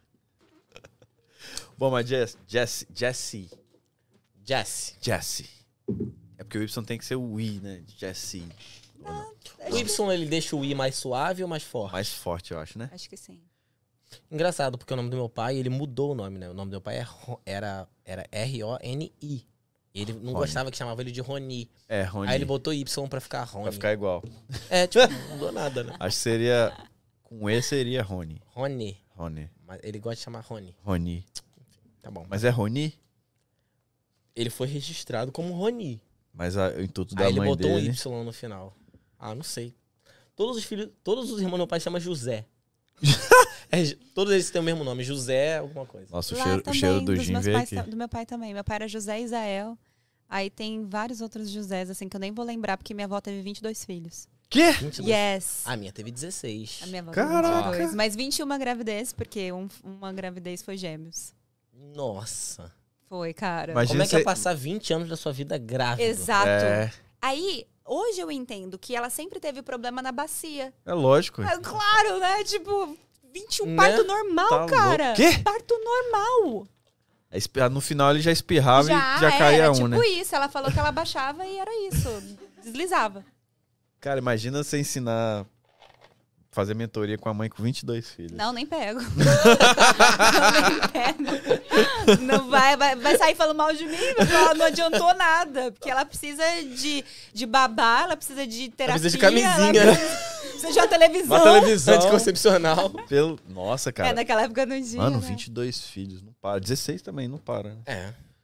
Bom, mas Jess, Jesse, Jesse, Jesse. Jesse. É porque o Y tem que ser o I, né? Jesse. Ou não? O Y, ele deixa o I mais suave ou mais forte? Mais forte, eu acho, né? Acho que sim. Engraçado, porque o nome do meu pai, ele mudou o nome, né? O nome do meu pai é Ro- era, era R O N I. Ele não Rony. gostava que chamava ele de Roni. É, Rony. Aí ele botou Y pra ficar Rony. Vai ficar igual. É, tipo, não mudou nada, né? Acho que seria... Com E seria Rony. Rony. Rony. Mas ele gosta de chamar Rony. Rony. Tá bom. Mas é Rony? Ele foi registrado como Rony. Mas a, o intuito da Aí ele mãe botou dele... um Y no final. Ah, não sei. Todos os filhos, todos os irmãos do meu pai chamam José. É, todos eles têm o mesmo nome, José alguma coisa. Nossa, o Lá cheiro, o também, cheiro do dos gin meus veio pais aqui. ta- do meu pai também. Meu pai era José Isael. Aí tem vários outros Josés, assim, que eu nem vou lembrar, porque minha avó teve vinte e dois filhos. Quê? vinte e dois. Yes! A minha teve dezesseis. A minha avó Caraca! teve vinte e dois. Mas vinte e uma gravidez, porque um- uma gravidez foi gêmeos. Nossa. Foi, cara. Imagina Como é que é você- passar vinte anos da sua vida grávida? Exato. É, Aí, hoje eu entendo que ela sempre teve problema na bacia. é lógico. É claro, né? Tipo, vinte e um Né? parto normal, Tá cara. louco. Quê? Parto normal. É espi- No final ele já espirrava já e já era, caía um, tipo né? isso. Ela falou que ela baixava e era isso. Deslizava. Cara, imagina você ensinar... Fazer mentoria com a mãe com vinte e dois filhos. Não, nem pego. Não, nem pego. Não vai, vai, vai sair falando mal de mim, vai falar, não adiantou nada. Porque ela precisa de, de babá, ela precisa de terapia. Precisa de camisinha, ela né? precisa de uma televisão. Uma televisão. Anticoncepcional. Pelo... Nossa, cara. É, naquela época não tinha. Mano, né? vinte e dois filhos, não para. dezesseis também, não para. né? É.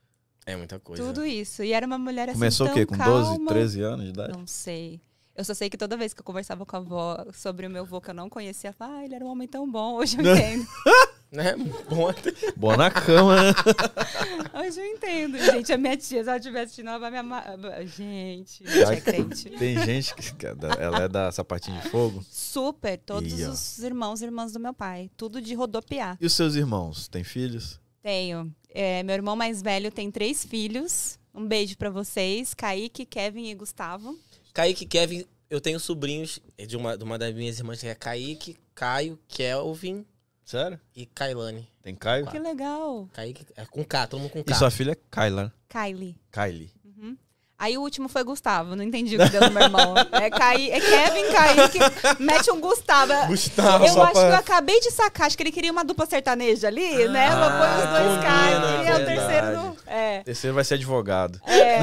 É muita coisa. Tudo isso. E era uma mulher assim Começou tão o quê? Com calma. doze, treze anos de idade? Não sei. Eu só sei que toda vez que eu conversava com a avó sobre o meu avô que eu não conhecia, eu falava, ah, ele era um homem tão bom. Hoje eu entendo. Né? Bom até- Boa na cama, né? Hoje eu entendo. Gente, a minha tia, se ela estiver assistindo, ela vai me amar. Gente, tia é crente. Tem gente que é da- ela é da sapatinho de fogo. Super. Todos Ih, ó. os irmãos e irmãs do meu pai. Tudo de rodopiar. E os seus irmãos? Tem filhos? Tenho. É, meu irmão mais velho tem três filhos. Um beijo pra vocês. Kaique, Kevin e Gustavo. Kaique, Kevin, eu tenho sobrinhos de uma, de uma das minhas irmãs, que é Kaique, Caio, Kelvin Sério? e Kailane. Tem Caio? Que legal. Kaique, é com K, todo mundo com K. E sua filha é Kyla. Kylie. Kylie. Uhum. Aí o último foi Gustavo. Não entendi o que deu no meu irmão. É, Kai, é Kevin, Kaique. Mete um Gustavo. Gustavo, Eu só acho pra- que eu acabei de sacar. Acho que ele queria uma dupla sertaneja ali, né? Ela põe os dois combina, caras. Ele é o verdade. terceiro do... É. Terceiro vai ser advogado. É,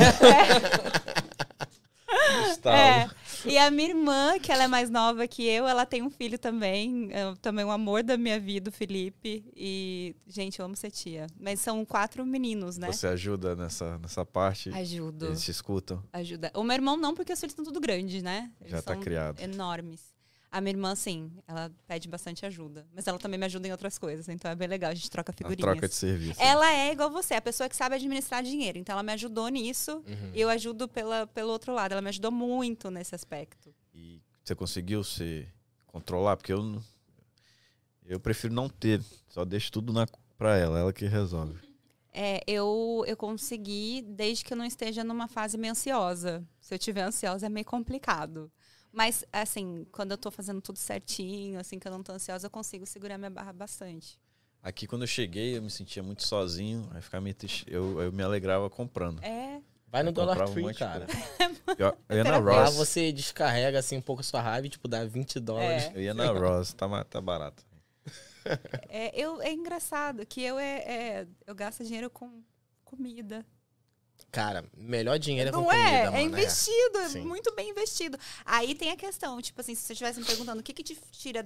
Gustavo. é. E a minha irmã, que ela é mais nova que eu, ela tem um filho também. É também um amor da minha vida, o Felipe. E, gente, eu amo ser tia. Mas são quatro meninos, né? Você ajuda nessa, nessa parte? Ajudo. Eles te escutam? Ajuda. O meu irmão não, porque os filhos estão tudo grandes, né? Eles Já tá são criado. enormes. A minha irmã, sim, ela pede bastante ajuda. Mas ela também me ajuda em outras coisas, então é bem legal, a gente troca A figurinhas. troca de serviço. Ela é igual você, a pessoa que sabe administrar dinheiro. Então ela me ajudou nisso Uhum. e eu ajudo pela, pelo outro lado. Ela me ajudou muito nesse aspecto. E você conseguiu se controlar? Porque eu, não- eu prefiro não ter. Só deixo tudo na, pra ela, ela que resolve. É, eu, eu consegui, desde que eu não esteja numa fase meio ansiosa. Se eu estiver ansiosa, é meio complicado. Mas, assim, quando eu tô fazendo tudo certinho, assim, que eu não tô ansiosa, eu consigo segurar minha barra bastante. Aqui, quando eu cheguei, eu me sentia muito sozinho. Aí ficava meio triste. Eu, eu me alegrava comprando. É, Vai no Eu Dollar comprava um Tree, monte de cara. Eu, eu ia na Lá Ross. você descarrega assim um pouco a sua raiva e tipo, dá vinte dólares. É. Eu ia na Ross. Tá, ma- tá barato. é, eu, é engraçado que eu, é, é, eu gasto dinheiro com comida. Cara, melhor dinheiro é com Não comida, é? mano. É investido, é Sim. muito bem investido. Aí tem a questão, tipo assim, se você estivesse me perguntando o que, que te tira,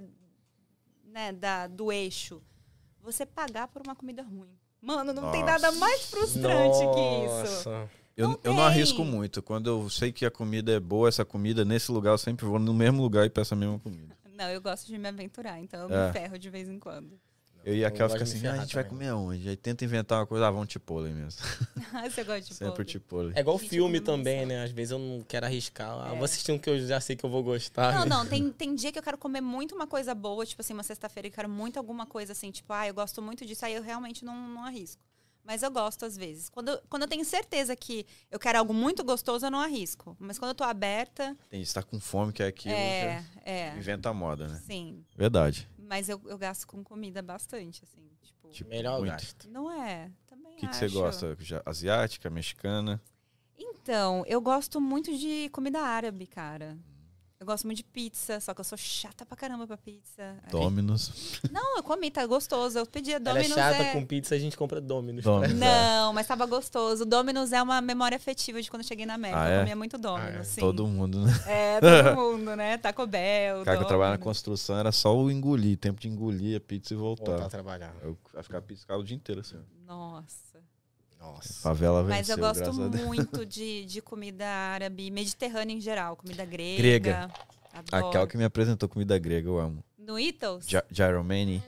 né, da, do eixo, você pagar por uma comida ruim. Mano, não tem Nossa. nada mais frustrante que isso. Nossa. Eu, Não eu não tem. arrisco muito. Quando eu sei que a comida é boa, essa comida, nesse lugar, eu sempre vou no mesmo lugar e peço a mesma comida. Não, eu gosto de me aventurar, então eu É. me ferro de vez em quando. Eu e Eu a Kel gosto fica de me assim, ah, a ferrar gente vai também. comer aonde? Aí tenta inventar uma coisa, ah, vamos Chipotle mesmo. Você gosta de Sempre podre? Chipotle. É igual Gente, filme eu não também, sei. né? Às vezes eu não quero arriscar. Ah, É. vou assistir um que eu já sei que eu vou gostar. Não, né? não, tem, tem dia que eu quero comer muito uma coisa boa, tipo assim, uma sexta-feira, eu quero muito alguma coisa assim, tipo, ah, eu gosto muito disso, aí eu realmente não, não arrisco. Mas eu gosto às vezes. Quando, eu- quando eu tenho certeza que eu quero algo muito gostoso, eu não arrisco. Mas quando eu tô aberta, Tem gente que tá com fome, quer aquilo, é, já é, inventa a moda, né? sim. Verdade. Mas eu, eu gasto com comida bastante, assim, tipo... Tipo, Melhor muito. gasto. Não é, também O que, que acho. você gosta? Já- Asiática, mexicana? Então, eu gosto muito de comida árabe, cara. Eu gosto muito de pizza, só que eu sou chata pra caramba pra pizza. Domino's. Não, eu comi, tá gostoso. Eu pedi a Ela é Domino's. chata é... com pizza, a gente compra Domino's. Domino's. Não, mas tava gostoso. Domino's é uma memória afetiva de quando eu cheguei na América. Ah, eu é? comia muito Domino's, Ah, é. sim. Todo mundo, né? É, todo mundo, né? Taco Bell, O cara que eu trabalhava na Domino's. construção era só o engolir, tempo de engolir a pizza e Voltar a voltar. trabalhar. Eu ia ficar piscado o dia inteiro assim. ó. Nossa. Nossa. Favela venceu, Mas eu gosto graças a Deus. muito de, de comida árabe, mediterrânea em geral. Comida grega. Grega. Adoro. Aquela que me apresentou comida grega, eu amo. No Itos? Gy- Gyromani.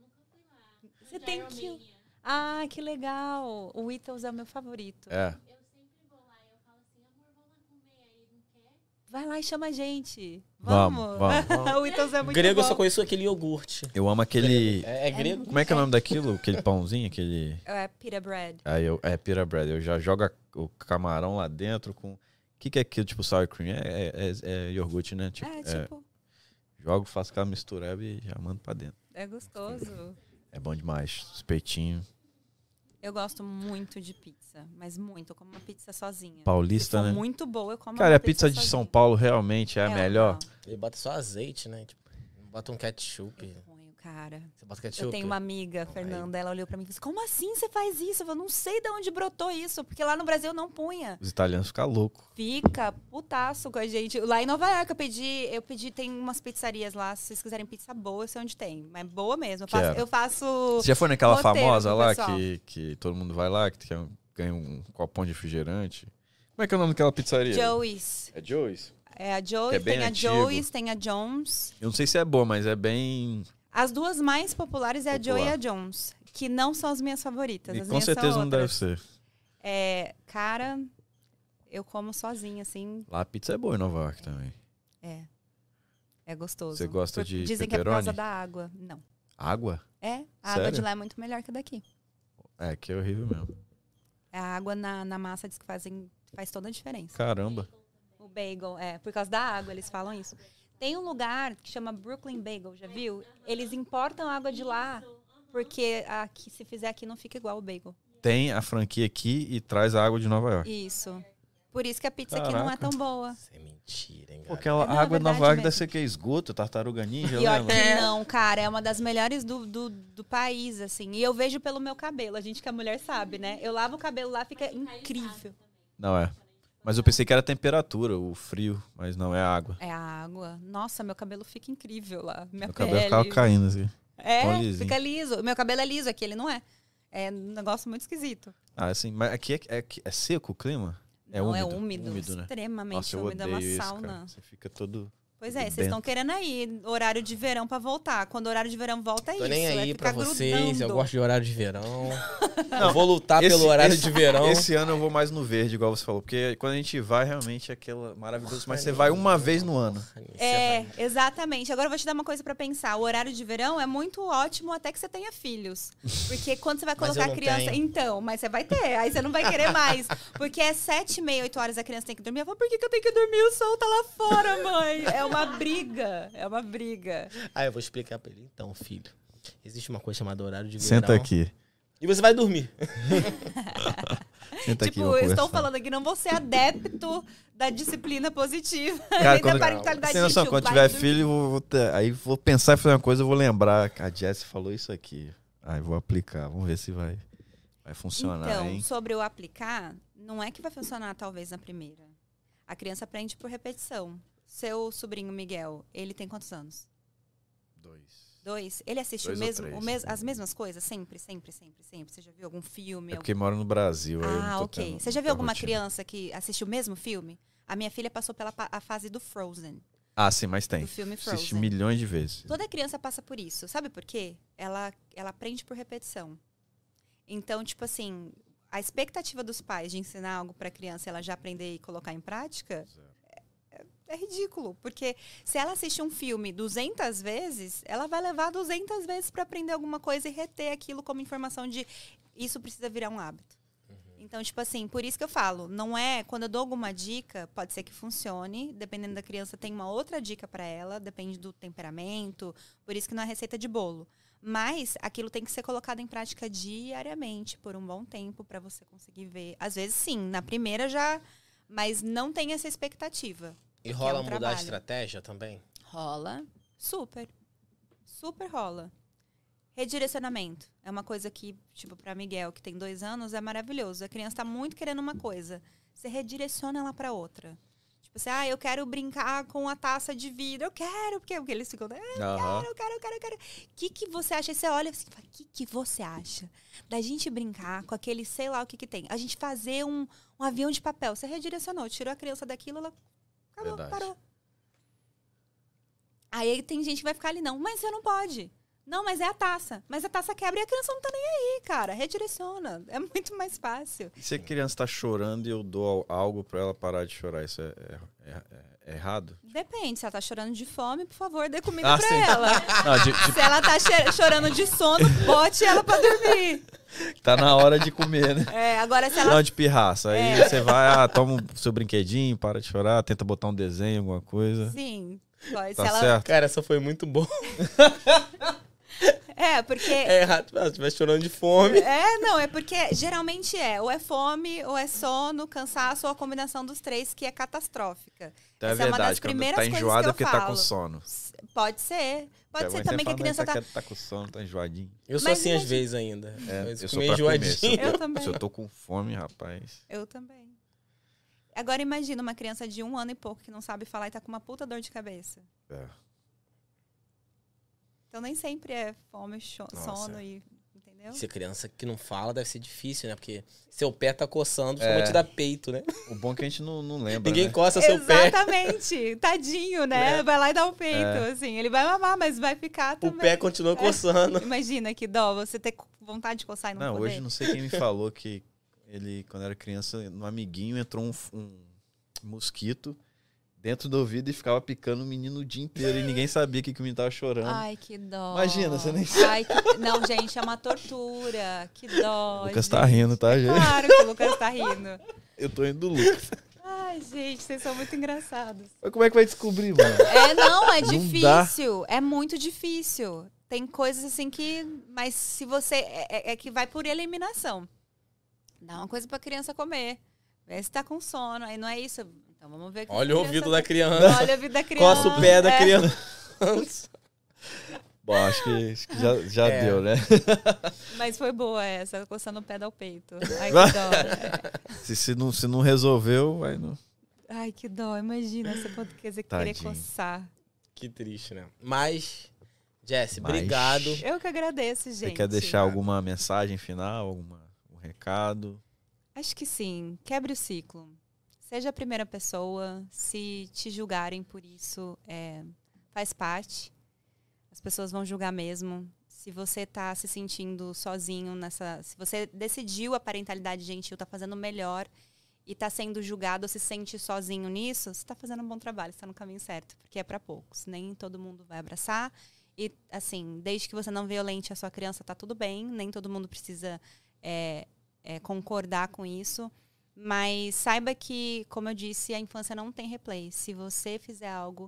Você tem que... Ah, que legal. O Itos é o meu favorito. É. Vai lá e chama a gente. Vamos, Vamos. vamos. O Itos é muito Grego eu bom. só conheço aquele iogurte. Eu amo aquele... É, é grego? Como é que é o nome daquilo? Aquele pãozinho, aquele... É pita bread. Aí eu, é pita bread. Eu já jogo a- o camarão lá dentro com... O que, que é aquilo? Tipo sour cream? É, é, é- é iogurte, né? Tipo, é, é, tipo, jogo, faço aquela mistureba e já mando pra dentro. é gostoso. É bom demais. Os peitinhos. Eu gosto muito de pizza, mas muito. Eu como uma pizza sozinha. Paulista, Se for né? muito boa, eu como Cara, uma a pizza de sozinha. São Paulo realmente é a É melhor. uma- Ele bota só azeite, né? Tipo, não bota um ketchup. Eu ponho, cara. Você bota ketchup? Eu tenho uma amiga, Fernanda, ela olhou pra mim e disse, como assim você faz isso? Eu falei, não sei de onde brotou isso, porque lá no Brasil eu não punha. Os italianos ficam loucos. Fica putaço com a gente. Lá em Nova York eu pedi, eu pedi, tem umas pizzarias lá, se vocês quiserem pizza boa, eu sei onde tem. Mas boa mesmo. Eu faço, Quero. eu faço Você já foi naquela roteiro famosa pro lá pessoal. que, que todo mundo vai lá, que tem um- ganha um copão de refrigerante. Como é que é o nome daquela pizzaria? Joey's. É Joey's? É a Que Joey's, é bem tem a antigo. Joey's, tem a Jones. Eu não sei se é boa, mas é bem... As duas mais populares é a Popular. Joey e a Jones, que não são as minhas favoritas. E As com minhas certeza são não deve outras. ser. É, cara, eu como sozinha, assim, Lá a pizza é boa em Nova York também. é. É gostoso. Você gosta Por- de Dizem que é por causa pepperoni? da água. Não. Água? É, a Sério? água de lá é muito melhor que a daqui. É, que é horrível mesmo. A água na, na massa diz que fazem, faz toda a diferença. Caramba. O bagel, é, por causa da água, eles falam isso. Tem um lugar que chama Brooklyn Bagel, já viu? Eles importam água de lá, porque aqui, se fizer aqui não fica igual o bagel. Tem a franquia aqui e traz a água de Nova York. Isso. Por isso que a pizza aqui não é Caraca. tão boa. Isso é mentira, hein, Pô, cara? aquela Não, é água de Nova verdade York mesmo. deve ser que é esgoto, tartaruga ninja, E ó, lembra? que não, cara, é uma das melhores do, do, do país, assim. E eu vejo pelo meu cabelo, a gente que é mulher sabe, né? Eu lavo o cabelo lá, fica incrível. Não é. Mas eu pensei que era a temperatura, o frio, mas não, é a água. É a água. Nossa, meu cabelo fica incrível lá. Minha Meu pele. cabelo ficava caindo assim. tão É, lisinho. fica liso. Meu cabelo é liso, aqui ele não é. É um negócio muito esquisito. Ah, assim, mas aqui é, é, é seco o clima? É não, úmido, é úmido. úmido, né? Extremamente Nossa, eu úmido. É odeio uma isso, sauna. cara. Você fica todo... Pois é, tudo vocês estão bento. querendo aí horário de verão pra voltar. Quando o horário de verão volta, é Tô isso. nem é aí ficar pra vocês, eu grudando. gosto de horário de verão. Não, eu vou lutar esse- pelo horário esse- de verão. Esse ano eu vou mais no verde, igual você falou. Porque quando a gente vai, realmente é aquela maravilhoso. Mas você vai uma vez no ano. É, exatamente. Agora eu vou te dar uma coisa pra pensar. O horário de verão é muito ótimo até que você tenha filhos. Porque quando você vai Mas eu colocar a não criança... tenho. Então, mas você vai ter. Aí você não vai querer mais. Porque é sete e meia, oito horas a criança tem que dormir. Eu falo, por que, que eu tenho que dormir? O sol tá lá fora, mãe. É uma briga. É uma briga. Ah, eu vou explicar pra ele. Então, filho, existe uma coisa chamada horário de verão. Senta aqui. E você vai dormir. Senta aqui, Tipo, vamos eu estou conversar. falando aqui, não vou ser adepto da disciplina positiva. Cara, nem quando, da parentalidade sem noção, tio, quando vai tiver dormir. filho, eu vou, vou ter- aí vou pensar em fazer uma coisa, eu vou lembrar. A Jessie falou isso aqui. Aí vou aplicar. Vamos ver se vai, vai funcionar, Então, hein? sobre o aplicar, não é que vai funcionar talvez na primeira. A criança aprende por repetição. Seu sobrinho Miguel, ele tem quantos anos? Dois. Dois? Ele assiste Dois o ou mesmo, três. o mes as mesmas coisas? Sempre, sempre, sempre, sempre. Você já viu algum filme? É algum- porque mora no Brasil. aí eu não Ah, tô ok. tendo Você já viu muita alguma rotina. criança que assiste o mesmo filme? A minha filha passou pela pa- a fase do Frozen, Ah, sim, mas tem. do filme Assisti Frozen. milhões de vezes. Toda criança passa por isso. Sabe por quê? Ela, ela aprende por repetição. Então, tipo assim, a expectativa dos pais de ensinar algo para a criança e ela já aprender e colocar em prática é, é- é ridículo. Porque se ela assiste um filme duzentas vezes, ela vai levar duzentas vezes para aprender alguma coisa e reter aquilo como informação de isso precisa virar um hábito. Então, tipo assim, por isso que eu falo, não é, quando eu dou alguma dica, pode ser que funcione, dependendo da criança, tem uma outra dica para ela, depende do temperamento, por isso que não é receita de bolo. Mas aquilo tem que ser colocado em prática diariamente, por um bom tempo, para você conseguir ver. Às vezes, sim, na primeira já, mas não tem essa expectativa. E porque é rola um mudar a trabalho. estratégia também? Rola, super, super rola. Redirecionamento é uma coisa que, tipo, para Miguel, que tem dois anos, é maravilhoso. A criança tá muito querendo uma coisa. Você redireciona ela para outra. Tipo assim, ah, eu quero brincar com a taça de vidro. Eu quero, porque, porque eles ficam, ah, Aham. eu quero, eu quero, eu quero. O que, que você acha? Aí você olha assim, fala, o que, que você acha da gente brincar com aquele, sei lá o que que tem? A gente fazer um, um avião de papel. Você redirecionou, tirou a criança daquilo, ela acabou, Verdade. parou. Aí tem gente que vai ficar ali, não, mas você não pode. Não, mas é a taça. Mas a taça quebra e a criança não tá nem aí, cara. Redireciona. É muito mais fácil. E se a criança tá chorando e eu dou algo pra ela parar de chorar, isso é, é- é- é errado? Depende. Se ela tá chorando de fome, por favor, dê comida Ah, pra sim. ela. Não, de- de- Se ela tá che- chorando de sono, bote ela pra dormir. tá na hora de comer, né? É, agora se ela... Não, de pirraça. Aí É. você vai, ah, toma o seu brinquedinho, para de chorar, tenta botar um desenho, alguma coisa. Sim. Pode. Tá se ela... certo? Cara, essa foi muito boa. É, porque... É errado. Se estiver chorando de fome. É, não, é porque geralmente é ou é fome, ou é sono, cansaço, ou a combinação dos três, que é catastrófica. Então é Essa é uma das verdade, quando primeiras tá coisas enjoada que eu porque tá falo. com sono. Pode ser. Pode Porque ser a mãe também sempre que a fala, criança "Não, tá... tá... tá com sono, tá enjoadinho. Eu sou Mas assim às imagina- vezes ainda. É, eu eu sou sou meio pra comer. Se enjoadinho. eu, Eu tô, também. se eu tô com fome, rapaz. Eu também. Agora imagina uma criança de um ano e pouco que não sabe falar e tá com uma puta dor de cabeça. É. Então nem sempre é fome, cho- Nossa, sono é. e... Entendeu? Entendeu? Se a criança que não fala, deve ser difícil, né? Porque seu pé tá coçando, É. somente dá peito, né? O bom é que a gente não, não lembra, Ninguém né? coça seu pé. Exatamente. Tadinho, né? É. Vai lá e dá o peito, É. assim. Ele vai mamar, mas vai ficar O também. pé continua coçando. Imagina que dó, você ter vontade de coçar e não, Não, poder. hoje não sei quem me falou que ele, quando era criança, no amiguinho entrou um, um mosquito dentro do ouvido e ficava picando o menino o dia inteiro e ninguém sabia que, que o menino tava chorando. Ai, que dó. Imagina, você nem Ai, que... Não, gente, é uma tortura. Que dó. O Lucas gente. tá rindo, tá, gente? Claro que o Lucas tá rindo. Eu tô indo do Lucas. Ai, gente, vocês são muito engraçados. Mas como é que vai descobrir, mano? É, não, é Não difícil. É muito difícil. Tem coisas assim que... Mas se você... É, é- é que vai por eliminação. Dá uma coisa pra criança comer. Vê se tá com sono. Aí não é isso. Então vamos ver... que Olha a o criança ouvido tá- da criança. Olha o ouvido da criança. Coça o pé da É. criança. Bom, acho que, acho que já, já É. deu, né? Mas foi boa essa, coçando o pé ao peito. Ai, que dó. Se, se, não, se não resolveu, vai no... Ai, que dó. Imagina você pode quer dizer, querer Tadinho. coçar. Que triste, né? Mas, Jesse, Mas- obrigado. Eu que agradeço, gente. Você quer deixar alguma mensagem final, alguma, um recado? Acho que sim. Quebre o ciclo. Seja a primeira pessoa. Se te julgarem por isso, é, faz parte. As pessoas vão julgar mesmo. Se você está se sentindo sozinho nessa... Se você decidiu a parentalidade gentil, está fazendo o melhor e está sendo julgado ou se sente sozinho nisso, você está fazendo um bom trabalho, está no caminho certo. Porque é para poucos. Nem todo mundo vai abraçar. E, assim, desde que você não violente a sua criança, está tudo bem. Nem todo mundo precisa... É, É, concordar com isso, mas saiba que, como eu disse, a infância não tem replay. Se você fizer algo,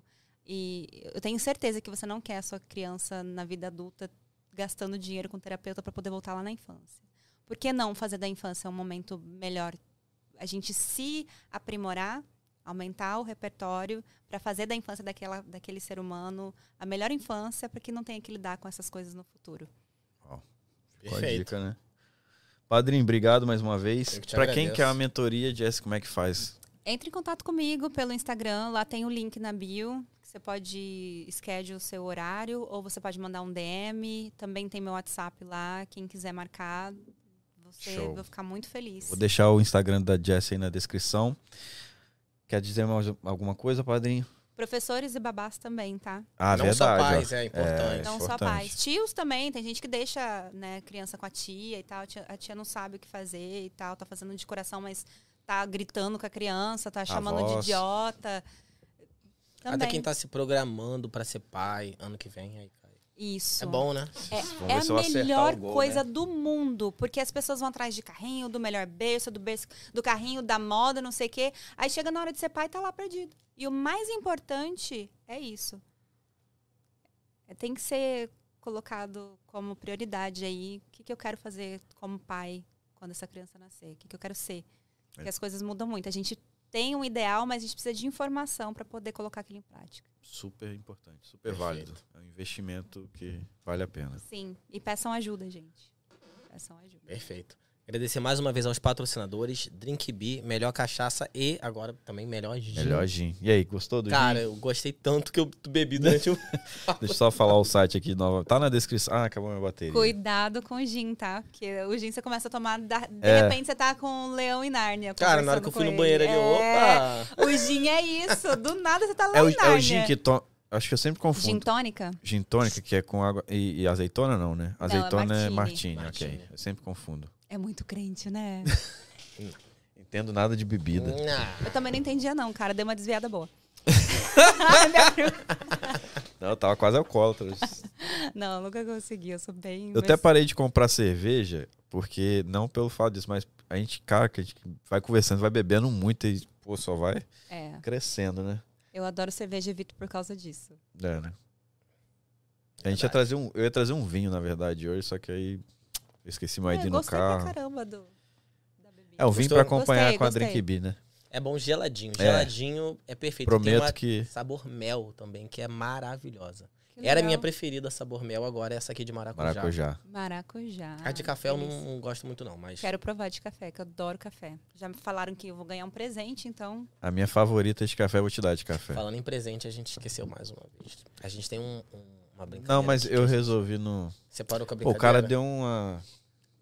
e eu tenho certeza que você não quer a sua criança na vida adulta gastando dinheiro com terapeuta para poder voltar lá na infância. Por que não fazer da infância um momento melhor? A gente se aprimorar, aumentar o repertório para fazer da infância daquela, daquele ser humano a melhor infância para que não tenha que lidar com essas coisas no futuro. Ó, ficou a Perfeito. dica, né? Padrinho, obrigado mais uma vez. Eu que te Pra quem agradeço. quer a mentoria, Jess, como é que faz? Entre em contato comigo pelo Instagram, lá tem o link na bio. Você pode schedule o seu horário ou você pode mandar um D M. Também tem meu WhatsApp lá, quem quiser marcar. Você Show. vai ficar muito feliz. Vou deixar o Instagram da Jess aí na descrição. Quer dizer mais alguma coisa, padrinho? Professores e babás também, tá? Ah, Não verdade. só ó. pais, é importante. Não só importante. pais. Tios também, tem gente que deixa, né, criança com a tia e tal. A tia, a tia não sabe o que fazer e tal, tá fazendo de coração, mas tá gritando com a criança, tá chamando de Avós. idiota. Também. Até quem tá se programando pra ser pai ano que vem, aí cai. Isso. É bom, né? É, Vamos é ver se eu a acertar melhor o gol, coisa né? do mundo, porque as pessoas vão atrás de carrinho, do melhor berço, do berço, do carrinho, da moda, não sei o quê. Aí chega na hora de ser pai e tá lá perdido. E o mais importante é isso. É, tem que ser colocado como prioridade aí. O que, que eu quero fazer como pai quando essa criança nascer? O que, que eu quero ser? Porque É. as coisas mudam muito. A gente tem um ideal, mas a gente precisa de informação para poder colocar aquilo em prática. Super importante, super Perfeito. válido. É um investimento que vale a pena. Sim. E peçam ajuda, gente. Peçam ajuda. Perfeito. Agradecer mais uma vez aos patrocinadores, Drink Bee, melhor cachaça e agora também melhor gin. Melhor gin. E aí, gostou do Cara, gin? eu gostei tanto que eu bebi durante o... Deixa eu só falar o site aqui. Nova. Tá na descrição. Ah, acabou minha bateria. Cuidado com o gin, tá? Porque o gin você começa a tomar, da- de É. repente você tá com um leão em Nárnia. Cara, na hora que eu fui no banheiro ali, é, opa! o gin é isso. Do nada você tá lá É o, em é Nárnia. o gin que... To... Acho que eu sempre confundo. Gin tônica? Gin tônica, que é com água e, e azeitona, não, né? é Azeitona é martini. martini, ok. Martini. Eu sempre confundo. É muito crente, né? Entendo nada de bebida. Nah. Eu também não entendia não, cara. Deu uma desviada boa. Não, eu tava quase alcoólatra. Não, nunca consegui. Eu sou bem... Eu até parei de comprar cerveja, porque não pelo fato disso, mas a gente, cara, que a gente vai conversando, vai bebendo muito e, pô, só vai É, crescendo, né? eu adoro cerveja e evito por causa disso. É, né? A gente ia trazer um, eu ia trazer um vinho, na verdade, hoje, só que aí eu esqueci mais É, de ir eu no gostei carro. pra caramba do, da bebida. É, o vinho Gostou? pra acompanhar Gostei, com a gostei. Drink Bee, né? É bom geladinho. É. Geladinho é, perfeito. Tem Prometo uma que... sabor mel também, que é maravilhosa. Que Era a legal. minha preferida, sabor mel, agora é essa aqui de maracujá. Maracujá. Maracujá. A de café eu delícia. não, não gosto muito não, mas... Quero provar de café, que eu adoro café. Já me falaram que eu vou ganhar um presente, então... A minha favorita de café, eu vou te dar de café. Falando em presente, a gente esqueceu mais uma vez. A gente tem um, um- uma brincadeira. Não, mas aqui eu que a gente resolvi no... Separou com a Pô, brincadeira. o cara deu uma...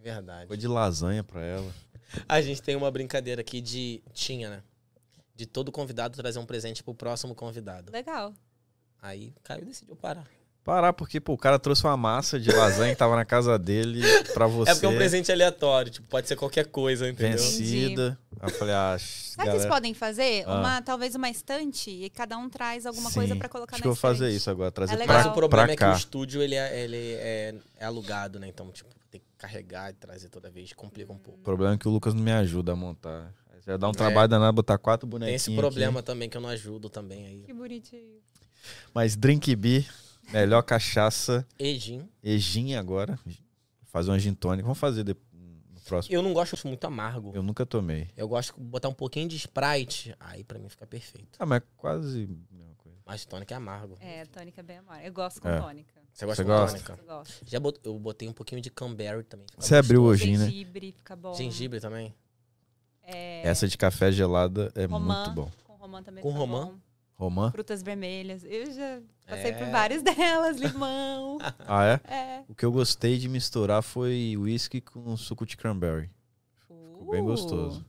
Verdade. Foi de lasanha pra ela. A gente tem uma brincadeira aqui de... Tinha, né? De todo convidado trazer um presente pro próximo convidado. Legal. Aí Caio decidiu parar. Parar, porque pô, o cara trouxe uma massa de lasanha que tava na casa dele pra você. É porque é um presente aleatório, tipo, pode ser qualquer coisa, entendeu? vencida. Aí eu falei, ah, Sabe o que galera... vocês podem fazer? Ah. Uma, talvez uma estante e cada um traz alguma Sim, coisa pra colocar acho na que eu vou estante. fazer isso agora, trazer É pra, legal. Mas o problema pra é que o cá. estúdio, ele, é, ele é, é alugado, né? Então, tipo, tem que carregar e trazer toda vez, complica um pouco. O problema é que o Lucas não me ajuda a montar. Aí já dá um É. trabalho danado botar quatro Tem bonequinhos esse problema aqui. também que eu não ajudo também aí. Que bonitinho. Mas Drink Bee, melhor cachaça, E gin. e gin agora. Fazer uma gin tônica. Vamos fazer de- no próximo. Eu não gosto muito amargo. Eu nunca tomei. Eu gosto de botar um pouquinho de Sprite, aí pra mim fica perfeito. Ah, mas é quase a mesma coisa. Mas tônica é amargo. É, tônica é bem amarga. Eu gosto com É. tônica. Você gosta Você de gosta? tônica? Eu gosto. Já bot... Eu botei um pouquinho de cranberry também. fica Você abriu gostoso. hoje, né? Gengibre, fica bom. Gengibre também? É, Essa de café gelada é romã. muito bom. Com romã também Com fica romã? bom. Romã? Frutas vermelhas. Eu já passei É. por várias delas. Limão. Ah, é? É. O que eu gostei de misturar foi whisky com suco de cranberry. Ficou bem Uh. gostoso.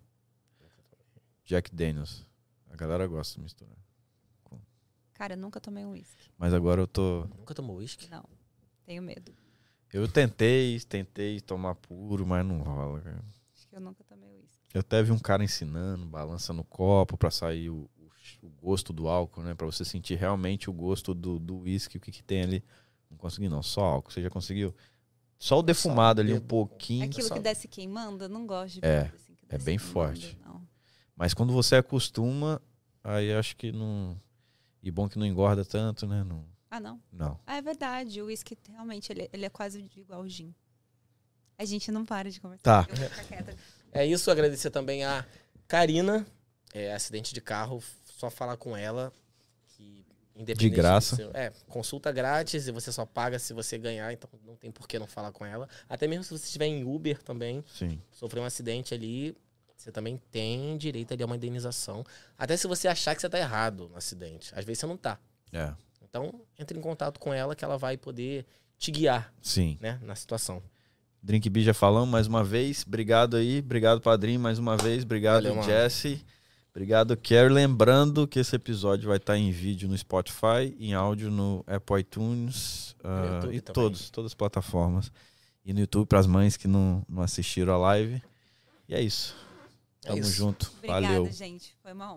Jack Daniels. A galera gosta de misturar. Cara, eu nunca tomei um uísque. Mas agora eu tô... Nunca tomou uísque? Não. Tenho medo. Eu tentei, tentei tomar puro, mas não rola, cara. Acho que eu nunca tomei uísque. Eu até vi um cara ensinando, balança no copo pra sair o, o, o gosto do álcool, né? Pra você sentir realmente o gosto do do uísque, o que que tem ali. Não consegui não, só álcool. Você já conseguiu? Só o defumado ali um bebo. pouquinho. Aquilo só- que desce queimando, eu não gosto de É, bebida assim, que é desce bem queimando, forte. não. Mas quando você acostuma, aí acho que não... E bom que não engorda tanto, né? Não. Ah, não? não. Ah, é verdade. O uísque, realmente, ele, ele é quase igual ao gin. A gente não para de conversar. Tá. Eu vou ficar quieta. É isso, agradecer também a Karina, é, acidente de carro, só falar com ela que independente De graça. do seu- é, consulta grátis e você só paga se você ganhar, então não tem por que não falar com ela. Até mesmo se você estiver em Uber também, Sim. sofreu um acidente ali, você também tem direito ali a uma indenização. Até se você achar que você tá errado no acidente. Às vezes você não tá. É. Então, entre em contato com ela que ela vai poder te guiar, Sim. né, na situação. Drink Bee já falamos mais uma vez. Obrigado aí. Obrigado, padrinho, mais uma vez. Obrigado, Valeu, mano. Jesse. Obrigado, Kerry. Lembrando que esse episódio vai estar em vídeo no Spotify, em áudio no Apple iTunes ah, YouTube e também. todos, todas as plataformas. E no YouTube para as mães que não, não assistiram a live. E é isso. É Tamo isso. junto. Obrigada, Valeu. gente. Foi uma honra.